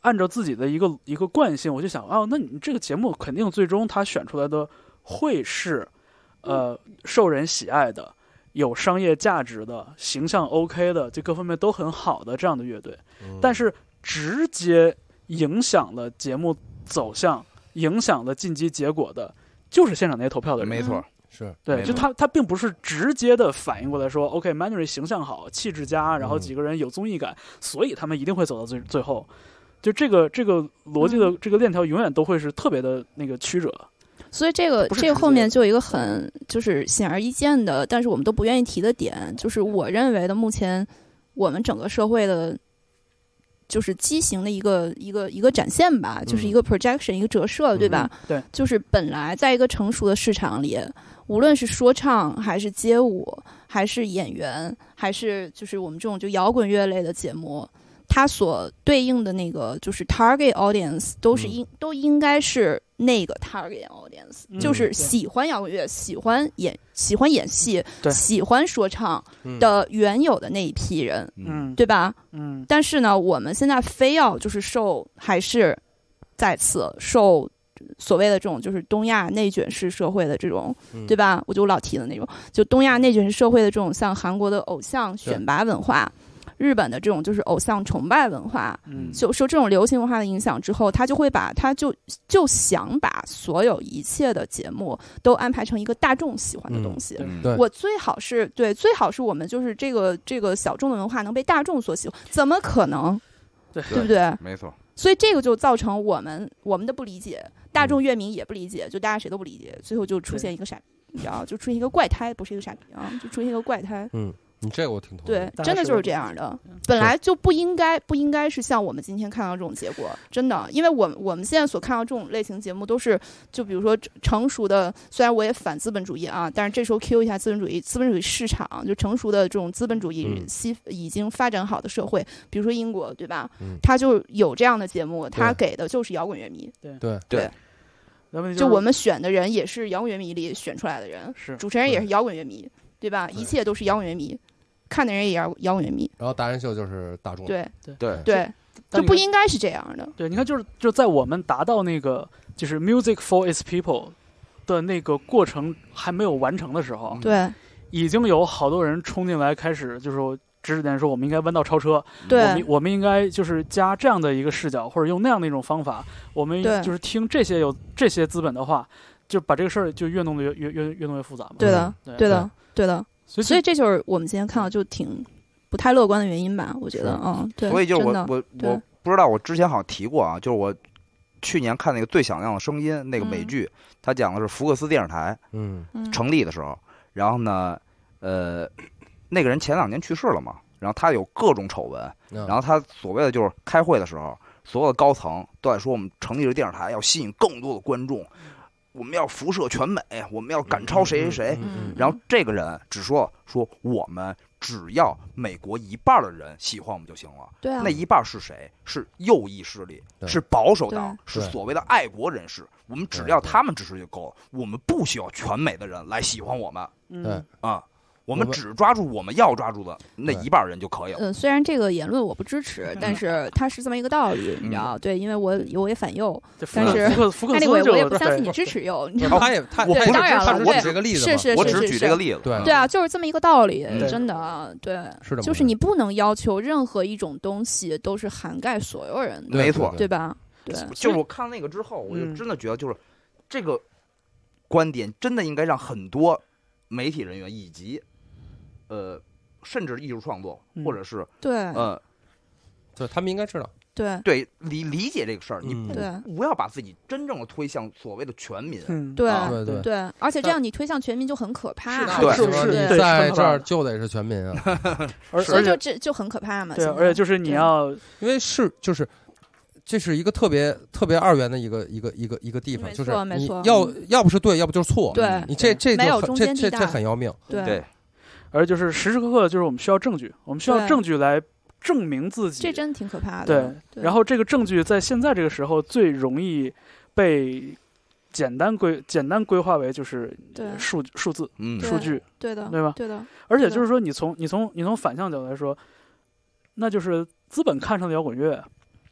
Speaker 2: 按照自己的一个惯性，我就想那你这个节目肯定最终他选出来的会是受人喜爱的、有商业价值的、形象 OK 的，就各方面都很好的这样的乐队。但是直接影响了节目走向、影响了晋级结果的，就是现场那些投票的人。
Speaker 1: 没错。
Speaker 4: 是
Speaker 2: 对，就他并不是直接的反应过来说 ，OK， Mandarin 形象好，气质佳，然后几个人有综艺感，所以他们一定会走到最后。就这个逻辑的这个链条永远都会是特别的那个曲折。
Speaker 3: 所以这个后面就有一个很就是显而易见的，但是我们都不愿意提的点，就是我认为的目前我们整个社会的。就是畸形的一个展现吧，就是一个 projection，一个折射，对吧？
Speaker 2: 对，
Speaker 3: 就是本来在一个成熟的市场里，无论是说唱还是街舞，还是演员，还是就是我们这种就摇滚乐类的节目，它所对应的那个就是 target audience 都应该是那个 target audience，就是喜欢摇滚乐、喜欢演戏、喜欢说唱的原有的那一批人，对吧？但是呢，我们现在非要就是还是再次受所谓的这种就是东亚内卷式社会的这种，对吧？我就老提的那种，就东亚内卷式社会的这种，像韩国的偶像选拔文化。日本的这种就是偶像崇拜文化，就受这种流行文化的影响之后，他就想把所有一切的节目都安排成一个大众喜欢的东西。我最好是我们就是这个小众的文化能被大众所喜欢，怎么可能？对不对？
Speaker 1: 没错。
Speaker 3: 所以这个就造成我们的不理解，大众乐迷也不理解，就大家谁都不理解，最后就出现一个傻逼，你知道，就出现一个怪胎，不是一个傻逼啊，就出现一个怪胎。
Speaker 4: 你这个我挺同意。
Speaker 3: 对，真的就是这样的。本来就不应该是像我们今天看到这种结果，真的，因为我们现在所看到这种类型节目都是，就比如说成熟的，虽然我也反资本主义啊，但是这时候 Q 一下资本主义市场，就成熟的这种资本主义已经发展好的社会，比如说英国，对吧？它就有这样的节目，它给的就是摇滚乐迷。对。就我们选的人也是摇滚乐迷里选出来的人，主持人也是摇滚乐迷。对吧？一切都是摇滚乐迷，看的人也摇滚乐迷。然
Speaker 4: 后达人秀就是大众。
Speaker 3: 对，就不应该是这样的。
Speaker 2: 对，你看，就在我们达到那个就是 music for its people 的那个过程还没有完成的时候，
Speaker 3: 对，
Speaker 2: 已经有好多人冲进来开始就是说指指点说我们应该弯道超车，
Speaker 3: 对，
Speaker 2: 我们应该就是加这样的一个视角，或者用那样的一种方法，我们就是听这些有这些资本的话，就把这个事儿就越弄得越复杂嘛。
Speaker 3: 对的，所以这就是我们今天看到就挺不太乐观的原因吧，我觉得，对。
Speaker 1: 所以就是我不知道，我之前好像提过啊，就是我去年看那个《最响亮的声音》那个美剧，它讲的是福克斯电视台成立的时候，然后呢，那个人前2年去世了嘛，然后他有各种丑闻，然后他所谓的就是开会的时候，所有的高层都在说我们成立这电视台要吸引更多的观众。我们要辐射全美，我们要赶超谁谁谁。然后这个人只说我们只要美国一半的人喜欢我们就行了。
Speaker 3: 对啊，
Speaker 1: 那一半是谁？是右翼势力，是保守党，是所谓的爱国人士。我们只要他们支持就够了，我们不需要全美的人来喜欢我们。
Speaker 4: 对
Speaker 1: 啊。我们只抓住我们要抓住的那一半人就可以了。
Speaker 3: 虽然这个言论我不支持，但是它是这么一个道理，你知道？对，因为我也反右，但是我也不相信你支持右，你知道吗？
Speaker 1: 我不是
Speaker 3: 当然了，
Speaker 4: 我举这个例子，
Speaker 3: 是，
Speaker 1: 我只举这个例子。
Speaker 3: 对啊，就是这么一个道理，真的，对，就是你不能要求任何一种东西都是涵盖所有人的，
Speaker 1: 没错，
Speaker 3: 对吧？对，
Speaker 1: 就是我看那个之后，我就真的觉得，就是这个观点真的应该让很多媒体人员以及。甚至艺术创作，或者是
Speaker 3: 对，
Speaker 4: 对他们应该知道，
Speaker 3: 对
Speaker 1: 理解这个事儿，你不要把自己真正的推向所谓的全民，
Speaker 3: 对，而且这样你推向全民就很可怕，
Speaker 4: 是在这儿就得是全民啊，
Speaker 3: 所以就很可怕嘛，
Speaker 2: 对，而且就是你要，
Speaker 4: 因为就是这是一个特别二元的一个地方，就是你要不是对，要不就是错，
Speaker 3: 对，
Speaker 4: 你这
Speaker 3: 没有中间地带，
Speaker 4: 这很要命，
Speaker 3: 对。
Speaker 2: 而就是时时刻刻就是我们需要证据，我们需要证据来证明自己，
Speaker 3: 这真挺可怕的。
Speaker 2: 对，然后这个证据在现在这个时候最容易被简单规划为就是数字、数据，
Speaker 3: 对的，
Speaker 2: 对吧？
Speaker 3: 对的。
Speaker 2: 而且就是说，你从反向角度来说，那就是资本看上的摇滚乐，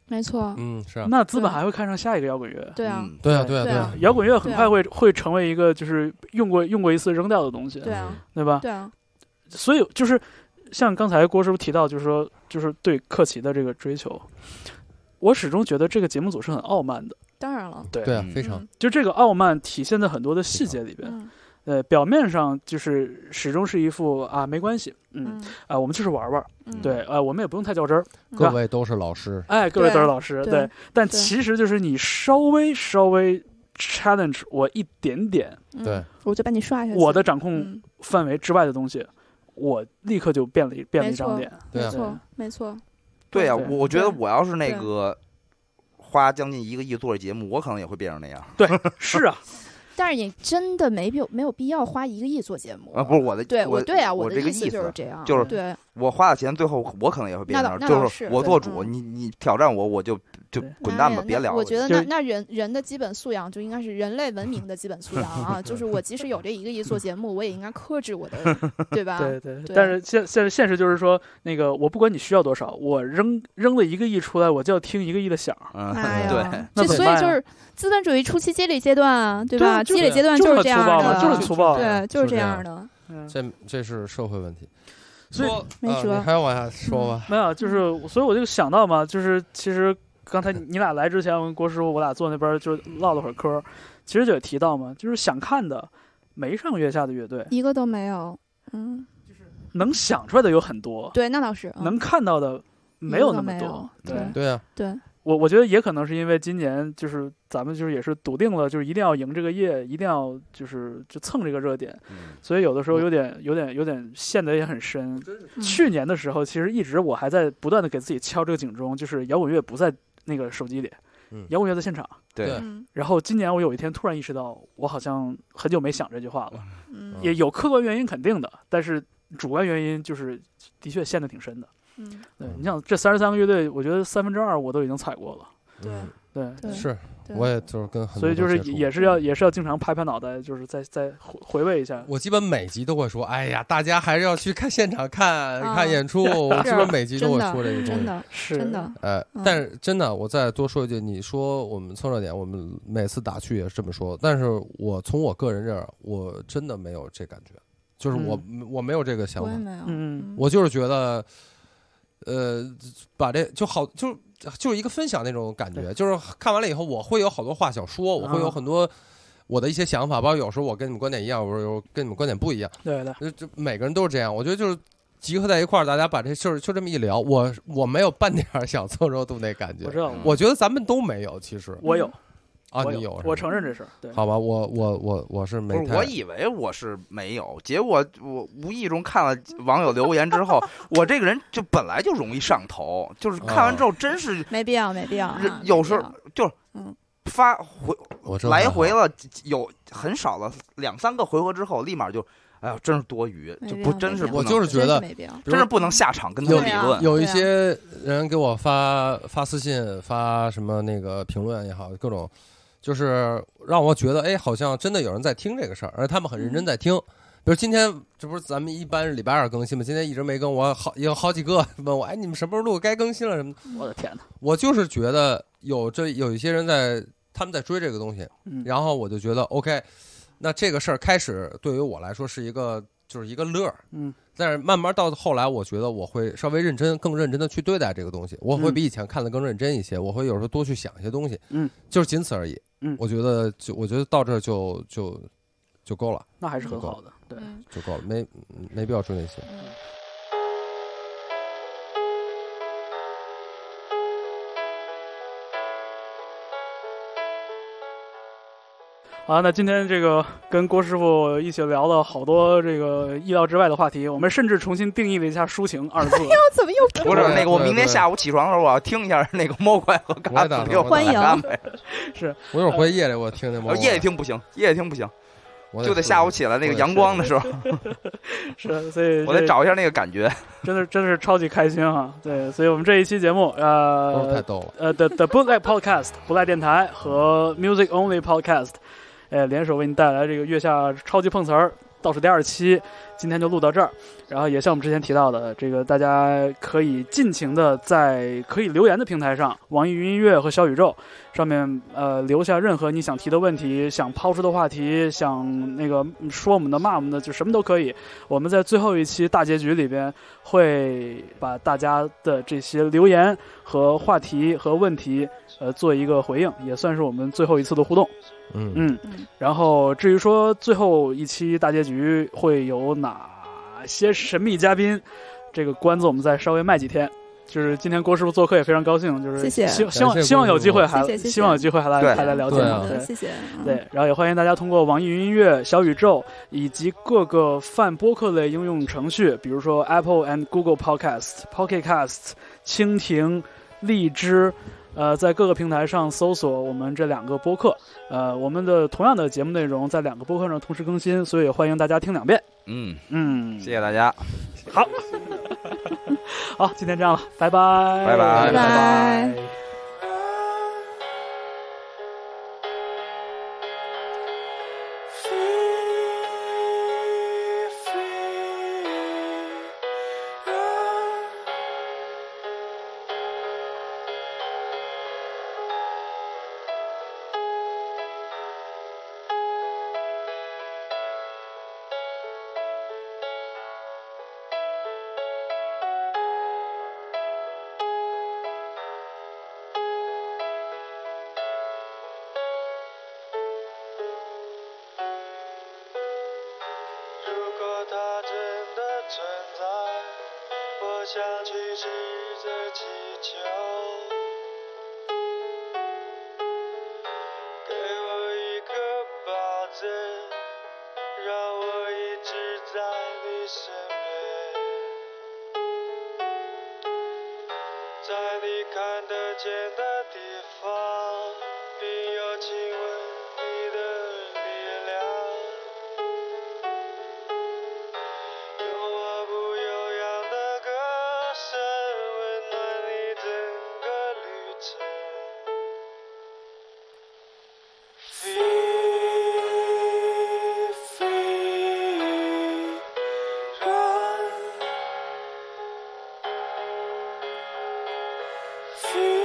Speaker 3: 没错，
Speaker 4: 是啊。
Speaker 2: 那资本还会看上下一个摇滚乐？
Speaker 3: 对啊，
Speaker 4: 对啊，
Speaker 2: 摇滚乐很快会成为一个就是用过一次扔掉的东西，
Speaker 3: 对啊，
Speaker 2: 对吧？
Speaker 3: 对啊，
Speaker 2: 所以就是像刚才郭师傅提到，就是说就是对克奇的这个追求，我始终觉得这个节目组是很傲慢的。
Speaker 3: 当然了，
Speaker 4: 对啊，非常。
Speaker 2: 就这个傲慢体现在很多的细节里边。表面上就是始终是一副啊没关系，我们就是玩玩，对，我们也不用太较真儿，
Speaker 4: 各位都是老师，
Speaker 2: 各位都是老师，对，但其实就是你稍微 challenge 我一点点，
Speaker 4: 对，
Speaker 3: 我就把你刷下去，
Speaker 2: 我的掌控范围之外的东西，我立刻就变了一张脸，
Speaker 3: 没错，
Speaker 1: 对啊，我觉得我要是那个花将近1个亿做的节目，我可能也会变成那样，
Speaker 2: 对，是啊。
Speaker 3: 但是你真的没有必要花1个亿做节目
Speaker 1: 啊！不是我的，
Speaker 3: 对我
Speaker 1: 的
Speaker 3: 意思就是这样，
Speaker 1: 就是
Speaker 3: 对
Speaker 1: 我花的钱，最后我可能也会变成，就是我做主，你挑战我就滚蛋吧，别聊了。
Speaker 3: 我觉得那人的基本素养就应该是人类文明的基本素养啊，就是我即使有这1个亿做节目，我也应该克制我的，对吧？
Speaker 2: 对。但是现实就是说，那个我不管你需要多少，我扔了1个亿出来，我就要听1个亿的响。
Speaker 1: 对，
Speaker 3: 所以就是资本主义初期积累阶段啊，对吧？积累阶段就是这样的，
Speaker 2: 就是粗暴，
Speaker 3: 对，就是这样的。
Speaker 4: 这是社会问题。
Speaker 2: 所以
Speaker 3: 没辙，
Speaker 4: 还要往下说吧？
Speaker 2: 没有，就是所以我就想到嘛，就是其实刚才你俩来之前，我跟郭师傅我俩坐那边就唠了会儿嗑，其实就也提到嘛，就是想看的没上月下的乐队
Speaker 3: 1个都没有，
Speaker 2: 就是能想出来的有很多，
Speaker 3: 对，那倒是，
Speaker 2: 能看到的没有那么多，
Speaker 4: 对啊，
Speaker 3: 对。
Speaker 2: 我觉得也可能是因为今年就是咱们就是也是笃定了，就是一定要赢这个业，一定要就蹭这个热点，所以有的时候有点陷得也很深。去年的时候，其实一直我还在不断的给自己敲这个警钟，就是摇滚乐不在那个手机里，摇滚乐在现场。
Speaker 1: 对。
Speaker 2: 然后今年我有一天突然意识到，我好像很久没想这句话了。也有客观原因肯定的，但是主观原因就是的确陷得挺深的。对，你想这33个乐队，我觉得2/3我都已经踩过了。对，
Speaker 4: 是，我也就是跟很多，
Speaker 2: 所以就是也是要经常拍脑袋，就是再回味一下。
Speaker 4: 我基本每集都会说，哎呀，大家还是要去看现场看演出。我基本每集都会说这个东
Speaker 3: 西，真的。
Speaker 4: 但是真的，我再多说一句，你说我们蹭热点，我们每次打趣也是这么说，但是我从我个人这儿，我真的没有这感觉，就是我没有这个想法，我就是觉得。把这就好，就是一个分享那种感觉，就是看完了以后，我会有好多话想说，我会有很多我的一些想法，包括有时候我跟你们观点一样，我跟你们观点不一样，
Speaker 2: 对，
Speaker 4: 就每个人都是这样。我觉得就是集合在一块儿，大家把这事儿就这么一聊，我没有半点想蹭热度那感觉，
Speaker 2: 我知道，
Speaker 4: 我觉得咱们都没有，其实
Speaker 2: 我有。
Speaker 4: 你有？
Speaker 2: 我承认这事。对，
Speaker 4: 好吧，我是没。
Speaker 1: 我以为我是没有，结果我无意中看了网友留言之后，我这个人就本来就容易上头，就是看完之后真是
Speaker 3: 没必要。
Speaker 1: 有时候就是来回了有很少了2-3个回合之后，立马就哎呀，真是多余，就不真是
Speaker 4: 我就是觉得
Speaker 1: 真是不能下场跟他理论。
Speaker 4: 有一些人给我发私信，发什么那个评论也好，各种。就是让我觉得，哎，好像真的有人在听这个事儿，而他们很认真在听。比如今天，这不是咱们一般是礼拜2更新吗？今天一直没更，有好几个问我，哎，你们什么时候录？该更新了什么的？
Speaker 2: 我的天哪！
Speaker 4: 我就是觉得有一些人他们在追这个东西，然后我就觉得 OK， 那这个事儿开始对于我来说是一个乐，但是慢慢到后来，我觉得我会稍微更认真的去对待这个东西，我会比以前看得更认真一些，我会有时候多去想一些东西，就是仅此而已。我觉得到这儿就够了，
Speaker 2: 那还是很好的，对，
Speaker 4: 就够了，没必要追那些。
Speaker 2: 好，那今天这个跟郭师傅一起聊了好多这个意料之外的话题，我们甚至重新定义了一下抒情2字。
Speaker 3: 哎呦，怎么又
Speaker 1: 不是那个？我明天下午起床的时候，我要听一下那个猫怪和咖啡。
Speaker 3: 欢迎。
Speaker 2: 是
Speaker 4: 我一会儿回夜里我听听猫怪。
Speaker 1: 夜里听不行，就得下午起来那个阳光的时候。
Speaker 2: 是，所以
Speaker 1: 我得找一下那个感觉。
Speaker 2: 真是超级开心啊！对，所以我们这一期节目
Speaker 4: 太逗了。
Speaker 2: The Bootleg Podcast 不赖电台和 Music Only Podcast。联手为你带来这个月下超级碰瓷儿倒数第2期， 今天就录到这儿。然后也像我们之前提到的，这个大家可以尽情的在可以留言的平台上，网易云音乐和小宇宙上面留下任何你想提的问题，想抛出的话题，想那个说我们的骂我们的，就什么都可以。我们在最后一期大结局里边会把大家的这些留言和话题和问题做一个回应，也算是我们最后一次的互动。然后至于说最后一期大结局会有哪些神秘嘉宾，这个关子我们再稍微卖几天。就是今天郭师傅做客也非常高兴，就是希望有机会希望有机会还来聊天。
Speaker 3: 对，谢谢。
Speaker 2: 对，然后也欢迎大家通过网易云音乐、小宇宙以及各个泛播客类应用程序，比如说 Apple and Google Podcast、Pocket Cast、蜻蜓、荔枝。在各个平台上搜索我们这2个播客，我们的同样的节目内容在2个播客上同时更新，所以也欢迎大家听2遍。
Speaker 1: 谢谢大家。
Speaker 2: 好，好，今天这样了，拜拜，
Speaker 1: 拜拜，
Speaker 3: 拜拜。
Speaker 5: 想去试着祈求，给我一颗保证，让我一直在你身边，在你看得见的地方，并有亲吻你的力量。Free